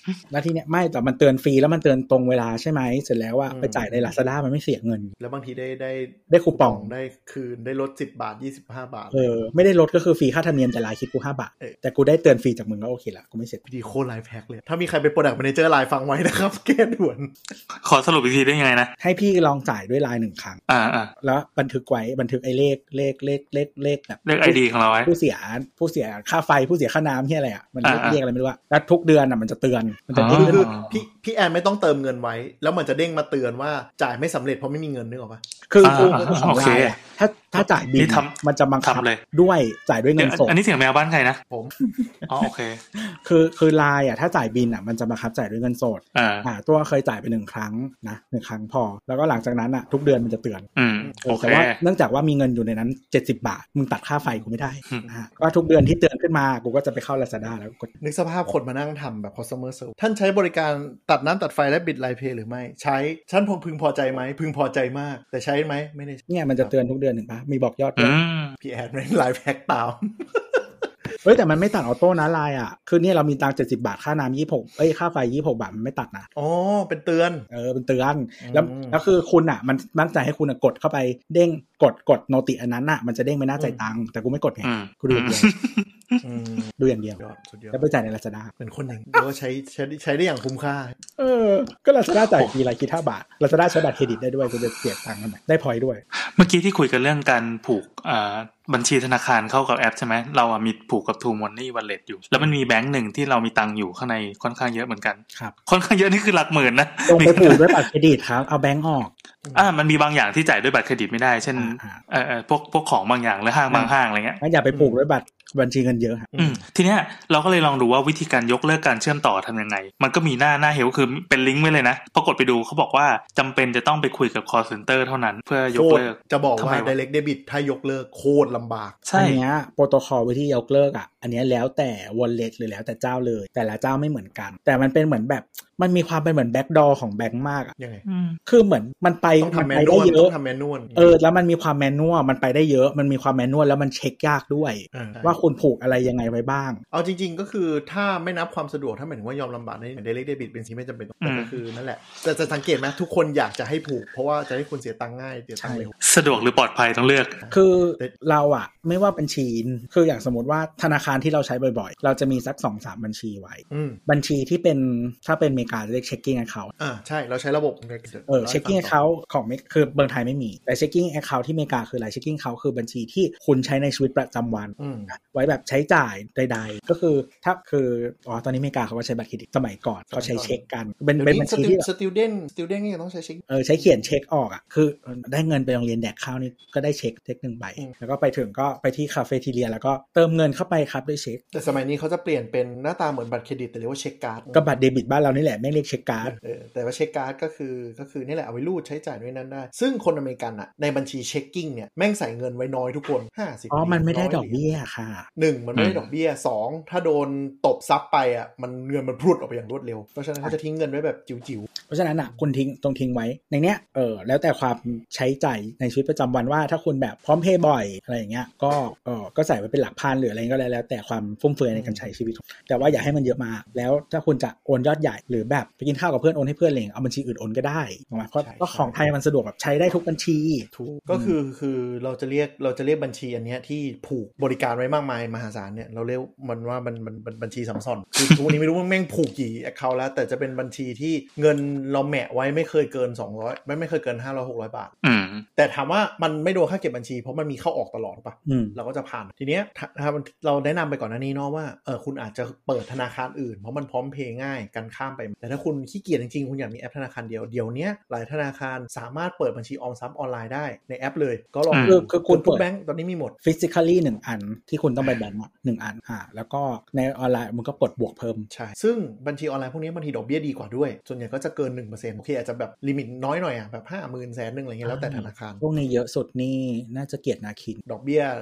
แล้วทีเนี้ยไม่แต่มันเตือนฟรีแล้วมันเตือนตรงเวลาใช่ไหมเสร็จแล้วว่าไปจ่ายใน Lazada มันไม่เสียเงินแล้วบางทีได้ได้ได้คูปองได้คืนได้ลดสิบบาทยี่สิบห้าบาทเออไม่ได้ลดก็คือฟรีค่าธรรมเนียมแต่รายคิดกูห้าบาทแต่กูได้เตือนฟรีจากมึงก็โอเคละกูไม่เสร็จดีโคตรไลฟ์แพ็คเลยถ้ามีใครเป็นโปรดักต์แมเนเจอร์ไลน์ฟังไว้นะครับแก้ด่วนขอสรุปอีกทีได้ยังไงนะให้พี่ลองจ่ายด้วยไลน์หนึ่งครั้งอ่าๆแล้วบันทึกไว้บันทึกไอ้เลขเลขเลขเลขเลขแบบเลข ไอ ดี ของเราไว้ผู้เสียผู้เสียค่าไฟผู้เสียค่าน้ำที่อะไรอ่ะมันเรียกอะไรไม่รู้อ่ะแล้วทุกเดือนอ่ะมันจะเตือนมันจะเด้งคือพี่พี่แอนไม่ต้องเติมเงินไว้แล้วมันจะเด้งมาเตือนว่าจ่ายไม่สำเร็จเพราะไม่มีเงินนึกออกปะคือคือของไลน์ถ้าถ้าจ่ายบิลมันจะบังคับด้วยจ่ายด้วยเงินสดอันนี้เสียงแมวบ้านใครนะผมอ๋อโอเคคือคือไลน์อ่ะถ้าจ่ายบิลอ่ะมันจะบังคับจ่ายด้วยเงินสดอ่าตัวเคยจ่ายไปหนึ่งครั้งนะหนึ่งครั้งพอแล้วก็หลังจากนั้นอ่ะทุกเดือนมันจะเตือนอืมโอเคแต่ว่าเนื่องจากว่ามีเงินอยู่ในนั้นเจ็ดสิบบาทมึงตัดค่าไฟกูไม่ได้อ่าก็ทุกเดือนที่เตือนขึ้นมากูก็จะไปเข้า Lazada แล้วกดนึกสภาพคนมานั่งทำแบบ customer service ท่านใช้บริการตัดน้ำตัดไฟและบิดไลน์เพย์หรือไม่ใช้ฉันพึงพอใจไหมพึงพอใจมากแต่ใช้ไหมไม่ได้เนี่ยมันจะเตือนทุกเดือนถึงปะมีบอกยอดด้วยพี่แอดไม่ไลน์แพ็คตามเฮ้ยแต่มันไม่ตัดออโต้นะไลน์อ่ะคือเนี่ยเรามีตังค์เจ็ดสิบบาทค่าน้ำยี่สิบหกเอ้ยค่าไฟยี่สิบหกบาทมันไม่ตัดนะอ๋อเป็นเตือนเออเป็นเตือนแล้วแล้วคือคุณอ่ะมันตั้งใจให้คุณกดเข้าไปเด้งกดกดโนติอันนั้นน่ะมันจะเด้งไม่น่าใจตังค์แต่กูไม่กดไงกูดูอย่างเดียวดูอย่างเดียวแล้วไปจ่ายใน Lazada เป็นคนหนึ่งแล้วก็ใช้ใช้ใช้ได้อย่างคุ้มค่าเออก็ Lazada จ่ายฟรีรายคิดห้าบาท Lazada ใช้บัตรเครดิตได้ด้วยกูจะเสียตังค์กันไหมได้พอยต์ด้วยเมื่อกี้ที่คุยกันเรื่องการผูกอ่าบัญชีธนาคารเข้ากับแอปใช่ไหมเราอ่ะมีผูกกับ True Money Wallet อยู่แล้วมันมีแบงค์หนึ่งที่เรามีตังค์อยู่ข้างในค่อนข้างเยอะเหมือนกันครับค่อนข้างเยอะนี่คือหลักหมื่นนะลงไปผูกด้วยบัตรเครดิตครับเอาแบงค์ออกอ่ามันมีบางอย่างที่จ่ายด้วยบัตรเครดิตไม่ได้เช่นเอ่อพวกพวกของบางอย่างหรือห้างบางห้างอะไรเงี้ยงั้นอย่าไปผูกด้วยบัตรบัญชีเงินเยอะครับอืมทีเนี้ยเราก็เลยลองดูว่าวิธีการยกเลิกการเชื่อมต่อทำยังไงมันก็มีหน้าหน้าเฮลคือเป็นลิงก์ไว้เลยนะพอกดไปดูเขาบอกว่าจำเป็นจะต้องไปคุยกับ call center เท่านั้นเพื่อยกเลิกจะบอกว่า direct debit ถ้ายกเลิกโคตรลำบากใช่อันเนี้ยโปรโตคอลวิธียกเลิกอ่ะอันเนี้ยแล้วแต่ wallet หรือแล้วแต่เจ้าเลยแต่ละเจ้าไม่เหมือนกันแต่มันเป็นเหมือนแบบมันมีความเป็นเหมือนแบ็คดอร์ของแบงก์มากอ่ะยังไงคือเหมือนมันไปมันไปได้เยอะต้องทำแมนนวลเออแล้วมันมีความแมนนวลมันไปได้เยอะมันมีความแมนนวลแล้วมันเช็คยากด้วยว่าคุณผูกอะไรยังไงไว้บ้างเอาจริงๆก็คือถ้าไม่นับความสะดวกถ้าหมายถึงว่ายอมลำบากใน direct debit เป็นสิ่งไม่จำเป็นแต่ก็คือนั่นแหละแต่จะสังเกตไหมทุกคนอยากจะให้ผูกเพราะว่าจะให้คุณเสียตังค์ง่ายเสียตังค์เร็วสะดวกหรือปลอดภัยต้องเลือกคือเราอะไม่ว่าบัญชีคืออย่างสมมติว่าธนาคารที่เราใช้บ่อยๆเราจะมีสัก สองถึงสาม บัญชีไว้บัญชีที่เป็นถ้าเป็นอเมริกาจะเรียก checking account อ่าใช่เราใช้ระบบเออ checking account ของคือเมืองไทยไม่มีแต่ checking account ที่อเมริกาคืออะไร checking account คือบัญชีที่คุณใช้ในชีวิตประจำวันไว้แบบใช้จ่ายใดๆก็คือถ้าคืออ๋อตอนนี้อเมริกาเขาก็ใช้บัตรเครดิตสมัยก่อนเขาใช้เช็คกันเป็นเป็นบัญชีที่ student student นี่ต้องใช้เช็คเออใช้เขียนเช็คออกอ่ะคือได้เงินไปโรงเรียนแดกข้าวนี่ก็ได้เช็คเช็คหนึ่งใบแล้วก็ไปถึงก็ไปที่คาเฟ่ทีเรียแล้วก็เติมเงินเข้าไปครับด้วยเช็คแต่สมัยนี้เขาจะเปลี่ยนเป็นหน้าตาเหมือนบัตรเครดิตแต่เรียกว่าเช็คการ์ดก็บัตรเดบิตบ้านเรานี่แหละไม่เรียกเช็คการ์ดเออแต่ว่าเช็คการ์ดก็คือก็คือนี่แหละเอาไว้รูดใช้จ่ายด้วยนั้นได้ซึ่งคนอเมริกันอ่ะในบัญชีเช็คกิ้งเนี่ยแม่งใส่เงินไว้น้อยทุกคนห้าสิบอ๋อมันไม่ได้ดอกเบี้ยค่ะหนึ่งมันไม่ได้ดอกเบี้ยสองถ้าโดนตบซับไปอ่ะมันเงินมันพรุดออกไปอย่างรวดเร็วเพราะฉะนั้นเขาจะทิ้งเงินไว้แบบจิ๋วๆเพราะฉะนั้นอ่ะคุณทิ้งตรงทิ้งไว้ในเนี้ยเออแล้วแต่ความใช้จ่ายในชีวิตประจำวันว่าถ้าคุณแบบพร้อมเพย์บ่อยอะไรอย่างเงี้ยก็เออก็ใส่ไว้เป็นหลักพันหรืออะไรก็แล้วแต่ความฟุ่มเฟือยในการใช้ชีวิตแต่ว่าอย่าให้มันเยอะมากแล้วถ้าคุณจะโอนยอดใหญ่หรือแบบไปกินข้าวกับเพื่อนโอนให้เพื่อนอะไรเอาบัญชีอื่นโอนก็ได้ถูกไหมเพราะก็ของไทยมันสะดวกแบบใช้ได้ทุกบัญชีถูกก็คือคือเราจะเรียกเราจะเรียกบัญชีอันเนี้ยที่ผูกบริการไว้มากมายมหาศาลเนี่ยเราเรียกมันว่ามันมันบัญชีสัมสอนคือทุกวันนี้ไม่รู้ว่าแม่งผูกกี่แอคเคาท์แล้วแต่จะเป็นบัญชีที่เงินเราแหมะไว้ไม่เคยเกินสองร้อยไม่ไม่เคยเกินห้าร้อย หกร้อยบาทแต่ถามว่ามันไม่โดนค่าเก็บบัญชีเพราะมันมีเข้าออกตลอดป่ะเราก็จะผ่านทีเนี้ยเราแนะนำไปก่อนหน้านี้เนาะว่าเออคุณอาจจะเปิดธนาคารอื่นเพราะมันพร้อมเพย์ง่ายกันข้ามไปแต่ถ้าคุณขี้เกียจจริงๆคุณอยากมีแอปธนาคารเดียวเดี๋ยวนี้หลายธนาคารสามารถเปิดบัญชีออมทรัพย์ออนไลน์ได้ในแอปเลยก็ลองคือคือคุณทุกแบงก์ตอนนี้มีหมด physically หนึ่งอันที่คุณต้องไปแบงก์หนึ่งอันอ่าแล้วก็ในออนไลน์มันก็ปลดบวกเพิ่มใช่ซึ่งบัญชีออนไลน์พวกนี้บางทีดอกเบี้ยดีกว่าด้วยส่วนใหญ่ก็จะเกิน หนึ่งเปอร์เซ็นต์ โอเคอาจจะแบบลิมิตน้อยหน่อยอ่ะแบบ ห้าหมื่น แสนนึงอะไรเงี้ยแล้วแต่ธนาคารพวกนี้เยอะสุดนี่น่าจะเกียรตินาคินดอกเบี้ย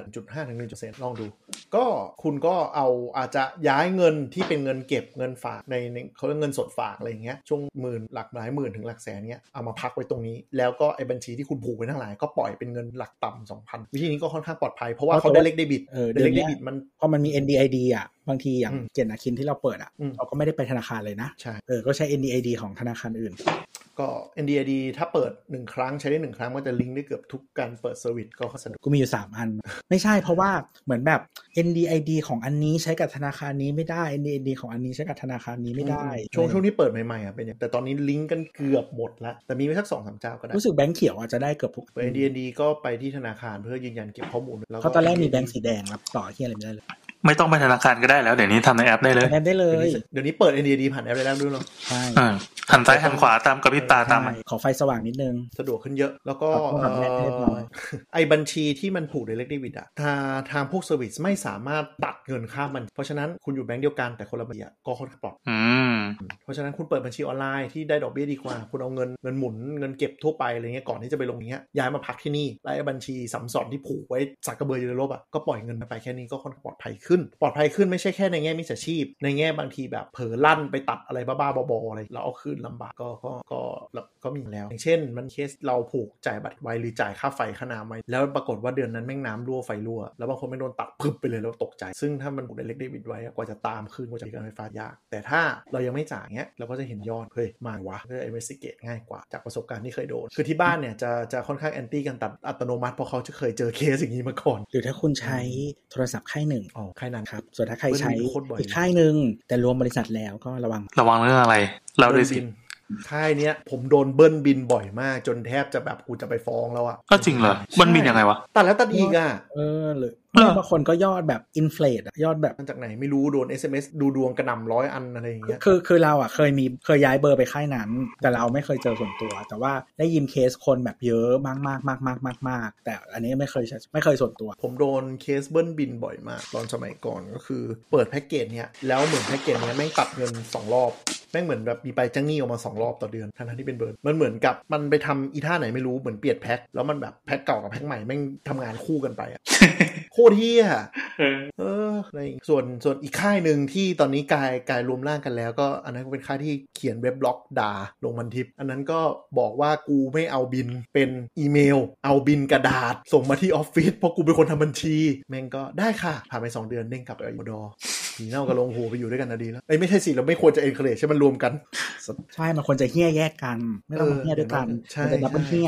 หนึ่งจุดห้า ถึง หนึ่งเปอร์เซ็นต์ ลองดูก็คุณก็เอาอาจจะย้ายเงินที่เป็นเงินเก็บเงินฝากในเขาเรียกเงินสดฝากอะไรอย่างเงี้ยช่วงหมื่นหลักหลายหมื่นถึงหลักแสนเงี้ยเอามาพักไว้ตรงนี้แล้วก็ไอ้บัญชีที่คุณผูกไว้ทั้งหลายก็ปล่อยเป็นเงินหลักต่ำ สองพัน วิธีนี้ก็ค่อนข้างปลอดภัยเพราะว่าเขาได้เลขเดบิตเออเลขเดบิตมันพอมันมี เอ็น ดี ไอ ดี อ่ะบางทีอย่างเกียรตินาคินที่เราเปิดอ่ะเราก็ไม่ได้ไปธนาคารเลยนะใช่เออก็ใช้ เอ็น ดี ไอ ดี ของธนาคารอื่นก็ เอ็น ดี ไอ ดี ถ้าเปิดหนึ่งครั้งใช้ได้หนึ่งครั้งมันจะลิงก์ได้เกือบทุกการเปิดเซอร์วิสก็สะดวกกูมีอยู่สามอันไม่ใช่เพราะว่าเหมือนแบบ เอ็น ดี ไอ ดี ของอันนี้ใช้กับธนาคารนี้ไม่ได้ เอ็น ดี ไอ ดี ของอันนี้ใช้กับธนาคารนี้ไม่ได้ช่วงช่วงที่เปิดใหม่ๆอ่ะเป็นอย่างแต่ตอนนี้ลิงก์กันเกือบหมดแล้วแต่มีไว้สัก สองสาม เจ้าก็ได้รู้สึกแบงค์เขียวอาจจะได้เกือบทุกเอ็น ดี ไอ ดี ก็ไปที่ธนาคารเพื่อยืนยันเก็บข้อมูลแล้วก็ตอนแรกมีแบงค์สีแดงรับต่อเหี้ยอะไรไม่ได้เลยไม่ต้องไปธนาคารก็ได้แล้วเดี๋ยวนี้ทำในแอปได้เลยแอปได้เลยเดี๋ยวนี้เปิด เอ็น ดี ไอ ดี ผ่านแอปได้แล้วด้วยเนาะใช่หันซ้ายหันขวาตามกระพริบตาตามขอไฟสว่างนิดนึงสะดวกขึ้นเยอะแล้วก็ไอ้บัญชีที่มันผูก Direct Debit อ่ะทางทางพวกเซอร์วิสไม่สามารถตัดเงินข้ามมันเพราะฉะนั้นคุณอยู่แบงค์เดียวกันแต่คนละบัญชีก็ค่อนข้างปลอดเพราะฉะนั้นคุณเปิดบัญชีออนไลน์ที่ได้ดอกเบี้ยดีกว่าคุณเอาเงินเงินหมุนเงินเก็บทั่วไปอะไรเงี้ยก่อนที่จะไปลงเงี้ยย้ายมาพักที่นี่แล้วไอ้บัญชีสัมสอนที่ผูกไว้สักกระเบืออยู่ในลบอ่ะก็ปล่อยเงินไปแค่นี้ก็ค่อนข้างปลอดภัยขึ้นปลอดภัยขึ้นไม่ใช่แค่ในแง่มิจฉาชีพในแง่บางทีแบบเผลอลั่นไปตัดอะไรบ้าๆบอๆอะไรแล้วเอาคืนลำบากก็ก็ก็ก็มีแล้วอย่างเช่นมันเคสเราผูกจ่ายบัตรไว้หรือจ่ายค่าไฟค่าน้ำไว้แล้วปรากฏว่าเดือนนั้นแม่งน้ำรั่วไฟรั่วแล้วบางคนไม่โดนตัดพึบไปเลยแล้วตกใจซึ่งถ้ามันผูก Direct Debit ไว้กว่าจะตามคืนกว่าจะมีการไฟฟ้ายากแต่ถ้าเรายังไม่จ่ายเงี้ยเราก็จะเห็นยอดเฮ้ยมาวะก็ investigate ง่ายกว่าจากประสบการณ์ที่เคยโดนคือที่บ้านเนี่ยจะจะค่อนข้างแอนตี้กันตัดอัตโนมัติเพราะเขาจะเคยเจอเคสอย่างนี้มาก่อนหรือถ้าคุณใช้โทรศัพท์ค่ายหนึ่งอ๋อค่ายนั้นครับส่วนถ้าใครใช้อีกค่ายนึงแต่รวมบริษัทแล้วก็ระวังระวังเรื่องอะไรเราด้วยสิค่ายเนี้ยผมโดนเบิ้ลบินบ่อยมากจนแทบจะแบบกูจะไปฟ้องแล้วอ่ะก็จริงเหรอมันบินยังไงวะตัดแล้วตัดอีกอ่ะเออหรือบางคนก็ยอดแบบอินเฟลตยอดแบบมาจากไหนไม่รู้โดน เอส เอ็ม เอส ดูดวงกระหน่ำร้อยอันอะไรอย่างเงี้ยคือคือเราอ่ะเคยมีเคยย้ายเบอร์ไปค่ายนั้นแต่เราไม่เคยเจอส่วนตัวแต่ว่าได้ยินเคสคนแบบเยอะมากมากมากมากมากมากแต่อันนี้ไม่เคยไม่เคยส่วนตัวผมโดนเคสเบิ้ลบินบ่อยมากตอนสมัยก่อนก็คือเปิดแพ็กเกจเนี้ยแล้วเหมือนแพ็กเกจเนี้ยแม่งตัดเงินสองรอบแม่งเหมือนแบบมีไปจ้างหนี้ออกมาสองรอบต่อเดือนทั้งที่เป็นเบิร์นมันเหมือนกับมันไปทำอีท่าไหนไม่รู้เหมือนเปลี่ยนแพ็คแล้วมันแบบแพ็คเก่ากับแพ็คใหม่แม่งทำงานคู่กันไปอะ โคตรเหี้ยเออในส่วนส่วนอีกค่ายหนึ่งที่ตอนนี้กลายกลายรวมร่างกันแล้วก็อันนั้นก็เป็นค่ายที่เขียนเว็บบล็อกด่าลงพันทิปอันนั้นก็บอกว่ากูไม่เอาบินเป็นอีเมลเอาบินกระดาษส่งมาที่ออฟฟิศเพราะกูเป็นคนทำบัญชีแม่งก็ได้ค่ะผ่านไปสองเดือนเด้งกลับไปอยู่ดอผีเน่ากับลงโหไปอยู่ด้วยกันนะดีแล้วไอ้ไม่ใช่สิเราไม่ควรจะ encourage ใช่มันรวมกันใช่มันควรจะเหี้ยแยกกันไม่ต้องเหี้ยด้วยกันมันจะนับเป็นเหี้ย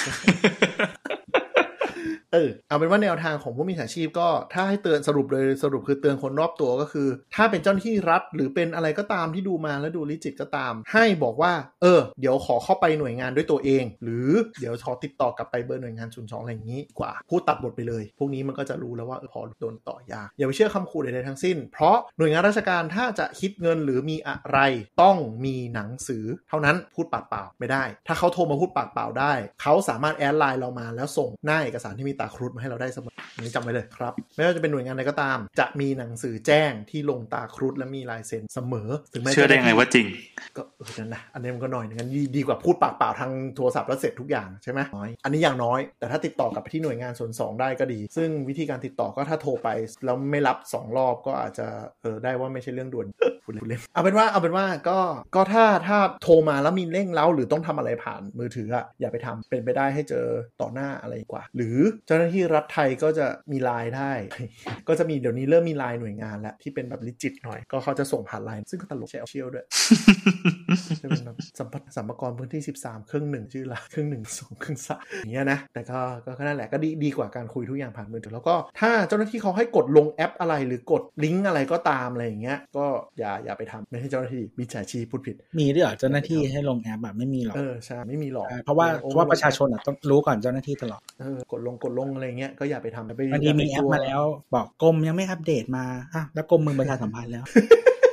เออเอาเป็นว่าแนวทางของผู้มีอาชีพก็ถ้าให้เตือนสรุปเลยสรุปคือเตือนคนรอบตัวก็คือถ้าเป็นเจ้าหน้าที่รัฐหรือเป็นอะไรก็ตามที่ดูมาแล้วดูลิจิตก็ตามให้บอกว่าเออเดี๋ยวขอเข้าไปหน่วยงานด้วยตัวเองหรือเดี๋ยวขอติดต่อกลับไปเบอร์หน่วยงานศูนย์สองอะไรอย่างนี้กว่าพูดตัดบทไปเลยพวกนี้มันก็จะรู้แล้วว่าเออพอโดนต่อยากอย่าไปเชื่อคำขู่ใดๆทั้งสิ้นเพราะหน่วยงานราชการถ้าจะคิดเงินหรือมีอะไรต้องมีหนังสือเท่านั้นพูดปากเปล่าไม่ได้ถ้าเขาโทรมาพูดปากเปล่าได้เขาสามารถแอดไลน์เรามาแล้วส่งหน้าเอกสารที่มีตาครุฑมาให้เราได้เสมออันนี้จำไว้เลยครับไม่ว่าจะเป็นหน่วยงานใดก็ตามจะมีหนังสือแจ้งที่ลงตาครุฑและมีลายเซ็นเสมอถึงแม้เชื่อได้ไงว่าจริงก็เออนั่นนะอันนี้มันก็หน่อยนึงดีดีกว่าพูดปากเปล่าทางโทรศัพท์แล้วเสร็จทุกอย่างใช่ไหมน้อยอันนี้อย่างน้อยแต่ถ้าติดต่อกลับไปที่หน่วยงานศูนย์สองได้ก็ดีซึ่งวิธีการติดต่อก็ถ้าโทรไปแล้วไม่รับสองรอบก็อาจจะเออได้ว่าไม่ใช่เรื่องด่วนพูดเล่นเอาเป็นว่าเอาเป็นว่าก็ก็ถ้าถ้าโทรมาแล้วมีเร่งเร้าหรือต้องทำอะไรผ่านมือถืออะอย่าไปทำเป็นไปได้ให้เจอต่อหน้าอะไรกว่าหรือเจ้าหน้าที่รัฐไทยก็จะมีไลน์ได้ก็จะมีเดี๋ยวนี้เริ่มมีไลน์หน่วยงานแล้วที่เป็นแบบลิจิตหน่อยก็เขาจะส่งผ่านไลน์ซึ่งก็ตลกแชร์เชียลด้วยจะเป็นแบบสัมพันธ์สัมภาระพื้นที่สิบสามครึ่งหนึ่งชื่อละครึ่งหนึ่งสองครึ่งสามอย่างเงี้ยนะแต่ก็ก็นั่นแหละก็ดีดีกว่าการคุยทุกอย่างผ่านมือถือแล้วก็ถ้าเจ้าหน้าที่เขาให้กดลงแอปอะไรหรือกดลิงก์อะไรก็ตามอะไรอย่างเงี้ยก็อย่าอย่าไปทำไม่ใช่เจ้าหน้าที่มิจฉาชีพพูดผิดมีด้วยเหรอเจ้าหน้าที่ให้ลงแอปแบบไม่มีหรอกเออใช่ไม่มีหรอกเพราะว่าเพราะว่าประชาชนอ่ะต้องรู้ก่อนเจ้าหน้าที่ตลอดเออกดลงกดลงอะไรเงี้ยก็อย่าไปทำไปบางทีมีแอปมาแล้วบอกกรมยังไม่อัปเดตมาอ่ะแล้วกรมมึงประชาสัมพันธ์แล้วจ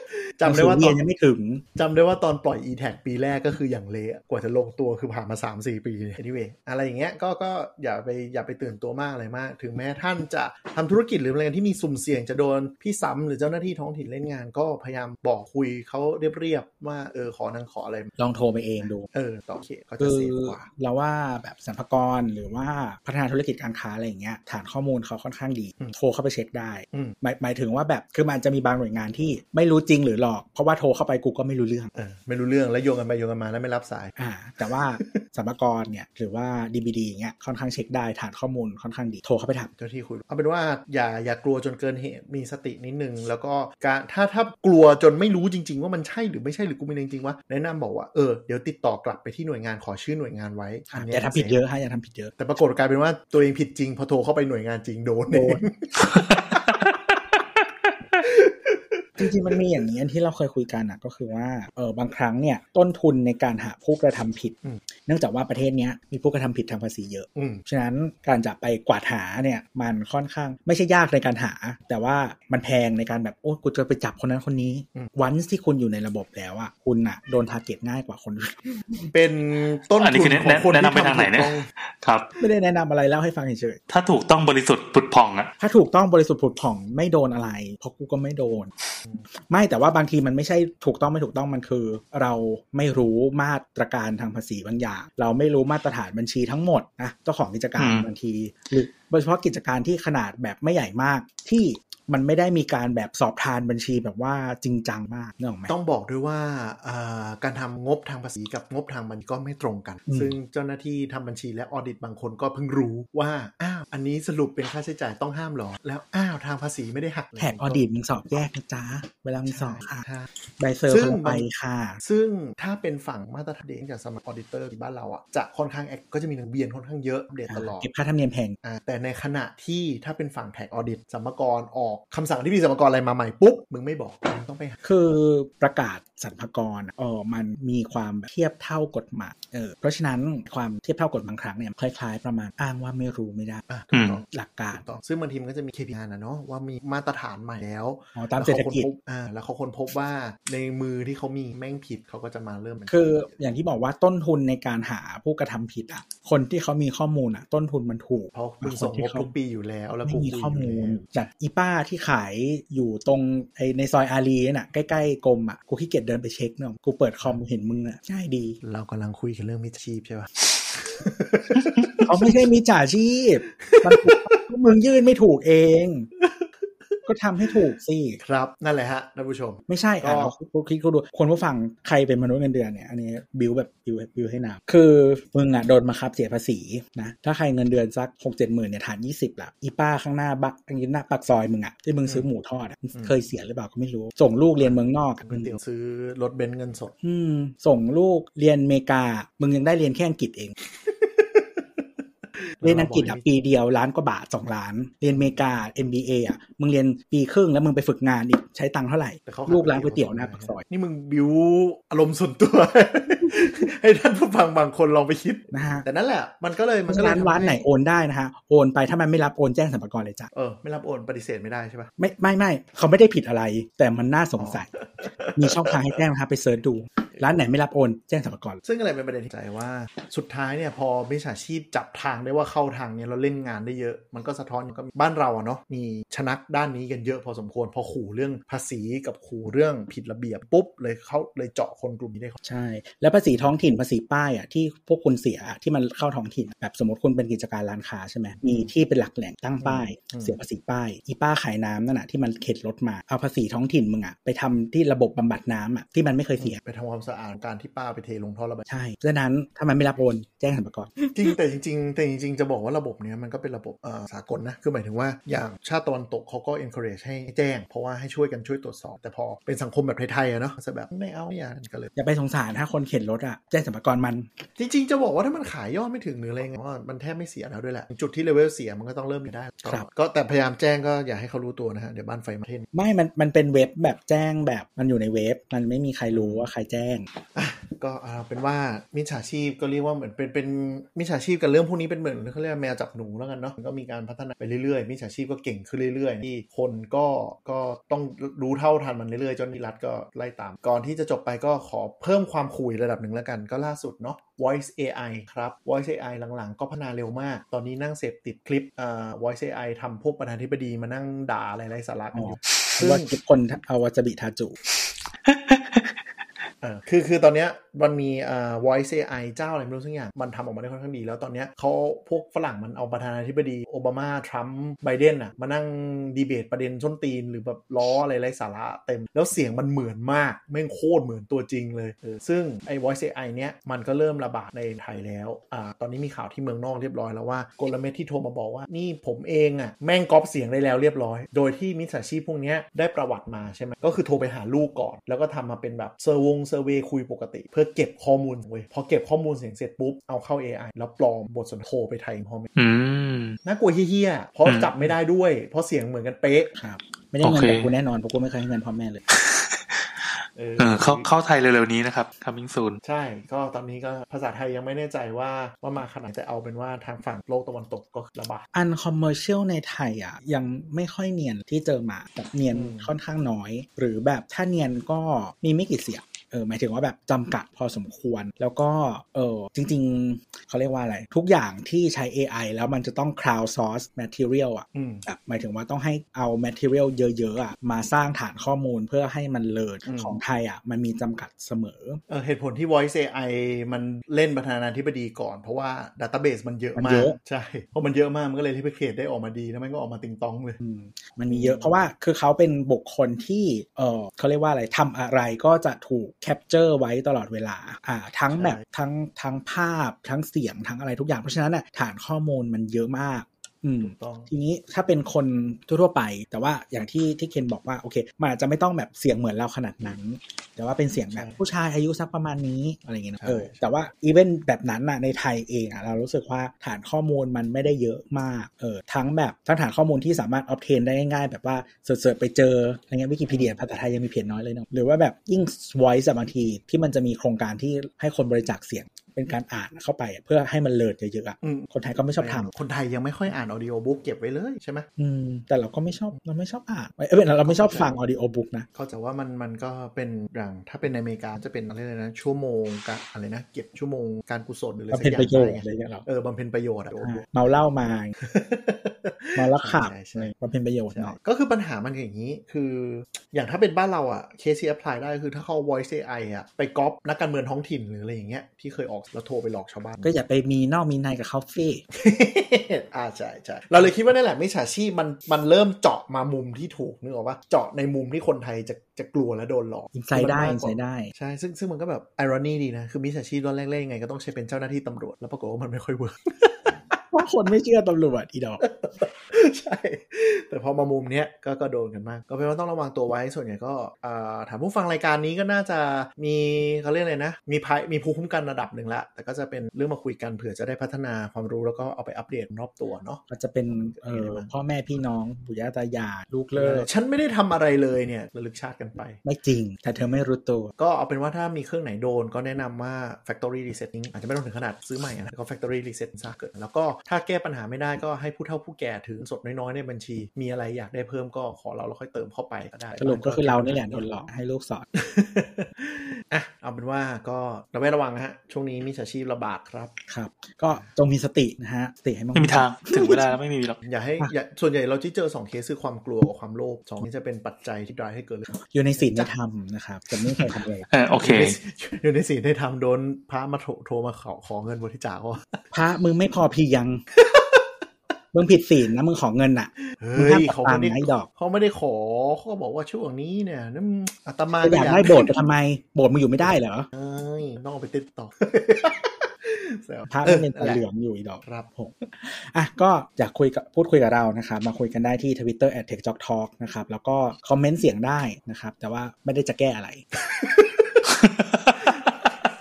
จำได้ว่าตอนยังไม่ถึงจำได้ว่าตอนปล่อย อี แท็ก ปีแรกก็คืออย่างเละกว่าจะลงตัวคือผ่านมา สามสี่ ปี anyway อะไรอย่างเงี้ยก็ก็อย่าไปอย่าไปตื่นตัวมากอะไรมากถึงแม้ท่านจะทำธุรกิจหรืออะไรที่มีสุ่มเสี่ยงจะโดนพี่ซ้ำหรือเจ้าหน้าที่ท้องถิ่นเล่นงานก็พยายามบอกคุยเขาเรียบๆว่าเออขอนังขออะไรลองโทรไปเองดูเออต่อเคก็จะเซฟกว่าเราว่าแบบสรรพากรหรือว่าพัฒนาธุรกิจการค้าอะไรอย่างเงี้ยฐานข้อมูลเขาค่อนข้างดีโทรเข้าไปเช็คได้หมายหมายถึงว่าแบบคือมันจะมีบางหน่วยงานที่ไม่รู้จริงหรือหลอกเพราะว่าโทรเข้าไปกูก็ไม่รู้เรื่องเออไม่รู้เรื่องแล้วโยงกันไปโยงกันมาแล้วไม่รับสายอ่าแต่ว่าสรรพากรเนี่ยหรือว่า ดี บี ดี อย่างเงี้ยค่อนข้างเช็คได้ฐานข้อมูลค่อนข้างดีโทรเข้าไปถามเจ้าที่คุยเอาเป็นว่าอย่าอย่ากลัวจนเกินเหตุมีสตินิดนึงแล้วก็การถ้าถ้ากลัวจนไม่รู้จริงๆว่ามันใช่หรือไม่ใช่หรือกูไม่จริงๆว่าแนะนำบอกว่าเออเดี๋ยวติดต่อกลับไปที่หน่วยงานขอชื่อหน่วยงานไว้อย่าทำผิดเยอะฮะอย่าทำผิดเยอะแต่ปรากฏกลายเป็นว่าตัวเองผิดจริงพอโทรเข้าไปหน่วยงานจริงโดนโดนจริงๆมันมีอย่างนี้ที่เราเคยคุยกันอ่ะก็คือว่าเออบางครั้งเนี่ยต้นทุนในการหาผู้กระทำผิดเนื่องจากว่าประเทศนี้มีผู้กระทำผิดทางภาษีเยอะฉะนั้นการจะไปกวาดหาเนี่ยมันค่อนข้างไม่ใช่ยากในการหาแต่ว่ามันแพงในการแบบโอ้กูจะไปจับคนนั้นคนนี้วันที่คุณอยู่ในระบบแล้วอ่ะคุณอ่ะโดนทาร์เก็ตง่ายกว่าคนอื่นเป็นต้นทุนของคนที่ทำไหนเนี่ยครับไม่ได้แนะนำอะไรเล่าให้ฟังเฉยๆถ้าถูกต้องบริสุทธิ์ผุดผ่องอ่ะถ้าถูกต้องบริสุทธิ์ผุดผ่องไม่โดนอะไรเพราะกูก็ไม่โดนไม่แต่ว่าบางทีมันไม่ใช่ถูกต้องไม่ถูกต้องมันคือเราไม่รู้มาตรการทางภาษีบางอย่างเราไม่รู้มาตรฐานบัญชีทั้งหมดนะเจ้าของกิจการบางทีหรือโดยเฉพาะกิจการที่ขนาดแบบไม่ใหญ่มากที่มันไม่ได้มีการแบบสอบทานบัญชีแบบว่าจริงจังมากนึกออกไหมต้องบอกด้วยว่าการทำงบทางภาษีกับงบทางบัญชีก็ไม่ตรงกันซึ่งเจ้าหน้าที่ทำบัญชีและออดิตบางคนก็เพิ่งรู้ว่าอ้าวอันนี้สรุปเป็นค่าใช้จ่ายต้องห้ามหรอแล้วอ้าวทางภาษีไม่ได้หักแท็กออดิตมึงสอบแยกนะจ๊ะเวลามึงสอบค่ะใบเซอร์คนไปค่ะซึ่งถ้าเป็นฝั่งมาตรฐานเด็กจากสมัครออดิเตอร์ที่บ้านเราอ่ะจะค่อนข้างก็จะมีหนังเบียนค่อนข้างเยอะอัปเดตตลอดเก็บค่าธรรมเนียมแพงแต่ในขณะที่ถ้าเป็นฝั่งแท็กออดิตสรรพากรออกคำสั่งที่มีสรรพากรอะไรมาใหม่ปุ๊บมึงไม่บอกมึงต้องไปคือประกาศสรรพากรเออมันมีความเทียบเท่ากฎหมายเออเพราะฉะนั้นความเทียบเท่ากฎบางครั้งเนี่ยคล้ายๆประมาณอ้างว่าไม่รู้ไม่ได้หลักการซึ่งบางทีมันก็จะมี เค พี ไอ นะเนาะว่ามีมาตรฐานใหม่แล้วตามเศรษฐกิจอ่าแล้วเขาค้นพบว่าในมือที่เขามีแม่งผิดเขาก็จะมาเริ่มคืออย่างที่บอกว่าต้นทุนในการหาผู้กระทำผิดอ่ะคนที่เขามีข้อมูลอ่ะต้นทุนมันถูกเพราะมึงส่งงบทุกปีอยู่แล้วแล้วไม่มีข้อมูลจากอีป้าที่ขายอยู่ตรงไอในซอยอารีน่ะใกล้ๆกรมอ่ะกูขี้เกียจเดินไปเช็คเนาะกูเปิดคอมเห็นมึงอ่ะง่ายดีเรากำลังคุยกันเรื่องมิจฉาชีพใช่ป่ะเขาไม่ใช่มิจฉาชีพมันมึงยื่นไม่ถูกเองก็ทำให้ถูกสิครับนั่นแหละฮะท่านผู้ชมไม่ใช่อ่ะเราคิดเขาดูคนผู้ฟังใครเป็นมนุษย์เงินเดือนเนี่ยอันนี้บิวแบบบิวบิวให้นาคือมึงอ่ะโดนมาคับเสียภาษีนะถ้าใครเงินเดือนสัก หกเจ็ด หมื่นเนี่ยฐานยี่สิบละอีป้าข้างหน้าบักอันนี้หน้าปากซอยมึงอ่ะที่มึงซื้อหมูทอดอ่ะเคยเสียหรือเปล่าก็ไม่รู้ส่งลูกเรียนเมืองนอกเงินเดี๋ยวซื้อรถเบนซ์เงินสดอืมส่งลูกเรียนอเมริกามึงยังได้เรียนแค่อังกฤษเองเรียนอังกฤษอ่ะปีเดียวล้านกว่าบาทสองล้านเรียนอเมริกา เอ็ม บี เอ อ่ะมึงเรียนปีครึ่งแล้วมึงไปฝึกงานอีกใช้ตังค์เท่าไหร่ลูกร้านก๋วยเตี๋ยวหน้าปากซอยนี่มึงบิวอารมณ์ส่วนตัวให้ท่านผู้ฟังบางคนลองไปคิดนะฮะแต่นั่นแหละมันก็เลยมันก็ร้านวัดไหนโอนได้นะฮะโอนไปถ้ามันไม่รับโอนแจ้งสรรพากรเลยจ้ะเออไม่รับโอนปฏิเสธไม่ได้ใช่ป่ะไม่ไม่ไม่เขาไม่ได้ผิดอะไรแต่มันน่าสงสัยมีช่องทางให้แจ้งนะครับไปเสิร์ชดูร้านไหนไม่รับโอนแจ้งสรรพากรซึ่งอะไรเป็นประเด็นที่ใจว่าสุดท้ายเนี่ยพอมิจฉาชีพจับทางได้ว่าเข้าทางนี้เราเล่นงานได้เยอะมันก็สะท้อนก็บ้านเราอะเนาะมีชนักด้านนี้กันเยอะพอสมควรพอขู่เรื่องภาษีกับขู่เรื่องผิดระเบียบปุ๊บเลยเขาเลยเจาะคนกลุ่มนี้ได้ใช่แล้วภาษีท้องถิ่นภาษีป้ายอะที่พวกคุณเสียที่มันเข้าท้องถิ่นแบบสมมติคุณเป็นกิจการร้านค้าใช่ไหมมีที่เป็นหลักแหล่งตั้งป้ายเสียภาษีป้ายอีป้าขายน้ำนั่นอะที่มันเข็นรถมาเอาภาษีท้องถิ่นมึงอะไปทำที่ระบบบำบัดน้ำอะที่มันไม่เคยเสียไปทำความสะอาดการที่ป้าไปเทลงท่อระบายใช่ดังนั้นถ้ามันไม่รับโอนแจ้งสรรพากรจริงแต่จริงๆแต่จริงๆจะบอกว่าระบบนี้มันก็เป็นระบบสากลนะคือหมายถึงว่าอย่างชาติตะวันตกเขาก็ encourage ให้แจ้งเพราะว่าให้ช่วยกันช่วยตรวจสอบแต่พอเป็นสังคมแบบไทยๆอะเนาะจะแบบไม่เอาอย่าก็เลยอย่าไปสงสารถ้าคนเข็นรถอะแจ้งสรรพากรมันจริงๆจะบอกว่าถ้ามันขายยอดไม่ถึงหรืออะไรเงี้ยว่ามันแทบไม่เสียแล้วด้วยแหละจุดที่เลเวลเสียมันก็ต้องเริ่มได้ก็แต่พยายามแจ้งก็อย่าให้เขารู้ตัวนะฮะเดี๋ยวบ้านไฟมาเทนไม่มันมันเป็นเว็บแบบแจ้งแบบมันอยู่ในเว็บมันไม่มีใครรู้ว่าใครแจ้งก็เอาเป็นว่ามิจฉาชีพก็เรียกว่าเหมือนเป็นเป็นมิจฉาชีพกับเรื่องพวกนี้เป็นเหมือนเขาเรียกแมวจับหนูแล้วกันเนาะก็มีการพัฒนาไปเรื่อยๆมิจฉาชีพก็เก่งขึ้นเรื่อยๆที่คนก็ก็ต้องรู้เท่าทันมันเรื่อยๆจนรัฐก็ไล่ตามก่อนที่จะจบไปก็ขอเพิ่มความขู่ระดับหนึ่งแล้วกันก็ล่าสุดเนาะ Voice เอ ไอ ครับ Voice เอ ไอ หลังๆก็พัฒนาเร็วมากตอนนี้นั่งเสพติดคลิปอ่า Voice เอ ไอ ทำพวกประธานาธิบดีมานั่งด่าอะไรไร้สาระกันอยู่ว่าทุกคนเอาวาซาบิทาจุเออคือคือตอนเนี้ยมันมีอ่า Voice เอ ไอ เจ้าอะไรไม่รู้สักอย่างมันทำออกมาได้ค่อนข้างดีแล้วตอนเนี้ยเขาพวกฝรั่งมันเอาประธานาธิบดีโอบามาทรัมป์ไบเดนอ่ะมานั่งดีเบตประเด็นส้นตีนหรือแบบล้ออะไรไร้สาระเต็มแล้วเสียงมันเหมือนมากแม่งโคตรเหมือนตัวจริงเลยเออซึ่งไอ้ Voice เอ ไอ เนี้ยมันก็เริ่มระบาดในไทยแล้วอ่าตอนนี้มีข่าวที่เมืองนอกเรียบร้อยแล้วว่ากลเม็ดที่โทรมาบอกว่านี่ผมเองอ่ะแม่งก๊อปเสียงได้แล้วเรียบร้อยโดยที่มิจฉาชีพพวกเนี้ยได้ประวัติมาใช่ไหมก็คือโทรไปหาลูกก่อนแล้วก็ทำมาเป็นแบบเซอร์วงเซอร์เวย์คุยปกติเพื่อเก็บข้อมูลเว้ยพอเก็บข้อมูลเสียงเสร็จปุ๊บเอาเข้า เอ ไอ แล้วปลอมบทสนทนาโทรไปไทยพ่อแม่น่ากลัวเฮี้ยๆเพราะจับไม่ได้ด้วยเพราะเสียงเหมือนกันเป๊ะครับไม่ได้เงินจากกูแน่นอนเพราะกูไม่เคยให้เงินพ่อแม่เลยเออเข้าเข้าไทยเร็วๆนี้นะครับ coming soon ใช่ก็ตอนนี้ก็ภาษาไทยยังไม่แน่ใจว่าว่ามาขนาดแต่เอาเป็นว่าทางฝั่งโลกตะวันตกก็ระบาดอันคอมเมอร์เชียลในไทยอ่ะยังไม่ค่อยเนียนที่เจอมาแบบเนียนค่อนข้างน้อยหรือแบบถ้าเนียนก็มีไม่กี่เสียงเออหมายถึงว่าแบบจำกัดพอสมควรแล้วก็เออจริงๆเขาเรียกว่าอะไรทุกอย่างที่ใช้ เอ ไอ แล้วมันจะต้อง crowd source material อ่ะแบบหมายถึงว่าต้องให้เอา material เยอะๆอ่ะมาสร้างฐานข้อมูลเพื่อให้มันเลิศของไทยอ่ะมันมีจำกัดเสมอเออเหตุผลที่ Voice เอ ไอ มันเล่นประธานาธิบดีก่อนเพราะว่า database มันเยอะมากใช่เพราะมันเยอะมากมันก็เลยที่ไปเขียนได้ออกมาดีแล้วมันก็ออกมาติงตองเลยมันมีเยอะเพราะว่าคือเขาเป็นบุคคลที่เออเขาเรียกว่าอะไรทำอะไรก็จะถูกแคปเจอร์ไว้ตลอดเวลาอ่าทั้งแบบทั้งทั้งภาพทั้งเสียงทั้งอะไรทุกอย่างเพราะฉะนั้นน่ะฐานข้อมูลมันเยอะมากอืมทีนี้ถ้าเป็นคนทั่วๆไปแต่ว่าอย่างที่ที่เคนบอกว่าโอเคมันอาจจะไม่ต้องแบบเสียงเหมือนเราขนาดนั้นแต่ว่าเป็นเสียงแบบผู้ชายอายุสักประมาณนี้อะไรอย่างเงี้ยเออแต่ว่าอีเวนต์แบบนั้นน่ะในไทยเองอ่ะเรารู้สึกว่าฐานข้อมูลมันไม่ได้เยอะมากเออทั้งแบบทั้งฐานข้อมูลที่สามารถ obtain ได้ง่ายๆแบบว่าเสิร์ชๆไปเจออะไรเงี้ยวิกิพีเดียภาษาไทยยังมีเพียงน้อยเลยเนาะหรือว่าแบบยิ่ง voice บางทีที่มันจะมีโครงการที่ให้คนบริจาคเสียงเป็นการอ่านเข้าไปเพื่อให้มันเลิศเยอะๆอ่ะคนไทยก็ไม่ชอบทำคนไทยยังไม่ค่อยอ่านออดิโอบุ๊กเก็บไว้เลยใช่ไหมอืมแต่เราก็ไม่ชอบเราไม่ชอบอ่านเออเราไม่ชอบฟังออดิโอบุ๊กนะเขาจะว่ามันมันก็เป็นอย่างถ้าเป็นในอเมริกาจะเป็นอะไรนะชั่วโมงการอะไรนะเก็บชั่วโมงการกุศลหรืออะไรสักอย่างบำเพ็ญประโยชน์อะไรอย่างเงี้ยเออบำเพ็ญประโยชน์อ่ะเมาเหล้ามาเมาแล้วขับบำเพ็ญประโยชน์เนาะก็คือปัญหามันอย่างนี้คืออย่างถ้าเป็นบ้านเราอ่ะเคสที่แอพพลายได้คือถ้าเขา Voice เอ ไอ อ่ะไปก๊อปนักการเมืองท้องถิ่นหรืออะไรอย่างเงี้ยที่เคยออกแล้วโทรไปหลอกชาวบ้านก็อย่าไปมีนอกมีในกับเขาฟรีอ่าใช่ใช่เราเลยคิดว่านั่นแหละมิจฉาชีพมันมันเริ่มเจาะมามุมที่ถูกนึกออกปะเจาะในมุมที่คนไทยจะจะกลัวและโดนหลอกอินไซด์ได้อินไซด์ได้ใช่ซึ่งซึ่งมันก็แบบไอรอนีดีนะคือมิจฉาชีพตอนแรกๆยังไงก็ต้องใช้เป็นเจ้าหน้าที่ตำรวจแล้วปรากฏว่ามันไม่ค่อยเวิร์กเพราะคนไม่เชื่อตำรวจอีดอกใช่แต่พอมามุมเนี้ยก็ก็โดนกันมากก็เป็นว่าต้องระวังตัวไว้ส่วนใหญ่ก็ถามผู้ฟังรายการนี้ก็น่าจะมีเขาเรียกอะไรนะมีภัยมีภูมิคุ้มกันระดับหนึ่งละแต่ก็จะเป็นเรื่องมาคุยกันเผื่อจะได้พัฒนาความรู้แล้วก็เอาไปอัปเดตรอบตัวเนาะก็จะเป็นเอ่อพ่อแม่พี่น้องปู่ย่าตายายลูกเลิกฉันไม่ได้ทำอะไรเลยเนี่ยระลึกชาติกันไปไม่จริงแต่เธอไม่รู้ตัวก็เอาเป็นว่าถ้ามีเครื่องไหนโดนก็แนะนำว่า factory resetting อาจจะไม่ต้องถึงขนาดซื้อใหม่นะก็ factory reset ซะเกิดแล้วก็ถ้าแก้ปัญหาไม่ได้ก็ให้ผู้เฒ่าผู้แก่ถือสดน้อยๆในบัญชีมีอะไรอยากได้เพิ่มก็ขอเราแล้วค่อยเติมเข้าไปก็ได้สรุปก็คือเรานี่แหละโดนหลอกให้ลูกสอนอ่ะเอาเป็นว่าก็ระมัดระวังนะฮะช่วงนี้มิจฉาชีพระบาดครับครับก็จงมีสตินะฮะสติให้มากไม่มีทางถึงเวลาแล้วไม่มีหรอกอย่าให้อย่าส่วนใหญ่เราที่เจอสองเคสคือความกลัวกับความโลภสองนี้จะเป็นปัจจัยที่driveให้เกิดอยู่ในศีลธรรมนะครับจะไม่เคยทำเลยเออโอเคอยู่ในศีลในธรรมโดนพระมาโทรมาขอขอเงินบริจาคว่าพระมึงไม่พอเพียงมึงผิดศีลนะมึงขอเงินอ่ะเฮ้ยเขาไม่ได้เขาไม่ได้ขอเขาบอกว่าช่วงนี้เนี่ยนั่นอาตมาอยากได้โบสถ์ไปทำไมโบสถ์มึงอยู่ไม่ได้เหรอเอ้ยต้องไปติดต่อพระไม่เป็นเหลืองอยู่อีดอกครับผมอ่ะก็อยากคุยกับพูดคุยกับเรานะครับมาคุยกันได้ที่ Twitterแอท เทค จ็อก ทอล์ก นะครับแล้วก็คอมเมนต์เสียงได้นะครับแต่ว่าไม่ได้จะแก้อะไร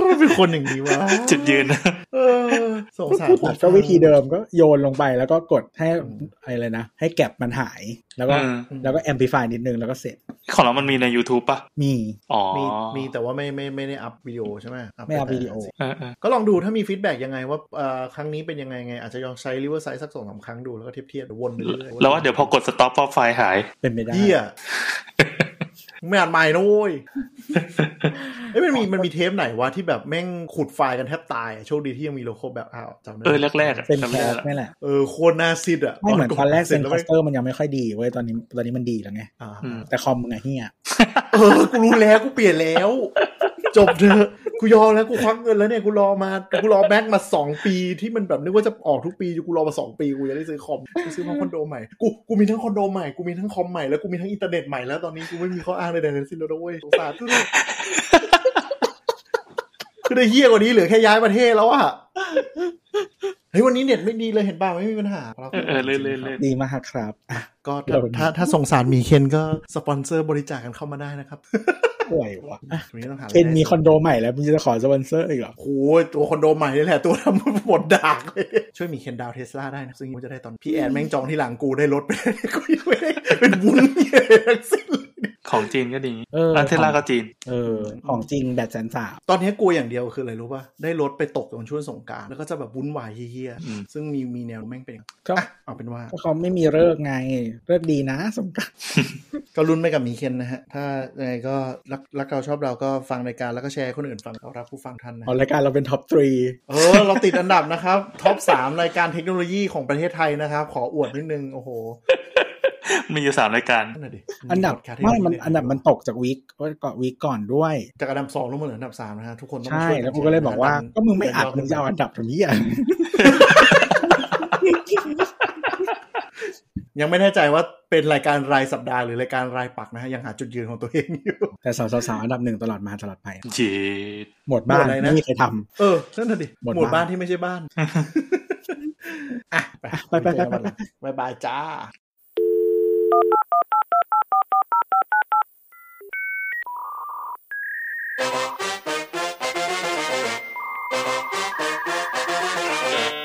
เป็นคนอย่างนี้วะจุดยืนเออสงสารก็วิธีเดิมก็โยนลงไปแล้วก็กดให้อะไรนะให้แก็บมันหายแล้วก็แล้วก็ amplify นิดนึงแล้วก็เสร็จของเรามันมีใน YouTube ป่ะมีอ๋อมีมีแต่ว่าไม่ไม่ไม่ได้อัพวิดีโอใช่ไหมไม่อัพวิดีโอก็ลองดูถ้ามีฟีดแบ็กยังไงว่าครั้งนี้เป็นยังไงไงอาจจะลองใช้ Riverside สัก สองสาม ครั้งดูแล้วก็เทียบเทียบวนไปเรื่อยๆแล้วว่าเดี๋ยวพอกด stop พอไฟล์หายเป็นไปได้เหี้ยไม่อ่านใหม่นะโว้ยเอ้ยมันมีมันมีเทปไหนวะที่แบบแม่งขุดไฟล์กันแทบตายโชคดีที่ยังมีโลโก้แบบอ้าวจำได้เออแรกๆเป็นแคสนี่แหละเออโคตรน่าซิดอ่ะไม่เหมือนตอนแรกเซนคัสเตอร์มันยังไม่ค่อยดีเว้ยตอนนี้ตอนนี้มันดีแล้วไงแต่คอมมึงไงเหี้ยเออกูรู้แล้วกูเปลี่ยนแล้วจบเถอะกูยอมแล้วกูควักเงินแล้วเนี่ยกูรอมากูรอแม็กมาสองปีที่มันแบบนึกว่าจะออกทุกปีกูรอมาสองปีกูจะได้ซื้อคอมกูซื้อมาคอนโดใหม่กูกูมีทั้งคอนโดใหม่กูมีทั้งคอมใหม่แล้วกูมีทั้งอินเทอร์เน็ตใหม่แล้วตอนนี้กูไม่มีข้ออ้างใดๆทั้งสิ้นแล้วด้วยสงสารทุกคนคือได้เหี้ยกว่านี้เหลือแค่ย้ายประเทศแล้วอะเฮ้ยวันนี้เน็ตไม่ดีเลยเห็นป่าวไม่มีปัญหาเออเล่นๆดีมากครับก็ถ้าถ้าสงสารมีเคนก็สปอนเซอร์บริจาคกันเข้ามาได้นะครับอะไรวะเคนมีคอนโดใหม่แล้วมึงจะขอสปอนเซอร์อีกเหรอโอ้ยตัวคอนโดใหม่นี่แหละตัวทำหมดดากเลยช่วยมีเคนดาวเทสลาได้นะซึ่งกูจะได้ตอนพี่แอนแม่งจองที่หลังกูได้รถไปกูยังไม่ได้เป็นวุ้นเหี้ยทั้งสิ้นของจีนก็ดีเออเทสลาก็จีนเออของจริงแบตแสนสามตอนนี้กลัวอย่างเดียวคืออะไรรู้ป่ะได้รถไปตกตอนช่วงสงกรานต์แล้วก็จะแบบวุ่นวายเหี้ยๆซึ่งมีมีแนวแม่งเป็นก็เอาเป็นว่าเขาไม่มีฤกษ์ไงฤกษ์ดีนะสงกรานต์ก็ลุ้นไปกับมีเคนนะฮะถ้ายังไงก็รักรักเราชอบเราก็ฟังรายการแล้วก็แชร์คนอื่นฟังเรารักผู้ฟังท่านนะรายการเราเป็นท็อปสามเออเราติดอันดับนะครับท็อปสามรายการเทคโนโลยีของประเทศไทยนะครับขออวดนิดนึงโอ้โหมีอยู่สามรายการอันดับไม่มันอันดับมันตกจากวีคก่อนวีคก่อนด้วยจากอันดับสองลงมาเหลืออันดับสามนะฮะทุกคนต้องช่วยแล้วกูก็เลยบอกว่าก็มึงไม่อัดมึงจะเอาอันดับตรงนี้อ่ะยังไม่แน่ใจว่าเป็นรายการรายสัปดาห์หรือรายการรายปักนะฮะยังหาจุดยืนของตัวเองอยู่แต่สาวสาวอันดับหนึ่งตลอดมาตลอดไปเจ็ดหมดบ้านไม่มีใครทำเออนั่นน่ะดิหมดบ้านที่ไม่ใช่บ้านอ่ะไปไปไปไปบายบายจ้า Yeah.